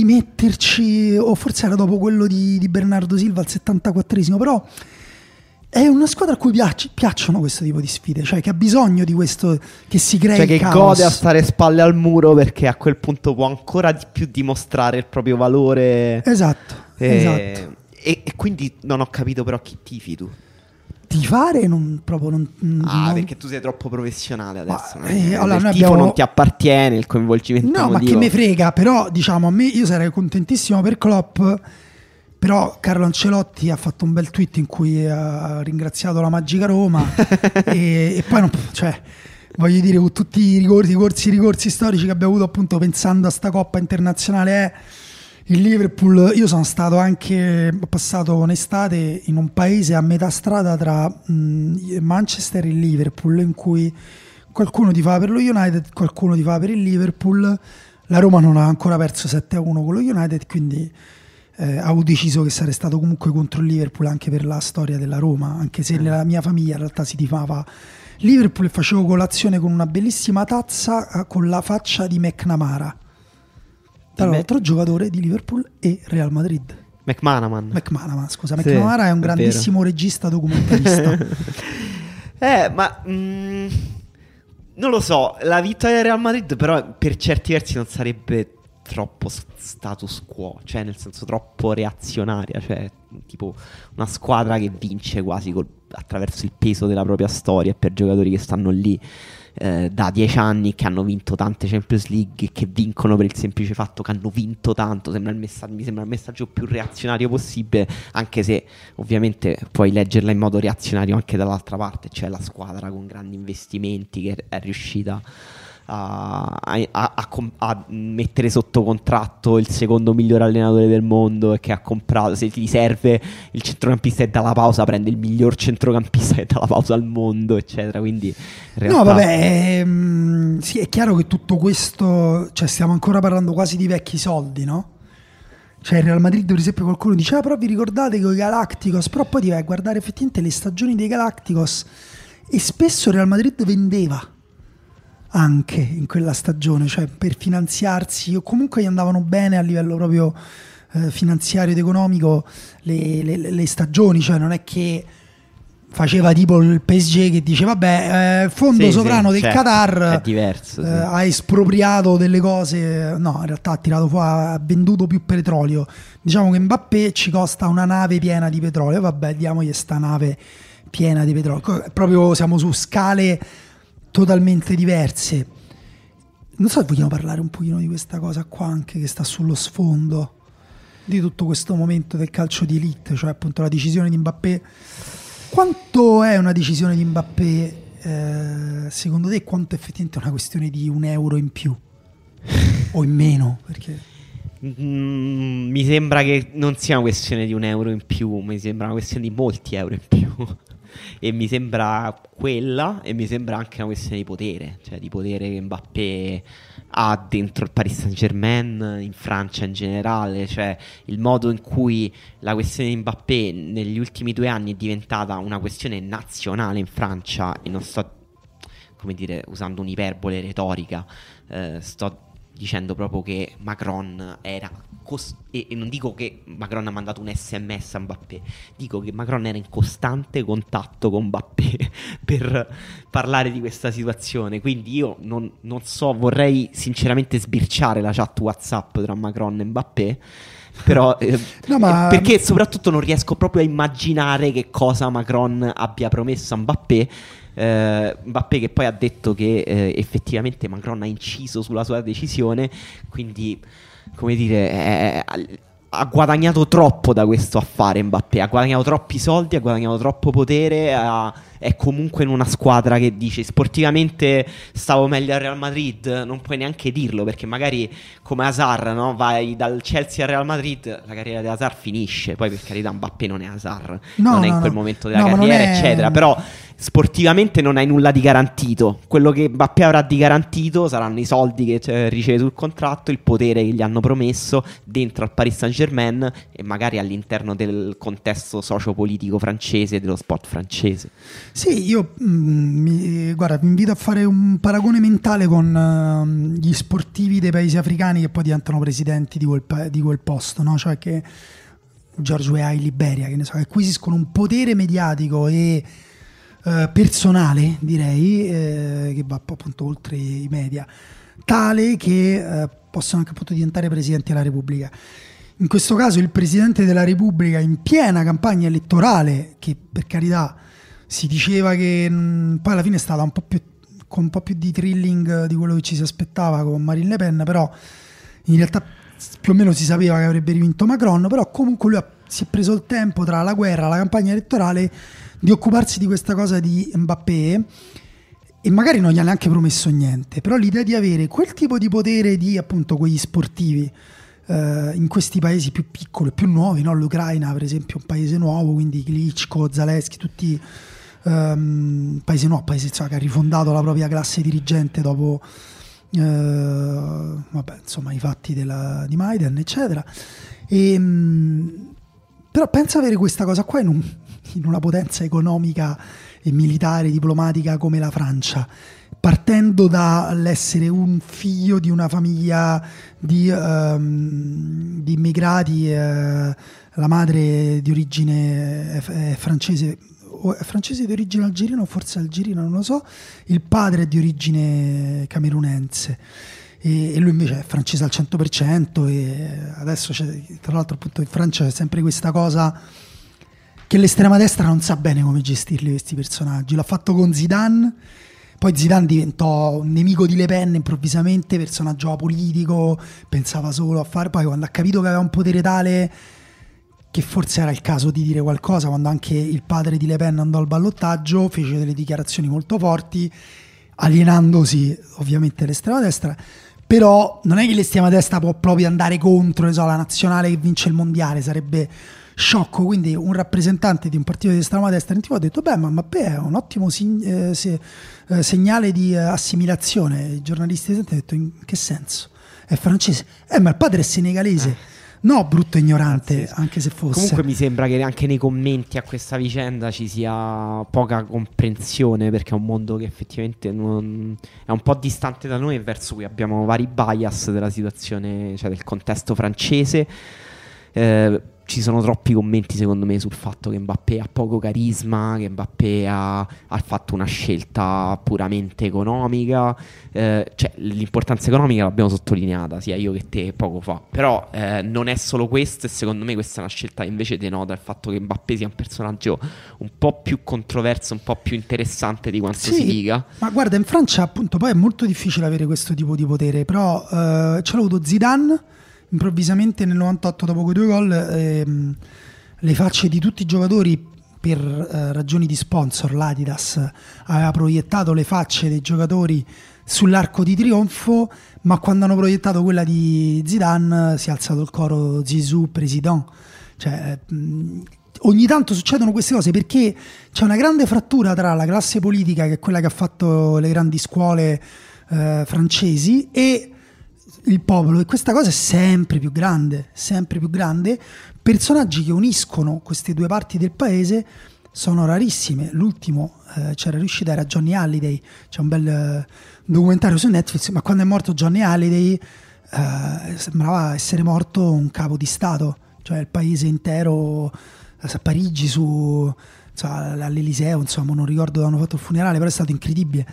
rimetterci, o forse era dopo quello di Bernardo Silva al 74esimo, però è una squadra a cui piacciono questo tipo di sfide, cioè che ha bisogno di questo, che si crea cioè il che caos. gode a stare spalle al muro, perché a quel punto può ancora di più dimostrare il proprio valore. Esatto. E quindi non ho capito però chi tifi tu. Tifare non Perché tu sei troppo professionale adesso. allora, il tifo non ti appartiene, il coinvolgimento no, emotivo. ma che me frega, però diciamo a me, io sarei contentissimo per Klopp, però Carlo Ancelotti ha fatto un bel tweet in cui ha ringraziato la Magica Roma e poi non, cioè, voglio dire, con tutti i ricorsi storici che abbiamo avuto, appunto pensando a sta Coppa internazionale, il Liverpool, io sono stato ho passato un'estate in un paese a metà strada tra Manchester e Liverpool, in cui qualcuno tifava per lo United, qualcuno tifava per il Liverpool. La Roma non ha ancora perso 7-1 con lo United, quindi avevo deciso che sarei stato comunque contro il Liverpool, anche per la storia della Roma, anche se nella mia famiglia in realtà si tifava Liverpool, e facevo colazione con una bellissima tazza con la faccia di McNamara, tra l'altro giocatore di Liverpool e Real Madrid. McManaman, scusa. Sì, McNamara è un grandissimo regista documentarista. Non lo so, la vittoria del Real Madrid però per certi versi non sarebbe troppo status quo, cioè nel senso troppo reazionaria, cioè tipo una squadra che vince quasi attraverso il peso della propria storia, per giocatori che stanno lì da 10 anni, che hanno vinto tante Champions League, che vincono per il semplice fatto che hanno vinto tanto. Mi sembra il messaggio più reazionario possibile, anche se ovviamente puoi leggerla in modo reazionario anche dall'altra parte, cioè la squadra con grandi investimenti che è riuscita a mettere sotto contratto il secondo migliore allenatore del mondo, e che ha comprato, se gli serve il centrocampista e dà la pausa, prende il miglior centrocampista e dà la pausa al mondo, eccetera. Quindi in realtà... No, vabbè, sì, è chiaro che tutto questo, cioè stiamo ancora parlando quasi di vecchi soldi, no? Cioè il Real Madrid, per esempio, qualcuno dice però vi ricordate con i Galacticos, però poi ti vai a guardare effettivamente le stagioni dei Galacticos e spesso il Real Madrid vendeva anche in quella stagione, cioè per finanziarsi, o comunque gli andavano bene a livello proprio finanziario ed economico le stagioni, cioè non è che faceva tipo il PSG che dice vabbè, fondo sovrano del Qatar è diverso, ha espropriato delle cose, no, in realtà ha tirato fuori, ha venduto più petrolio. Diciamo che Mbappé ci costa una nave piena di petrolio, vabbè, diamogli sta nave piena di petrolio, proprio siamo su scale totalmente diverse. Non so se vogliamo parlare un pochino di questa cosa qua anche, che sta sullo sfondo di tutto questo momento del calcio di elite, cioè appunto la decisione di Mbappé. Quanto è una decisione di Mbappé secondo te? Quanto effettivamente è una questione di €1 in più o in meno? Perché mi sembra che non sia una questione di €1 in più, mi sembra una questione di molti euro in più. E mi sembra quella, e mi sembra anche una questione di potere, cioè di potere che Mbappé ha dentro il Paris Saint-Germain, in Francia in generale, cioè il modo in cui la questione di Mbappé negli ultimi 2 anni è diventata una questione nazionale in Francia, e non sto, come dire, usando un'iperbole retorica, sto dicendo proprio che Macron era e non dico che Macron ha mandato un SMS a Mbappé, dico che Macron era in costante contatto con Mbappé per parlare di questa situazione. Quindi io non so, vorrei sinceramente sbirciare la chat WhatsApp tra Macron e Mbappé, però no, ma... perché soprattutto non riesco proprio a immaginare che cosa Macron abbia promesso a Mbappé. Mbappé che poi ha detto che effettivamente Macron ha inciso sulla sua decisione, quindi come dire ha guadagnato troppo da questo affare. Mbappé ha guadagnato troppi soldi, ha guadagnato troppo potere, è comunque in una squadra che dice sportivamente stavo meglio al Real Madrid, non puoi neanche dirlo, perché magari come Hazard, no? Vai dal Chelsea al Real Madrid, la carriera di Hazard finisce, poi per carità Mbappé non è Hazard, non è in quel momento della carriera eccetera, però sportivamente non hai nulla di garantito. Quello che Mbappé avrà di garantito saranno i soldi che riceve sul contratto, il potere che gli hanno promesso dentro al Paris Saint-Germain e magari all'interno del contesto sociopolitico francese, dello sport francese. Sì, io guarda, vi invito a fare un paragone mentale con gli sportivi dei paesi africani che poi diventano presidenti di quel posto, no? Cioè che George Weah in Liberia, che ne so, che acquisiscono un potere mediatico e personale, direi, che va appunto oltre i media, tale che possono anche appunto diventare presidenti della Repubblica. In questo caso il presidente della Repubblica, in piena campagna elettorale, che per carità si diceva che poi alla fine è stata con un po' più di thrilling di quello che ci si aspettava con Marine Le Pen, però in realtà più o meno si sapeva che avrebbe rivinto Macron, però comunque lui si è preso il tempo tra la guerra e la campagna elettorale di occuparsi di questa cosa di Mbappé, e magari non gli ha neanche promesso niente, però l'idea di avere quel tipo di potere di appunto quegli sportivi in questi paesi più piccoli, più nuovi, no? L'Ucraina per esempio è un paese nuovo, quindi Klitschko, Zalesky, tutti paese nuovo, paese che ha rifondato la propria classe dirigente dopo vabbè, insomma, i fatti di Maidan, eccetera. Però pensa avere questa cosa qua in una potenza economica e militare, diplomatica come la Francia, partendo dall'essere un figlio di una famiglia di immigrati, la madre di origine francese, di origine algerina o forse algerina, non lo so, il padre è di origine camerunense e lui invece è francese al 100%, e adesso tra l'altro appunto in Francia c'è sempre questa cosa che l'estrema destra non sa bene come gestirli questi personaggi. L'ha fatto con Zidane, poi Zidane diventò un nemico di Le Pen improvvisamente, personaggio apolitico, pensava solo a fare, poi quando ha capito che aveva un potere tale che forse era il caso di dire qualcosa, quando anche il padre di Le Pen andò al ballottaggio, fece delle dichiarazioni molto forti, alienandosi ovviamente l'estrema destra. Però non è che l'estrema destra può proprio andare contro, la nazionale che vince il mondiale, sarebbe sciocco. Quindi un rappresentante di un partito di estrema destra in TV ha detto: beh, ma Mbappé è un ottimo segnale di assimilazione. I giornalisti hanno detto: in che senso? È francese? Ma il padre è senegalese. No, brutto ignorante, anche se fosse. Comunque mi sembra che anche nei commenti a questa vicenda ci sia poca comprensione, perché è un mondo che effettivamente è un po' distante da noi e verso cui abbiamo vari bias della situazione, cioè del contesto francese. Ci sono troppi commenti secondo me sul fatto che Mbappé ha poco carisma, che Mbappé ha fatto una scelta puramente economica, cioè l'importanza economica l'abbiamo sottolineata sia io che te poco fa, però non è solo questo, e secondo me questa è una scelta che invece denota il fatto che Mbappé sia un personaggio un po' più controverso, un po' più interessante di quanto si dica. Ma guarda, in Francia appunto poi è molto difficile avere questo tipo di potere, però ce l'ha avuto Zidane improvvisamente nel 98 dopo quei 2 gol. Le facce di tutti i giocatori, per ragioni di sponsor, l'Adidas aveva proiettato le facce dei giocatori sull'arco di trionfo, ma quando hanno proiettato quella di Zidane si è alzato il coro Zizou President. Cioè, ogni tanto succedono queste cose perché c'è una grande frattura tra la classe politica, che è quella che ha fatto le grandi scuole francesi, e il popolo, e questa cosa è sempre più grande. Personaggi che uniscono queste due parti del paese sono rarissime. L'ultimo c'era riuscito, era Johnny Hallyday. C'è un bel documentario su Netflix, ma quando è morto Johnny Hallyday sembrava essere morto un capo di stato, cioè il paese intero a Parigi, all'Eliseo, insomma non ricordo dove hanno fatto il funerale, però è stato incredibile.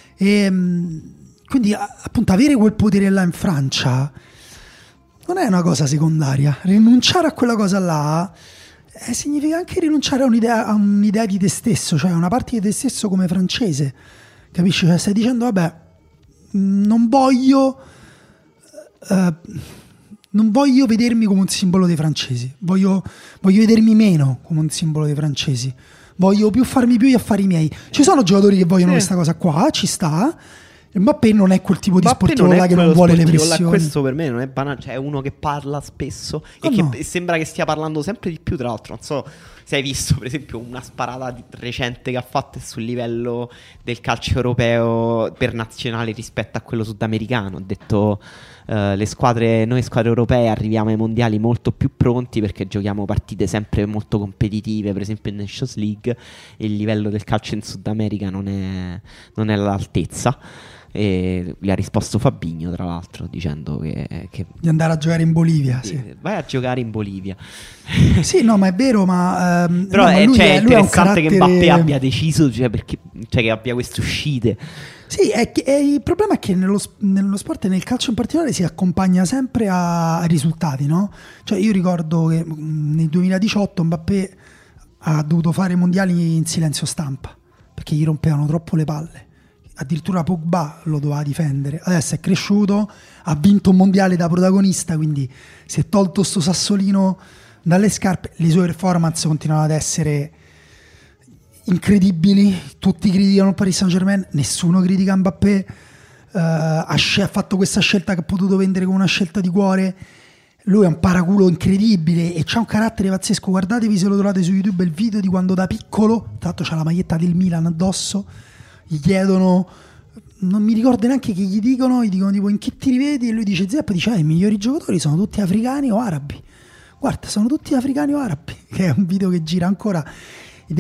Quindi appunto avere quel potere là in Francia non è una cosa secondaria. Rinunciare a quella cosa là significa anche rinunciare a un'idea di te stesso, cioè una parte di te stesso come francese, capisci? Cioè stai dicendo: vabbè, non voglio vedermi come un simbolo dei francesi, voglio vedermi meno come un simbolo dei francesi, voglio farmi più gli affari miei. Ci sono giocatori che vogliono questa cosa qua, ci sta. Mbappé non è quel tipo di sportivo là che non vuole le pressioni. Questo per me non è banale, cioè è uno che parla spesso che sembra che stia parlando sempre di più. Tra l'altro non so se hai visto per esempio una sparata recente che ha fatto sul livello del calcio europeo per nazionale rispetto a quello sudamericano. Ha detto noi squadre europee arriviamo ai mondiali molto più pronti perché giochiamo partite sempre molto competitive, per esempio in Nations League, e il livello del calcio in Sud America non è all'altezza. E gli ha risposto Fabinho, tra l'altro, dicendo che di andare a giocare in Bolivia. Sì. Vai a giocare in Bolivia. Sì, no, ma è vero, ma però no, ma è lui è un carattere... che Mbappé abbia deciso, cioè che abbia queste uscite. Sì, il problema è che nello sport e nel calcio in particolare si accompagna sempre a risultati, no? Cioè io ricordo che nel 2018 Mbappé ha dovuto fare i mondiali in silenzio stampa perché gli rompevano troppo le palle. Addirittura Pogba lo doveva difendere. Adesso è cresciuto, ha vinto un mondiale da protagonista, quindi si è tolto sto sassolino dalle scarpe. Le sue performance continuano ad essere incredibili, tutti criticano il Paris Saint-Germain, nessuno critica Mbappé. Ha fatto questa scelta che ha potuto vendere come una scelta di cuore. Lui è un paraculo incredibile e c'ha un carattere pazzesco. Guardatevi, se lo trovate su YouTube, il video di quando da piccolo, tra l'altro c'ha la maglietta del Milan addosso, gli chiedono, non mi ricordo neanche che gli dicono tipo in che ti rivedi, e lui dice Zepp, dice i migliori giocatori sono tutti africani o arabi. Guarda, sono tutti africani o arabi, che è un video che gira ancora ed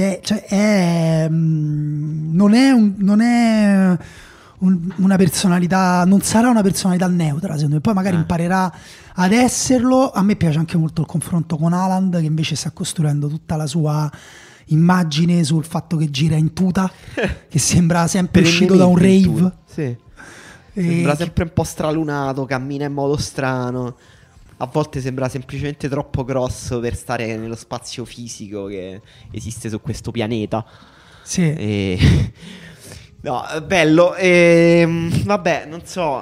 non è una personalità, non sarà una personalità neutra, secondo me. Poi magari imparerà ad esserlo. A me piace anche molto il confronto con Haaland, che invece sta costruendo tutta la sua immagine sul fatto che gira in tuta, che sembra sempre uscito da un rave. Sì. Sembra sempre un po' stralunato, cammina in modo strano. A volte sembra semplicemente troppo grosso per stare nello spazio fisico che esiste su questo pianeta. Sì. No, bello. Vabbè, non so.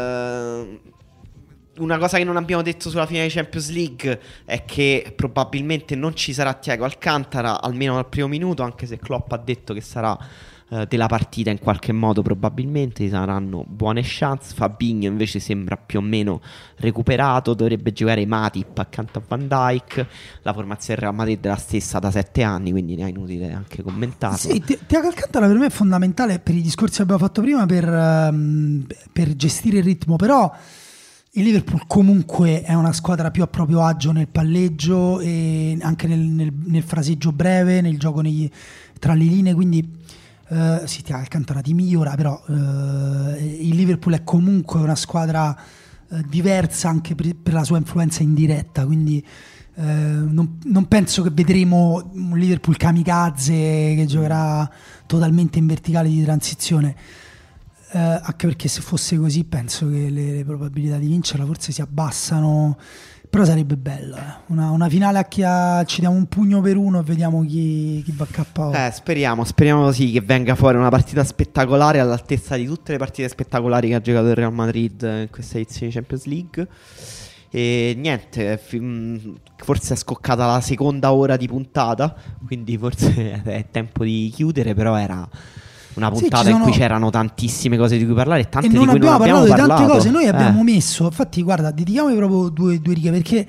Una cosa che non abbiamo detto sulla finale di Champions League è che probabilmente non ci sarà Thiago Alcantara, almeno dal primo minuto, anche se Klopp ha detto che sarà della partita in qualche modo. Probabilmente ci saranno buone chance. Fabinho invece sembra più o meno recuperato, dovrebbe giocare Matip accanto a Van Dijk. La formazione del Real Madrid è la stessa da 7 anni, quindi è inutile anche commentarlo. Sì, Thiago Alcantara per me è fondamentale per i discorsi che abbiamo fatto prima, per gestire il ritmo. Però il Liverpool comunque è una squadra più a proprio agio nel palleggio e anche nel fraseggio breve, nel gioco tra le linee, quindi sì, Alcantara ti migliora, però il Liverpool è comunque una squadra diversa anche per la sua influenza indiretta, quindi non penso che vedremo un Liverpool kamikaze che giocherà totalmente in verticale di transizione. Anche perché se fosse così penso che le probabilità di vincerla forse si abbassano, però sarebbe bello una finale a chi ci diamo un pugno per uno e vediamo chi va a KO. Speriamo sì, che venga fuori una partita spettacolare all'altezza di tutte le partite spettacolari che ha giocato il Real Madrid in questa edizione di Champions League. E niente, forse è scoccata la seconda ora di puntata, quindi forse è tempo di chiudere, però era una puntata in cui c'erano tantissime cose di cui parlare e tante e non di cui non abbiamo parlato. Di tante cose. Noi abbiamo messo, infatti guarda, dedichiamo proprio due righe, perché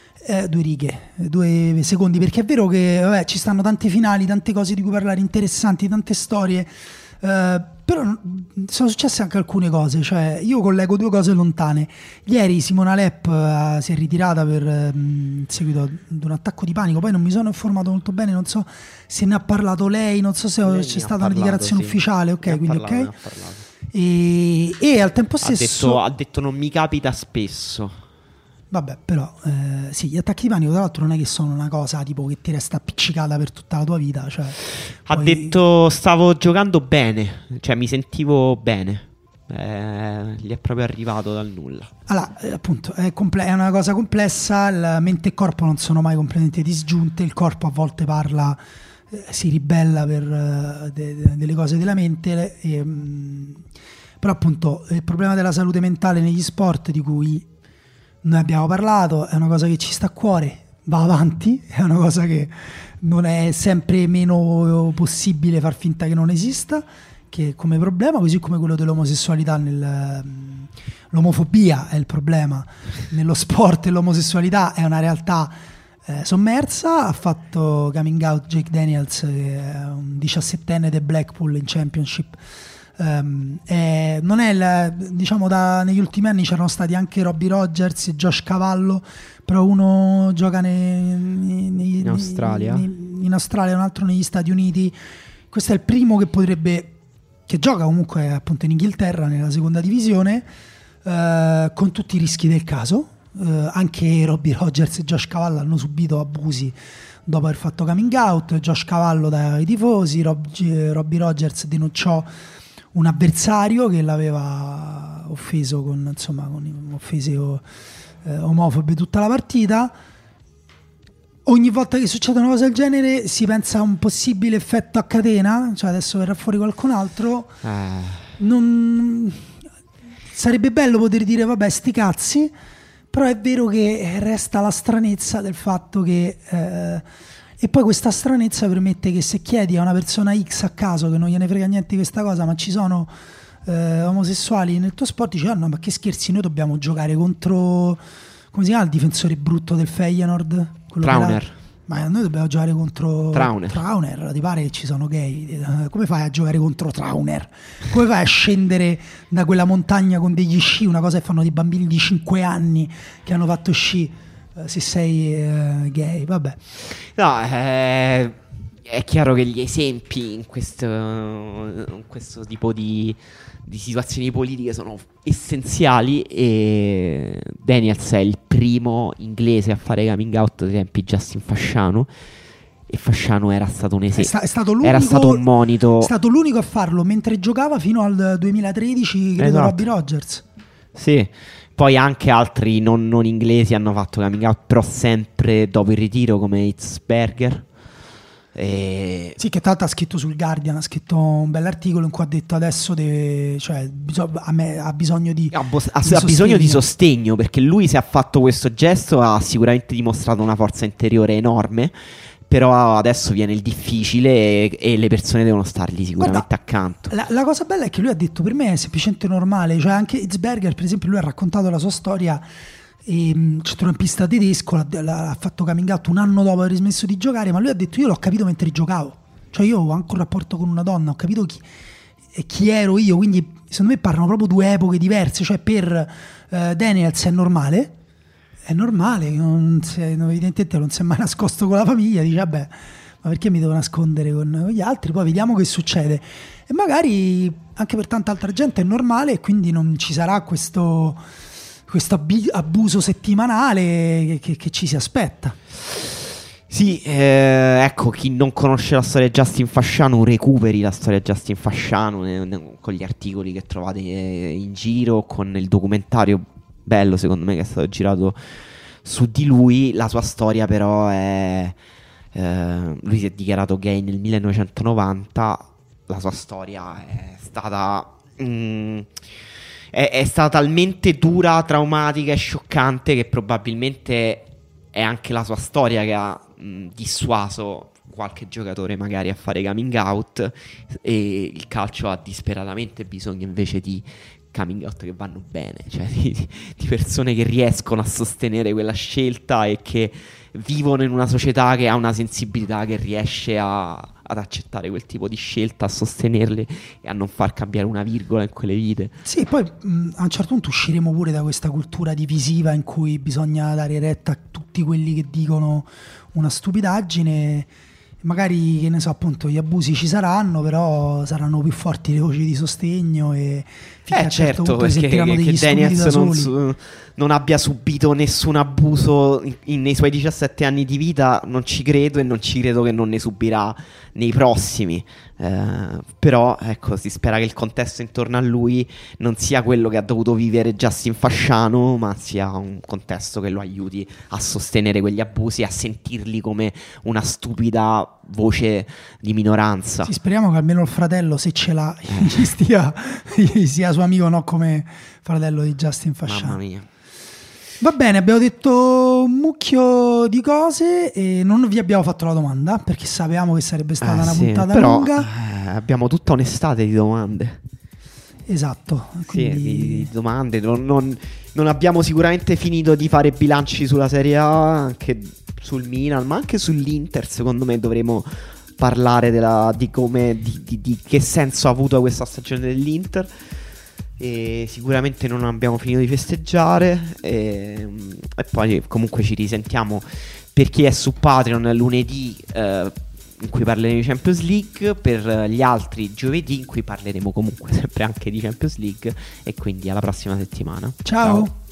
2 secondi, perché è vero che ci stanno tante finali, tante cose di cui parlare interessanti, tante storie, però sono successe anche alcune cose. Cioè io collego 2 cose lontane. Ieri Simona Halep si è ritirata in seguito ad un attacco di panico, poi non mi sono informato molto bene, non so se ne ha parlato lei, non so se c'è stata una dichiarazione ufficiale. Ok, quindi ok. E al tempo stesso ha detto non mi capita spesso. Vabbè, però sì, gli attacchi di panico tra l'altro non è che sono una cosa tipo che ti resta appiccicata per tutta la tua vita, cioè, ha detto stavo giocando bene, cioè mi sentivo bene, gli è proprio arrivato dal nulla. Allora, appunto, è una cosa complessa, la mente e il corpo non sono mai completamente disgiunte, il corpo a volte parla, si ribella per delle cose della mente, però appunto il problema della salute mentale negli sport, di cui noi abbiamo parlato, è una cosa che ci sta a cuore, va avanti, è una cosa che non è sempre meno possibile far finta che non esista, che come problema, così come quello dell'omosessualità, l'omofobia è il problema nello sport, e l'omosessualità è una realtà sommersa. Ha fatto coming out Jake Daniels, che è un 17enne del Blackpool in Championship. Non è diciamo negli ultimi anni c'erano stati anche Robbie Rogers e Josh Cavallo, però uno gioca in Australia, un altro negli Stati Uniti. Questo è il primo che potrebbe che gioca comunque appunto in Inghilterra nella seconda divisione, con tutti i rischi del caso. Anche Robbie Rogers e Josh Cavallo hanno subito abusi dopo aver fatto coming out. Josh Cavallo dai tifosi, Robbie Rogers denunciò un avversario che l'aveva offeso con offese omofobe tutta la partita. Ogni volta che succede una cosa del genere si pensa a un possibile effetto a catena, cioè adesso verrà fuori qualcun altro. Non... Sarebbe bello poter dire vabbè sti cazzi, però è vero che resta la stranezza del fatto che e poi questa stranezza permette che se chiedi a una persona X a caso che non gliene frega niente di questa cosa, ma ci sono omosessuali nel tuo sport, dici no, ma che scherzi, noi dobbiamo giocare contro, come si chiama il difensore brutto del Feyenoord? Trauner. Ma noi dobbiamo giocare contro Trauner. Ti pare che ci sono gay? Come fai a giocare contro Trauner? Come fai a scendere da quella montagna con degli sci? Una cosa che fanno dei bambini di 5 anni che hanno fatto sci, se sei gay, vabbè. No, è chiaro che gli esempi in questo tipo di situazioni politiche sono essenziali, e Daniels è il primo inglese a fare coming out ai tempi Justin Fasciano, e Fasciano era stato un esempio, era stato un monito, è stato l'unico a farlo mentre giocava fino al 2013, credo. Esatto. Robbie Rogers, sì. Poi anche altri non inglesi hanno fatto coming out, però sempre dopo il ritiro, come Hitzberger. Sì, che tra l'altro ha scritto sul Guardian, ha scritto un bell'articolo in cui ha detto adesso ha bisogno di bisogno di sostegno, perché lui, se ha fatto questo gesto, ha sicuramente dimostrato una forza interiore enorme, però adesso viene il difficile e le persone devono stargli sicuramente accanto. La cosa bella è che lui ha detto per me è semplicemente normale, cioè anche Hitzberger per esempio, lui ha raccontato la sua storia. Centrocampista tedesco, ha fatto coming out un anno dopo aver smesso di giocare, ma lui ha detto io l'ho capito mentre giocavo, cioè io ho anche un rapporto con una donna, ho capito chi ero io, quindi secondo me parlano proprio due epoche diverse. Cioè per Daniels è normale, evidentemente non si è mai nascosto con la famiglia, dice vabbè, ma perché mi devo nascondere con gli altri, poi vediamo che succede, e magari anche per tanta altra gente è normale, e quindi non ci sarà questo abuso settimanale che ci si aspetta. Sì, ecco, chi non conosce la storia di Justin Fasciano, recuperi la storia di Justin Fasciano con gli articoli che trovate in giro, con il documentario bello secondo me che è stato girato su di lui. La sua storia però è lui si è dichiarato gay nel 1990. La sua storia è stata è stata talmente dura, traumatica e scioccante che probabilmente è anche la sua storia che ha dissuaso qualche giocatore magari a fare coming out, e il calcio ha disperatamente bisogno invece di coming out che vanno bene, cioè di persone che riescono a sostenere quella scelta e che vivono in una società che ha una sensibilità che riesce ad accettare quel tipo di scelta, a sostenerle e a non far cambiare una virgola in quelle vite. Sì, poi a un certo punto usciremo pure da questa cultura divisiva in cui bisogna dare retta a tutti quelli che dicono una stupidaggine. Magari, che ne so, appunto gli abusi ci saranno, però saranno più forti le voci di sostegno, e certo, perché che Daniels non abbia subito nessun abuso nei suoi 17 anni di vita non ci credo, e non ci credo che non ne subirà nei prossimi, però ecco, si spera che il contesto intorno a lui non sia quello che ha dovuto vivere Justin Fasciano, ma sia un contesto che lo aiuti a sostenere quegli abusi, a sentirli come una stupida voce di minoranza. Sì, speriamo che almeno il fratello, se ce l'ha, sia suo amico, no come fratello di Justin Fasciano. Mamma mia. Va bene, abbiamo detto un mucchio di cose e non vi abbiamo fatto la domanda perché sapevamo che sarebbe stata una puntata lunga. Abbiamo tutta un'estate di domande. Esatto, quindi... Sì, di domande. Non abbiamo sicuramente finito di fare bilanci sulla Serie A, anche sul Milan, ma anche sull'Inter. Secondo me dovremo parlare di come, di che senso ha avuto questa stagione dell'Inter. E sicuramente non abbiamo finito di festeggiare, e poi comunque ci risentiamo per chi è su Patreon lunedì in cui parleremo di Champions League, per gli altri giovedì in cui parleremo comunque sempre anche di Champions League, e quindi alla prossima settimana. Ciao.